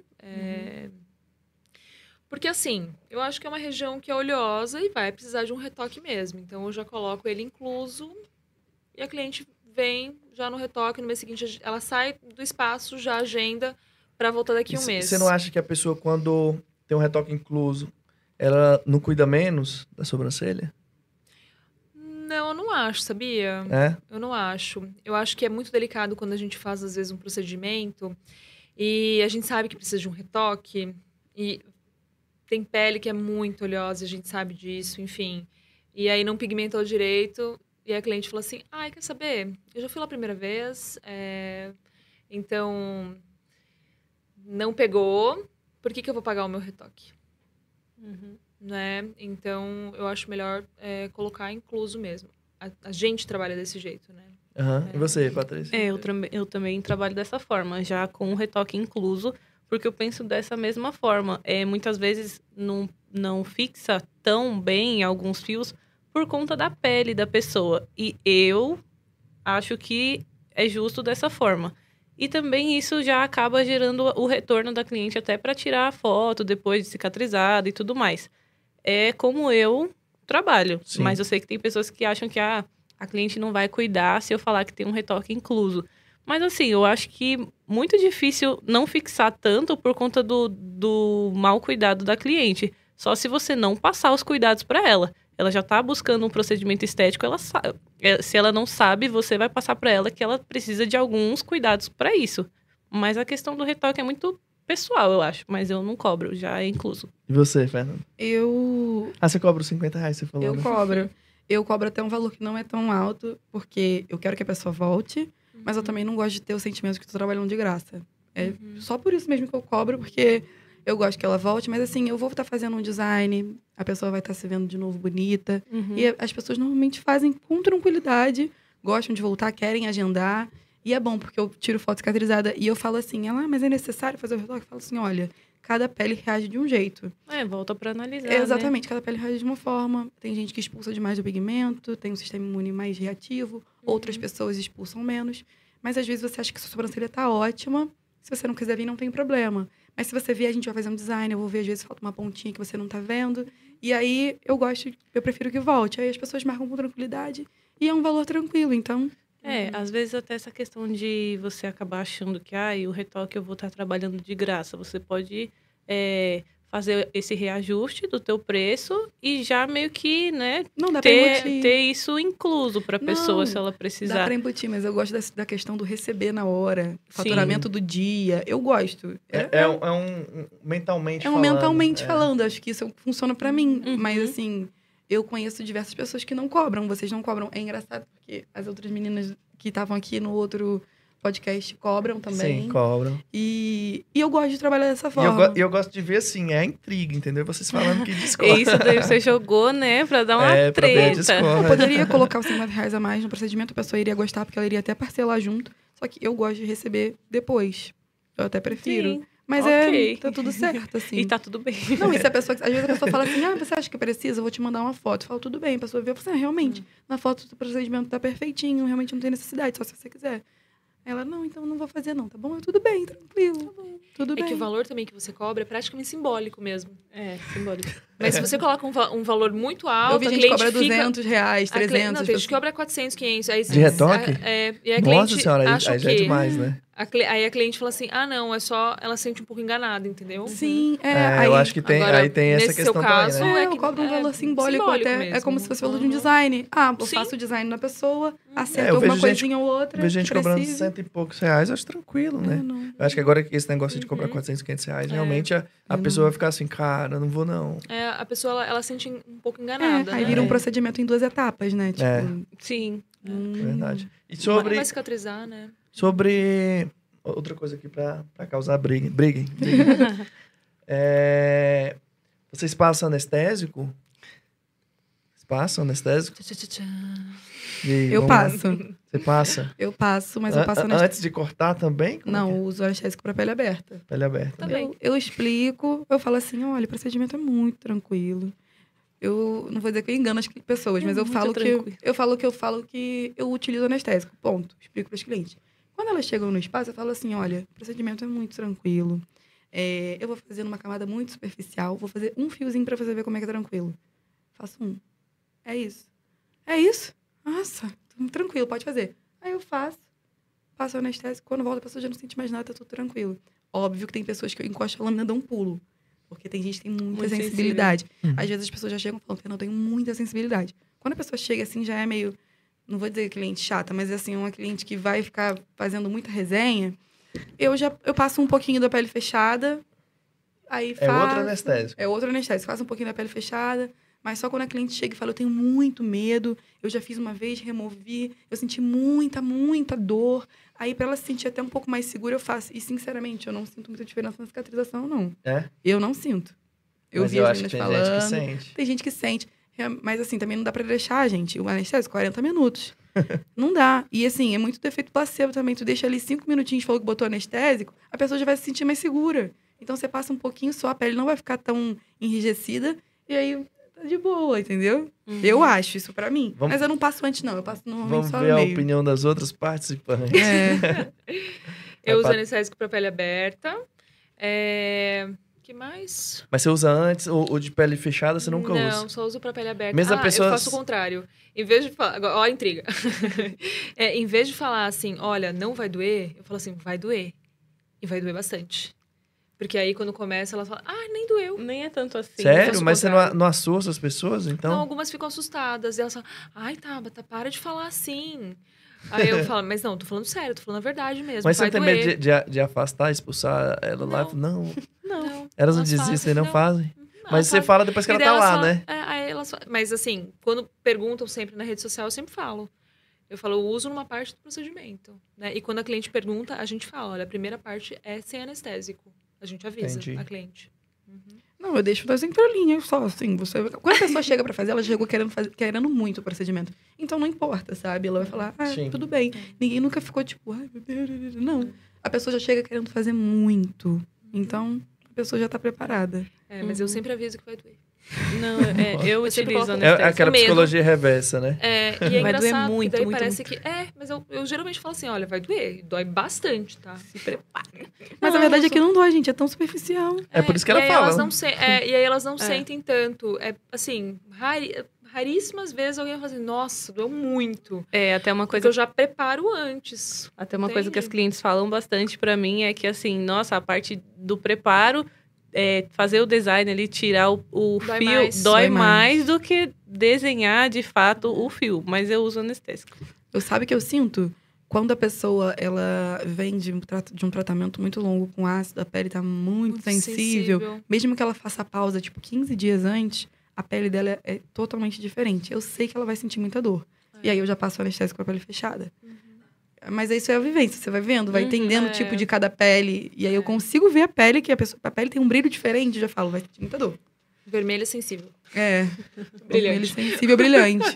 Porque, assim, eu acho que é uma região que é oleosa e vai precisar de um retoque mesmo. Então, eu já coloco ele incluso e a cliente vem já no retoque. No mês seguinte, ela sai do espaço, já agenda para voltar daqui um mês. Você não acha que a pessoa, quando tem um retoque incluso, ela não cuida menos da sobrancelha? Não, eu não acho, sabia? Eu não acho. Eu acho que é muito delicado quando a gente faz, às vezes, um procedimento e a gente sabe que precisa de um retoque e tem pele que é muito oleosa, a gente sabe disso, enfim. E aí não pigmentou direito e a cliente falou assim, quer saber? Eu já fui lá a primeira vez, então não pegou, por que eu vou pagar o meu retoque? Né? Então, eu acho melhor colocar incluso mesmo. A gente trabalha desse jeito, né? E você, Patrícia? Eu também trabalho dessa forma, já com o retoque incluso, porque eu penso dessa mesma forma. Muitas vezes não fixa tão bem alguns fios por conta da pele da pessoa. E eu acho que é justo dessa forma. E também isso já acaba gerando o retorno da cliente até para tirar a foto depois de cicatrizada e tudo mais. É como eu trabalho. Sim. Mas eu sei que tem pessoas que acham que a cliente não vai cuidar se eu falar que tem um retoque incluso. Mas assim, eu acho que muito difícil não fixar tanto por conta do mau cuidado da cliente. Só se você não passar os cuidados para ela. Ela já tá buscando um procedimento estético, ela sabe. Se ela não sabe, você vai passar para ela que ela precisa de alguns cuidados para isso. Mas a questão do retoque é muito pessoal, eu acho. Mas eu não cobro, já é incluso. E você, Fernanda? Eu Você cobra os R$50, você falou, Eu né? cobro. eu cobro até um valor que não é tão alto, porque eu quero que a pessoa volte, mas eu também não gosto de ter o sentimento que estou trabalhando de graça. É só por isso mesmo que eu cobro, porque eu gosto que ela volte, mas assim, eu vou estar fazendo um design, a pessoa vai estar se vendo de novo bonita. E as pessoas normalmente fazem com tranquilidade, gostam de voltar, querem agendar. E é bom, porque eu tiro foto cicatrizada e eu falo assim, mas é necessário fazer o retoque? Eu falo assim, olha, cada pele reage de um jeito. Volta pra analisar, Exatamente, cada pele reage de uma forma. Tem gente que expulsa demais do pigmento, tem um sistema imune mais reativo, outras pessoas expulsam menos. Mas às vezes você acha que sua sobrancelha tá ótima, se você não quiser vir, não tem problema. Mas se você vir, a gente vai fazer um design, eu vou ver, às vezes falta uma pontinha que você não tá vendo. E aí, eu prefiro que volte. Aí as pessoas marcam com tranquilidade e é um valor tranquilo, então... Às vezes até essa questão de você acabar achando que o retoque eu vou estar trabalhando de graça. Você pode fazer esse reajuste do teu preço e já meio que, né, não dá pra embutir. Ter isso incluso pra pessoa, se ela precisar. Dá pra embutir, mas eu gosto da questão do receber na hora, faturamento do dia. Eu gosto. Mentalmente falando. É um mentalmente falando. Acho que isso funciona pra mim. Mas, assim... Eu conheço diversas pessoas que não cobram. Vocês não cobram. É engraçado, porque as outras meninas que estavam aqui no outro podcast cobram também. Sim, cobram. E eu gosto de trabalhar dessa forma. E eu gosto de ver, assim, a intriga, entendeu? Vocês falando que discorda. Isso daí você jogou, né? Pra dar uma treta. Eu poderia colocar os R$50 a mais no procedimento. A pessoa iria gostar, porque ela iria até parcelar junto. Só que eu gosto de receber depois. Eu até prefiro. Sim. Mas tá tudo certo, assim. E tá tudo bem. Não, e se a pessoa... Às vezes a pessoa fala assim, você acha que precisa? Eu vou te mandar uma foto. Eu falo, tudo bem. A pessoa vê, eu falo, realmente, na foto do procedimento tá perfeitinho, realmente não tem necessidade, só se você quiser. Ela, não, então não vou fazer não, tá bom? Tudo bem, tranquilo. Tá bom. Tudo bem. É que o valor também que você cobra é praticamente simbólico mesmo. Simbólico. Mas se você coloca um valor muito alto, eu vi gente que cobra R$200, 300. Não, tem gente que cobra 400, 500. Aí, de retoque? E a Nossa cliente senhora, acha aí já é demais, né? Aí a cliente fala assim, não, é só... Ela se sente um pouco enganada, entendeu? Sim, aí, eu acho que tem, agora, aí tem essa questão caso, também, né? Eu cobro um valor simbólico até. mesmo. É como se fosse valor de um design. Eu faço o design na pessoa, acento eu alguma vejo coisinha ou outra. Vejo gente cobrando R$100 e poucos, eu acho tranquilo, né? Eu acho que agora esse negócio de cobrar R$400, R$500, realmente a pessoa vai ficar assim, cara, não vou não. A pessoa, ela sente um pouco enganada, aí vira um procedimento em 2 etapas, né? Tipo, sim. Verdade. E sobre... Vai cicatrizar, né? Sobre... Outra coisa aqui pra causar briga. Briguem. Vocês passam anestésico? Vocês passam anestésico? Eu passo. Você passa? Eu passo, mas eu passo anestésico. Antes de cortar também? Não, eu uso anestésico pra pele aberta. Pele aberta. Também. Eu explico, eu falo assim, olha, o procedimento é muito tranquilo. Eu não vou dizer que eu engano as pessoas, mas eu falo que eu utilizo anestésico. Ponto. Explico para os clientes. Quando elas chegam no espaço, eu falo assim, olha, o procedimento é muito tranquilo. Eu vou fazer numa camada muito superficial, vou fazer um fiozinho para você ver como é que é tranquilo. Faço um. É isso. É isso? Nossa, tranquilo, pode fazer. Aí eu faço, passo o anestésico, quando volta a pessoa já não sente mais nada, tá tudo tranquilo. Óbvio que tem pessoas que eu encosto a lâmina e dão um pulo. Porque tem gente que tem muita sensibilidade. Às vezes as pessoas já chegam e falam, Fernanda, eu tenho muita sensibilidade. Quando a pessoa chega assim, já é meio... Não vou dizer cliente chata, mas assim, uma cliente que vai ficar fazendo muita resenha. Eu passo um pouquinho da pele fechada. Aí faço... É outro anestésico. É outro anestésico. Faço um pouquinho da pele fechada. Mas só quando a cliente chega e fala, eu tenho muito medo. Eu já fiz uma vez, removi. Eu senti muita, muita dor. Aí, pra ela se sentir até um pouco mais segura, eu faço. E, sinceramente, eu não sinto muita diferença na cicatrização, não. Eu não sinto. Eu vi as meninas falando. Tem gente que sente. Tem gente que sente. Mas, assim, também não dá pra deixar, gente, o anestésico 40 minutos. Não dá. E, assim, é muito defeito placebo também. Tu deixa ali 5 minutinhos, falou que botou anestésico, a pessoa já vai se sentir mais segura. Então, você passa um pouquinho só, a pele não vai ficar tão enrijecida. E aí, tá de boa, entendeu? Eu acho isso pra mim. Mas eu não passo antes, não. Eu passo normalmente só no meio. Vamos ver a opinião das outras participantes. Eu uso anestésico pra pele aberta. Que mais? Mas você usa antes, ou de pele fechada, você nunca usa? Não, só uso pra pele aberta. Mesmo a pessoa... eu faço o contrário. Em vez de falar... Ó a intriga. Em vez de falar assim, olha, não vai doer, eu falo assim, vai doer. E vai doer bastante. Porque aí, quando começa, ela fala, nem doeu. Nem é tanto assim. Sério? Mas você não assusta as pessoas, então? Não, algumas ficam assustadas. E elas falam, Tabata, para de falar assim. Aí eu falo, mas não, tô falando sério, tô falando a verdade mesmo. Mas vai você tem doer. medo de afastar, expulsar ela lá? Não. Não. Elas não desistem, não fazem? Mas você fala depois que ela tá lá, né? Aí Mas assim, quando perguntam sempre na rede social, eu sempre falo. Eu falo, eu uso numa parte do procedimento, né? E quando a cliente pergunta, a gente fala, olha, a primeira parte é sem anestésico. A gente avisa a cliente. Não, eu deixo das entrelinhas só, assim. Quando a pessoa chega pra fazer, ela chegou querendo muito o procedimento. Então não importa, sabe? Ela vai falar, tudo bem. Ninguém nunca ficou tipo, ai, meu Deus. Não. A pessoa já chega querendo fazer muito. Então, a pessoa já tá preparada. Mas eu sempre aviso que vai doer. Não, eu utilizo anestésico. É aquela psicologia reversa, né? E é vai engraçado, doer muito, daí muito, parece muito. que... mas eu geralmente falo assim, olha, vai doer. Dói bastante, tá? Se prepara. Mas a verdade é que não dói, gente. É tão superficial. É por isso que ela fala. E aí elas não sentem tanto. É, assim, raríssimas vezes alguém vai fazer, nossa, doeu muito. Até uma coisa... Porque eu já preparo antes. Até uma coisa que as clientes falam bastante pra mim é que, assim, nossa, a parte do preparo... fazer o design ali, tirar o fio, dói mais do que desenhar, de fato, o fio. Mas eu uso anestésico. Sabe o que eu sinto? Quando a pessoa, ela vem de um tratamento muito longo com ácido, a pele tá muito sensível. Mesmo que ela faça a pausa, tipo, 15 dias antes, a pele dela é totalmente diferente. Eu sei que ela vai sentir muita dor. E aí, eu já passo o anestésico com a pele fechada. Mas isso é a vivência, você vai vendo, vai entendendo o tipo de cada pele. E aí eu consigo ver a pele, que a pele tem um brilho diferente, já falo, vai sentir muita dor. Vermelho sensível. Vermelho sensível, brilhante.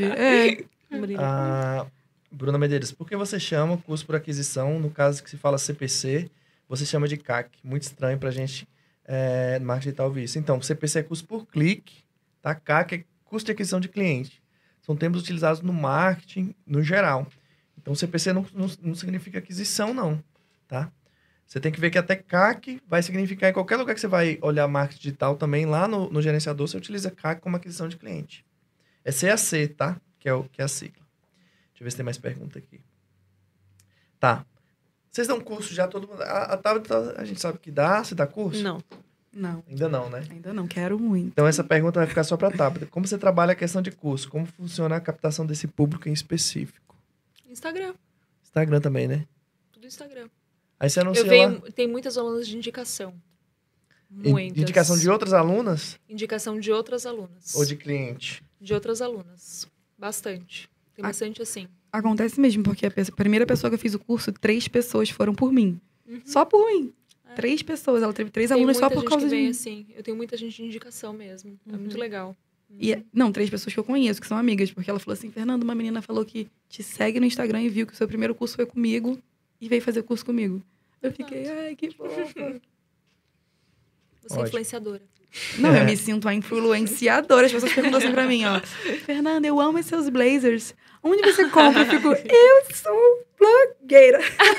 Bruna Medeiros, por que você chama custo por aquisição, no caso que se fala CPC, você chama de CAC? Muito estranho pra gente no marketing digital ouvir isso. Então, CPC é custo por clique, tá? CAC é custo de aquisição de cliente. São termos utilizados no marketing, no geral. Então, CPC não significa aquisição, não, tá? Você tem que ver que até CAC vai significar em qualquer lugar que você vai olhar marketing digital também, lá no gerenciador, você utiliza CAC como aquisição de cliente. É CAC, tá? Que é a sigla. Deixa eu ver se tem mais pergunta aqui. Tá. Vocês dão curso já, todo mundo... A Tabata, a gente sabe que dá. Você dá curso? Não. Ainda não, né? Ainda não, quero muito. Então, essa pergunta vai ficar só pra Tabata. Como você trabalha a questão de curso? Como funciona a captação desse público em específico? Instagram também, né? Tudo Instagram. Aí você anuncia lá... Tem muitas alunas de indicação. Muitas. Indicação de outras alunas? Indicação de outras alunas. Ou de cliente? De outras alunas. Bastante. Tem bastante assim. Acontece mesmo, porque a primeira pessoa que eu fiz o curso, 3 pessoas foram por mim. Só por mim. 3 pessoas. Ela teve 3 alunos só por causa de mim. Assim. Eu tenho muita gente de indicação mesmo. É muito legal. Não, 3 pessoas que eu conheço, que são amigas. Porque ela falou assim, Fernanda, uma menina falou que te segue no Instagram e viu que o seu primeiro curso foi comigo e veio fazer curso comigo. Eu fiquei, ai, que fofa. Você é influenciadora. Não, eu me sinto a influenciadora. As pessoas perguntam assim pra mim, ó. Fernanda, eu amo esses seus blazers. Onde você compra? Eu fico, eu sou blogueira.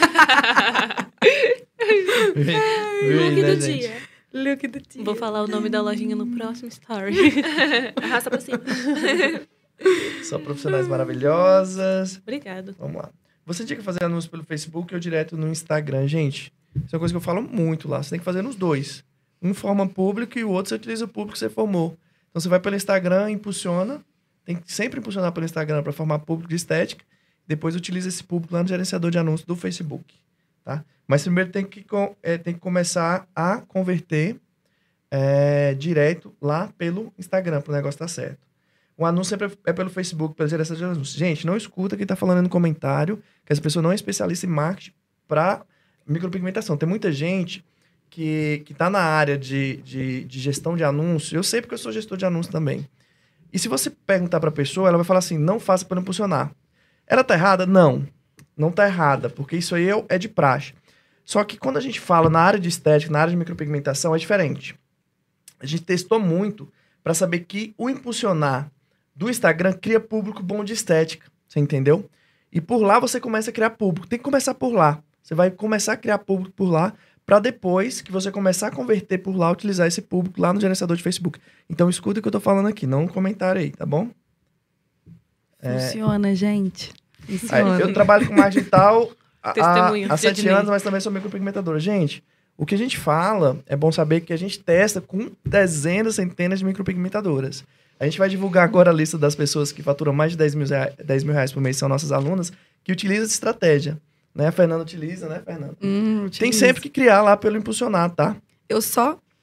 Look do dia. Vou falar o nome da lojinha no próximo story. Arrasta pra cima. Só profissionais maravilhosas. Obrigado. Vamos lá. Você tinha que fazer anúncio pelo Facebook ou direto no Instagram, gente? Isso é uma coisa que eu falo muito lá. Você tem que fazer nos dois. Um forma público e o outro você utiliza o público que você formou. Então você vai pelo Instagram, impulsiona. Tem que sempre impulsionar pelo Instagram para formar público de estética. Depois utiliza esse público lá no gerenciador de anúncios do Facebook. Tá? Mas primeiro tem que começar a converter direto lá pelo Instagram, para o negócio estar certo. O anúncio sempre é pelo Facebook, pelo gerenciador de anúncios. Gente, não escuta quem está falando no comentário, que essa pessoa não é especialista em marketing para micropigmentação. Tem muita gente que está na área de gestão de anúncios. Eu sei porque eu sou gestor de anúncios também. E se você perguntar para a pessoa, ela vai falar assim, não faça para não impulsionar. Ela está errada? Não está errada, porque isso aí é de praxe. Só que quando a gente fala na área de estética, na área de micropigmentação, é diferente. A gente testou muito para saber que o impulsionar do Instagram cria público bom de estética. Você entendeu? E por lá você começa a criar público. Tem que começar por lá. Você vai começar a criar público por lá, para depois que você começar a converter por lá, utilizar esse público lá no gerenciador de Facebook. Então escuta o que eu tô falando aqui, não um comentário aí, tá bom? Funciona, gente. Funciona. Eu trabalho com marketing digital há 7 Ednei. anos, mas também sou micropigmentadora. Gente, o que a gente fala, é bom saber que a gente testa com dezenas, centenas de micropigmentadoras. A gente vai divulgar agora a lista das pessoas que faturam mais de 10 mil reais por mês, são nossas alunas, que utilizam essa estratégia. Né? A Fernanda utiliza, né, Fernanda? Tem sempre que criar lá pelo impulsionar, tá? Eu só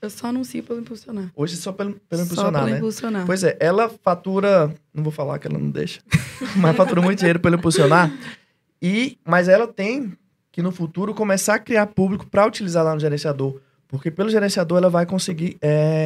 Eu só anuncio pelo Impulsionar. Hoje só pelo Só Impulsionar, pelo né? Impulsionar. Pois é, ela fatura... Não vou falar que ela não deixa. Mas fatura muito dinheiro pelo Impulsionar. Mas ela tem que, no futuro, começar a criar público para utilizar lá no gerenciador. Porque pelo gerenciador ela vai conseguir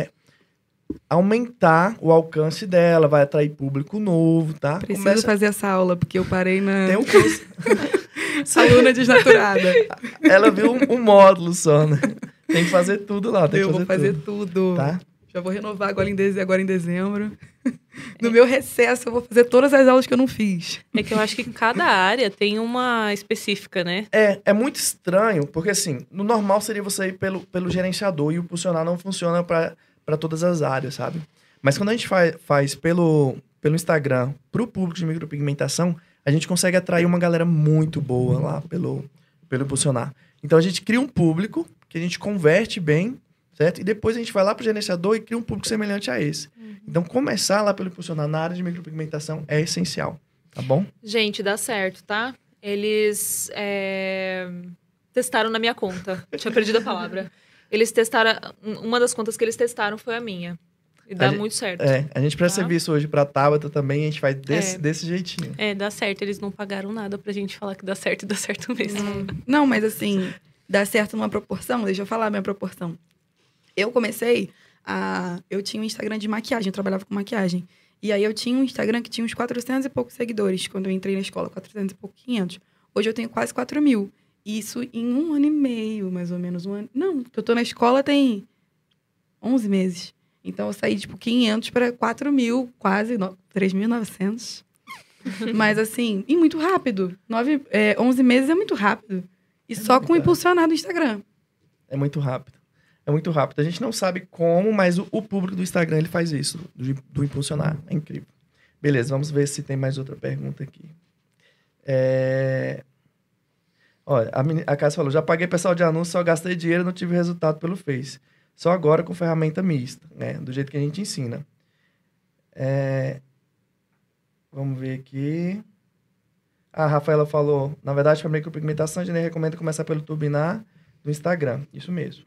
aumentar o alcance dela, vai atrair público novo, tá? Preciso fazer essa aula, porque eu parei na Tem um curso. aluna desnaturada. Ela viu um módulo só, né? Tem que fazer tudo lá. Eu vou fazer tudo. Tá? Já vou renovar agora em dezembro. No meu recesso, eu vou fazer todas as aulas que eu não fiz. É que eu acho que cada área tem uma específica, né? É muito estranho, porque assim, no normal seria você ir pelo gerenciador e o Impulsionar não funciona para todas as áreas, sabe? Mas quando a gente faz pelo Instagram pro público de micropigmentação, a gente consegue atrair uma galera muito boa lá pelo Impulsionar. Então a gente cria um público que a gente converte bem, certo? E depois a gente vai lá pro gerenciador e cria um público semelhante a esse. Então começar lá pelo Impulsionar na área de micropigmentação é essencial, tá bom? Gente, dá certo, tá? Eles testaram na minha conta. Tinha perdido a palavra. Eles testaram... Uma das contas que eles testaram foi a minha. E dá muito certo. A gente presta Tá? serviço hoje pra Tabata também, a gente faz desse jeitinho. Dá certo. Eles não pagaram nada pra gente falar que dá certo e dá certo mesmo. Não, mas assim, dá certo numa proporção. Deixa eu falar a minha proporção. Eu comecei eu tinha um Instagram de maquiagem, eu trabalhava com maquiagem. E aí eu tinha um Instagram que tinha uns 400 e poucos seguidores, quando eu entrei na escola, 400 e pouco, 500. Hoje eu tenho quase 4.000. Isso em 1 ano e meio, mais ou menos. Não, porque eu tô na escola tem 11 meses. Então eu saí, tipo, 500 para 4.000, quase 3.900. Mas assim, e muito rápido. 11 meses é muito rápido. E só com o Impulsionar do Instagram. É muito rápido. É muito rápido. A gente não sabe como, mas o público do Instagram ele faz isso, do Impulsionar. É incrível. Beleza, vamos ver se tem mais outra pergunta aqui. Olha, a Cássia falou, já paguei pessoal de anúncio, só gastei dinheiro, não tive resultado pelo Face. Só agora com ferramenta mista, né? Do jeito que a gente ensina. Vamos ver aqui. A Rafaela falou, na verdade, para micropigmentação, a gente recomenda começar pelo turbinar do Instagram. Isso mesmo.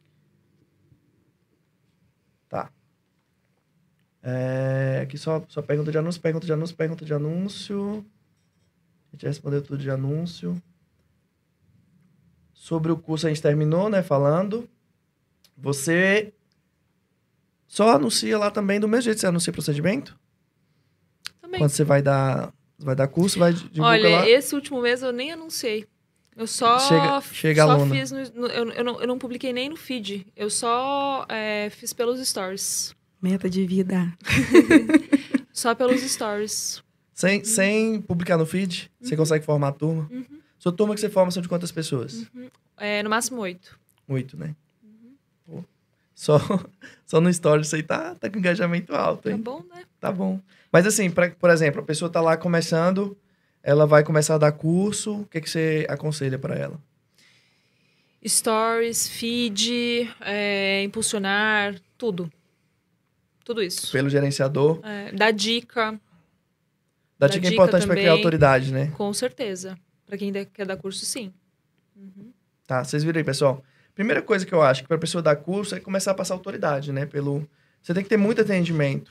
Tá. Aqui só pergunta de anúncio, pergunta de anúncio, pergunta de anúncio. A gente respondeu tudo de anúncio. Sobre o curso a gente terminou, né? Falando. Você só anuncia lá também do mesmo jeito que você anuncia procedimento? Também. Quando você vai dar curso, vai divulgar Olha, lá? esse último mês eu nem anunciei. Eu só Chega aluna. fiz eu não publiquei nem no feed. Eu só fiz pelos stories. Meta de vida. Só pelos stories. Sem publicar no feed, você consegue formar a turma? Sua turma que você forma são de quantas pessoas? No máximo 8. 8, né? Pô. Só no stories você tá com engajamento alto, hein? Tá bom, né? Tá bom. Mas assim, por exemplo, a pessoa tá lá começando, ela vai começar a dar curso, o que você aconselha para ela? Stories, feed, impulsionar, tudo. Tudo isso. Pelo gerenciador. Dá dica. Dá dica é importante para criar autoridade, né? Com certeza. Para quem quer dar curso, sim. Tá, vocês viram aí, pessoal? Primeira coisa que eu acho que para a pessoa dar curso é começar a passar autoridade, né? Você tem que ter muito atendimento.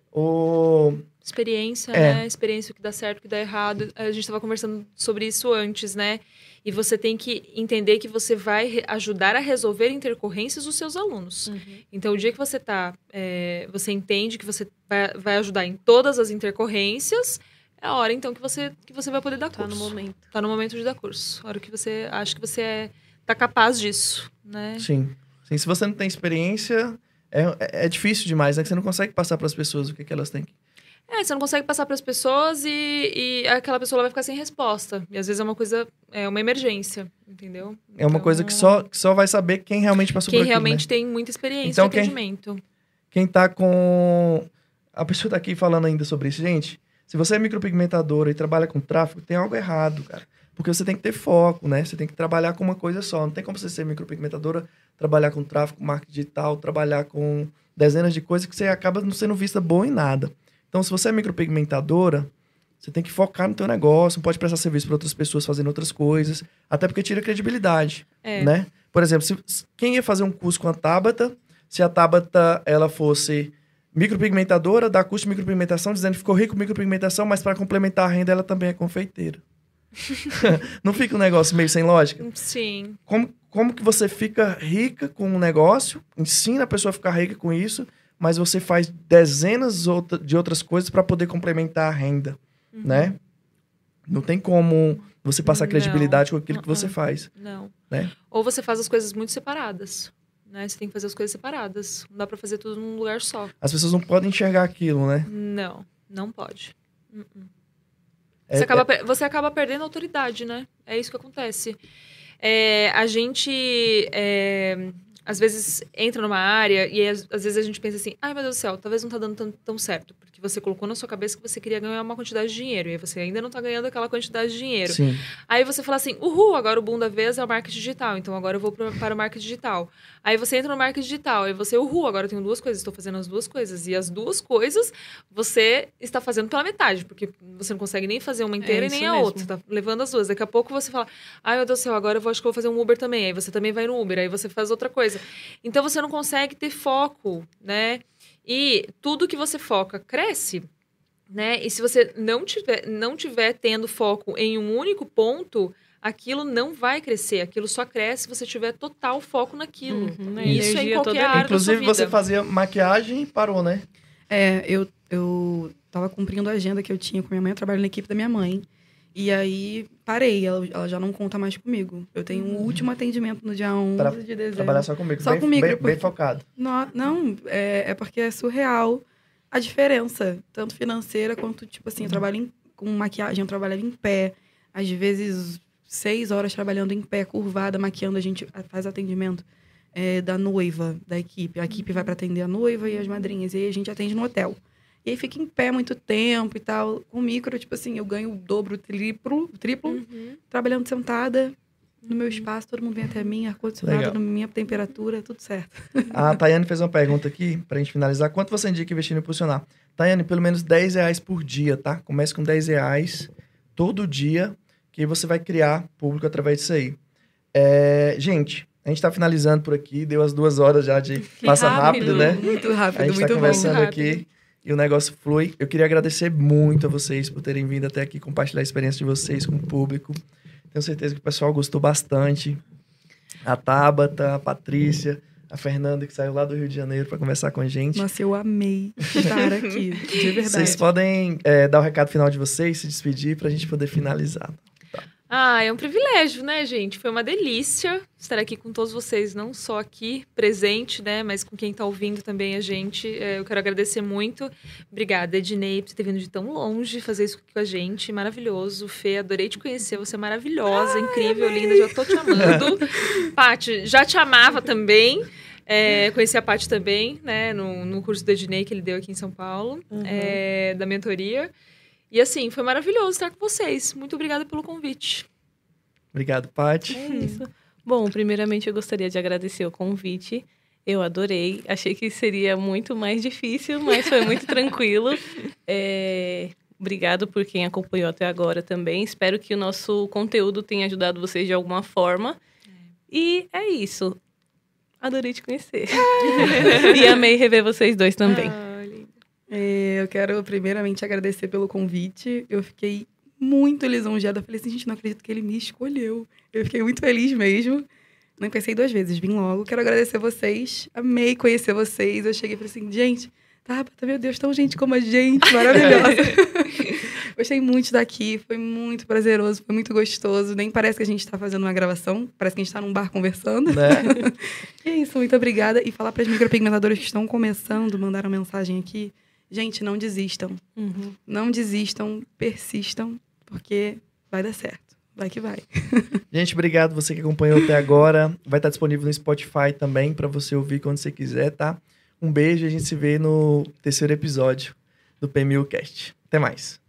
Experiência, né? Experiência, o que dá certo, o que dá errado. A gente estava conversando sobre isso antes, né? E você tem que entender que você vai ajudar a resolver intercorrências dos seus alunos. Então, o dia que você você entende que você vai ajudar em todas as intercorrências, é a hora, então, que você vai poder dar curso. Tá no momento. Tá no momento de dar curso. A hora que você acha que você tá capaz disso, né? Sim. Se você não tem experiência, é difícil demais, né? Que você não consegue passar para as pessoas o que elas têm que... Você não consegue passar para as pessoas e aquela pessoa vai ficar sem resposta. E às vezes é uma emergência, entendeu? É uma coisa que só vai saber quem realmente passou por aquilo, quem realmente né? tem muita experiência Então, no atendimento. Quem tá com... A pessoa tá aqui falando ainda sobre isso. Gente, se você é micropigmentadora e trabalha com tráfego, tem algo errado, cara. Porque você tem que ter foco, né? Você tem que trabalhar com uma coisa só. Não tem como você ser micropigmentadora, trabalhar com tráfego, marketing digital, trabalhar com dezenas de coisas que você acaba não sendo vista boa em nada. Então, se você é micropigmentadora, você tem que focar no teu negócio, não pode prestar serviço para outras pessoas fazendo outras coisas, até porque tira credibilidade, né? Por exemplo, quem ia fazer um curso com a Tabata, se a Tabata, ela fosse micropigmentadora, da curso de micropigmentação, dizendo que ficou rico com micropigmentação, mas para complementar a renda, ela também é confeiteira. Não fica um negócio meio sem lógica? Sim. Como que você fica rica com um negócio, ensina a pessoa a ficar rica com isso, mas você faz dezenas de outras coisas para poder complementar a renda, né? Não tem como você passar credibilidade com aquilo que você faz. Não. Né? Ou você faz as coisas muito separadas, né? Você tem que fazer as coisas separadas. Não dá pra fazer tudo num lugar só. As pessoas não podem enxergar aquilo, né? Não pode. Você acaba perdendo a autoridade, né? É isso que acontece. A gente, às vezes, entra numa área e às vezes a gente pensa assim, ai, meu Deus do céu, talvez não tá dando tão certo. Porque você colocou na sua cabeça que você queria ganhar uma quantidade de dinheiro e aí você ainda não tá ganhando aquela quantidade de dinheiro. Sim. Aí você fala assim, uhul, agora o boom da vez é o marketing digital, então agora eu vou para o marketing digital. Aí você entra no marketing digital e você, uhul, agora eu tenho 2 coisas, estou fazendo as 2 coisas. E as 2 coisas você está fazendo pela metade, porque você não consegue nem fazer uma inteira e nem a outra. Você tá levando as 2. Daqui a pouco você fala, ai, meu Deus do céu, agora acho que eu vou fazer um Uber também. Aí você também vai no Uber, aí você faz outra coisa. Então você não consegue ter foco, né? E tudo que você foca cresce, né? E se você não tiver tendo foco em um único ponto, aquilo não vai crescer. Aquilo só cresce se você tiver total foco naquilo. Isso é em qualquer área da sua vida. Inclusive, você fazia maquiagem e parou, né? Eu tava cumprindo a agenda que eu tinha com minha mãe. Eu trabalho na equipe da minha mãe. E aí, parei. Ela já não conta mais comigo. Eu tenho um último atendimento no dia 11 de dezembro. Trabalhar só comigo. Só comigo. Bem focado. Não, é porque é surreal a diferença. Tanto financeira quanto, tipo assim, eu trabalho com maquiagem, eu trabalhava em pé. Às vezes, 6 horas trabalhando em pé, curvada, maquiando. A gente faz atendimento da noiva, da equipe. A equipe vai para atender a noiva e as madrinhas. E aí a gente atende no hotel. E aí fica em pé muito tempo e tal. Com micro, tipo assim, eu ganho o dobro, o triplo, trabalhando sentada no meu espaço. Todo mundo vem até mim, ar-condicionado, na minha temperatura, tudo certo. A Tayane fez uma pergunta aqui, pra gente finalizar. Quanto você indica investir no Impulsionar? Tayane, pelo menos R$10 por dia, tá? Comece com R$10 todo dia, que você vai criar público através disso aí. Gente, a gente tá finalizando por aqui. Deu as 2 horas já de... Passa rápido, né? Muito rápido, a gente muito tá conversando bom. aqui. E o negócio flui. Eu queria agradecer muito a vocês por terem vindo até aqui compartilhar a experiência de vocês com o público. Tenho certeza que o pessoal gostou bastante. A Tabata, a Patrícia, a Fernanda, que saiu lá do Rio de Janeiro para conversar com a gente. Nossa, eu amei estar aqui, de verdade. Vocês podem dar o recado final de vocês, se despedir, para a gente poder finalizar. É um privilégio, né, gente? Foi uma delícia estar aqui com todos vocês, não só aqui, presente, né, mas com quem está ouvindo também a gente. Eu quero agradecer muito. Obrigada, Ednei, por ter vindo de tão longe fazer isso aqui com a gente. Maravilhoso. Fê, adorei te conhecer. Você é maravilhosa, incrível, linda. Já tô te amando. Paty, já te amava também. Conheci a Paty também, né, no curso do Ednei que ele deu aqui em São Paulo, da mentoria. E assim, foi maravilhoso estar com vocês. Muito obrigada pelo convite. Obrigado, Paty. É isso. Bom, primeiramente eu gostaria de agradecer o convite. Eu adorei. Achei que seria muito mais difícil, mas foi muito tranquilo. Obrigado por quem acompanhou até agora também. Espero que o nosso conteúdo tenha ajudado vocês de alguma forma. E é isso. Adorei te conhecer. E amei rever vocês dois também. Eu quero primeiramente agradecer pelo convite. Eu fiquei muito lisonjeada. Eu falei assim, gente, não acredito que ele me escolheu. Eu fiquei muito feliz mesmo. Não pensei 2 vezes, vim logo. Quero agradecer vocês. Amei conhecer vocês. Eu cheguei e falei assim, gente, meu Deus, tão gente como a gente, maravilhosa. Gostei muito daqui, foi muito prazeroso, foi muito gostoso. Nem parece que a gente tá fazendo uma gravação, parece que a gente tá num bar conversando. Né? E é isso, muito obrigada. E falar para as micropigmentadoras que estão começando, mandaram mensagem aqui. Gente, não desistam. Não desistam, persistam, porque vai dar certo. Vai que vai. Gente, obrigado você que acompanhou até agora. Vai estar disponível no Spotify também, para você ouvir quando você quiser, tá? Um beijo e a gente se vê no 3º episódio do PMU Cast. Até mais.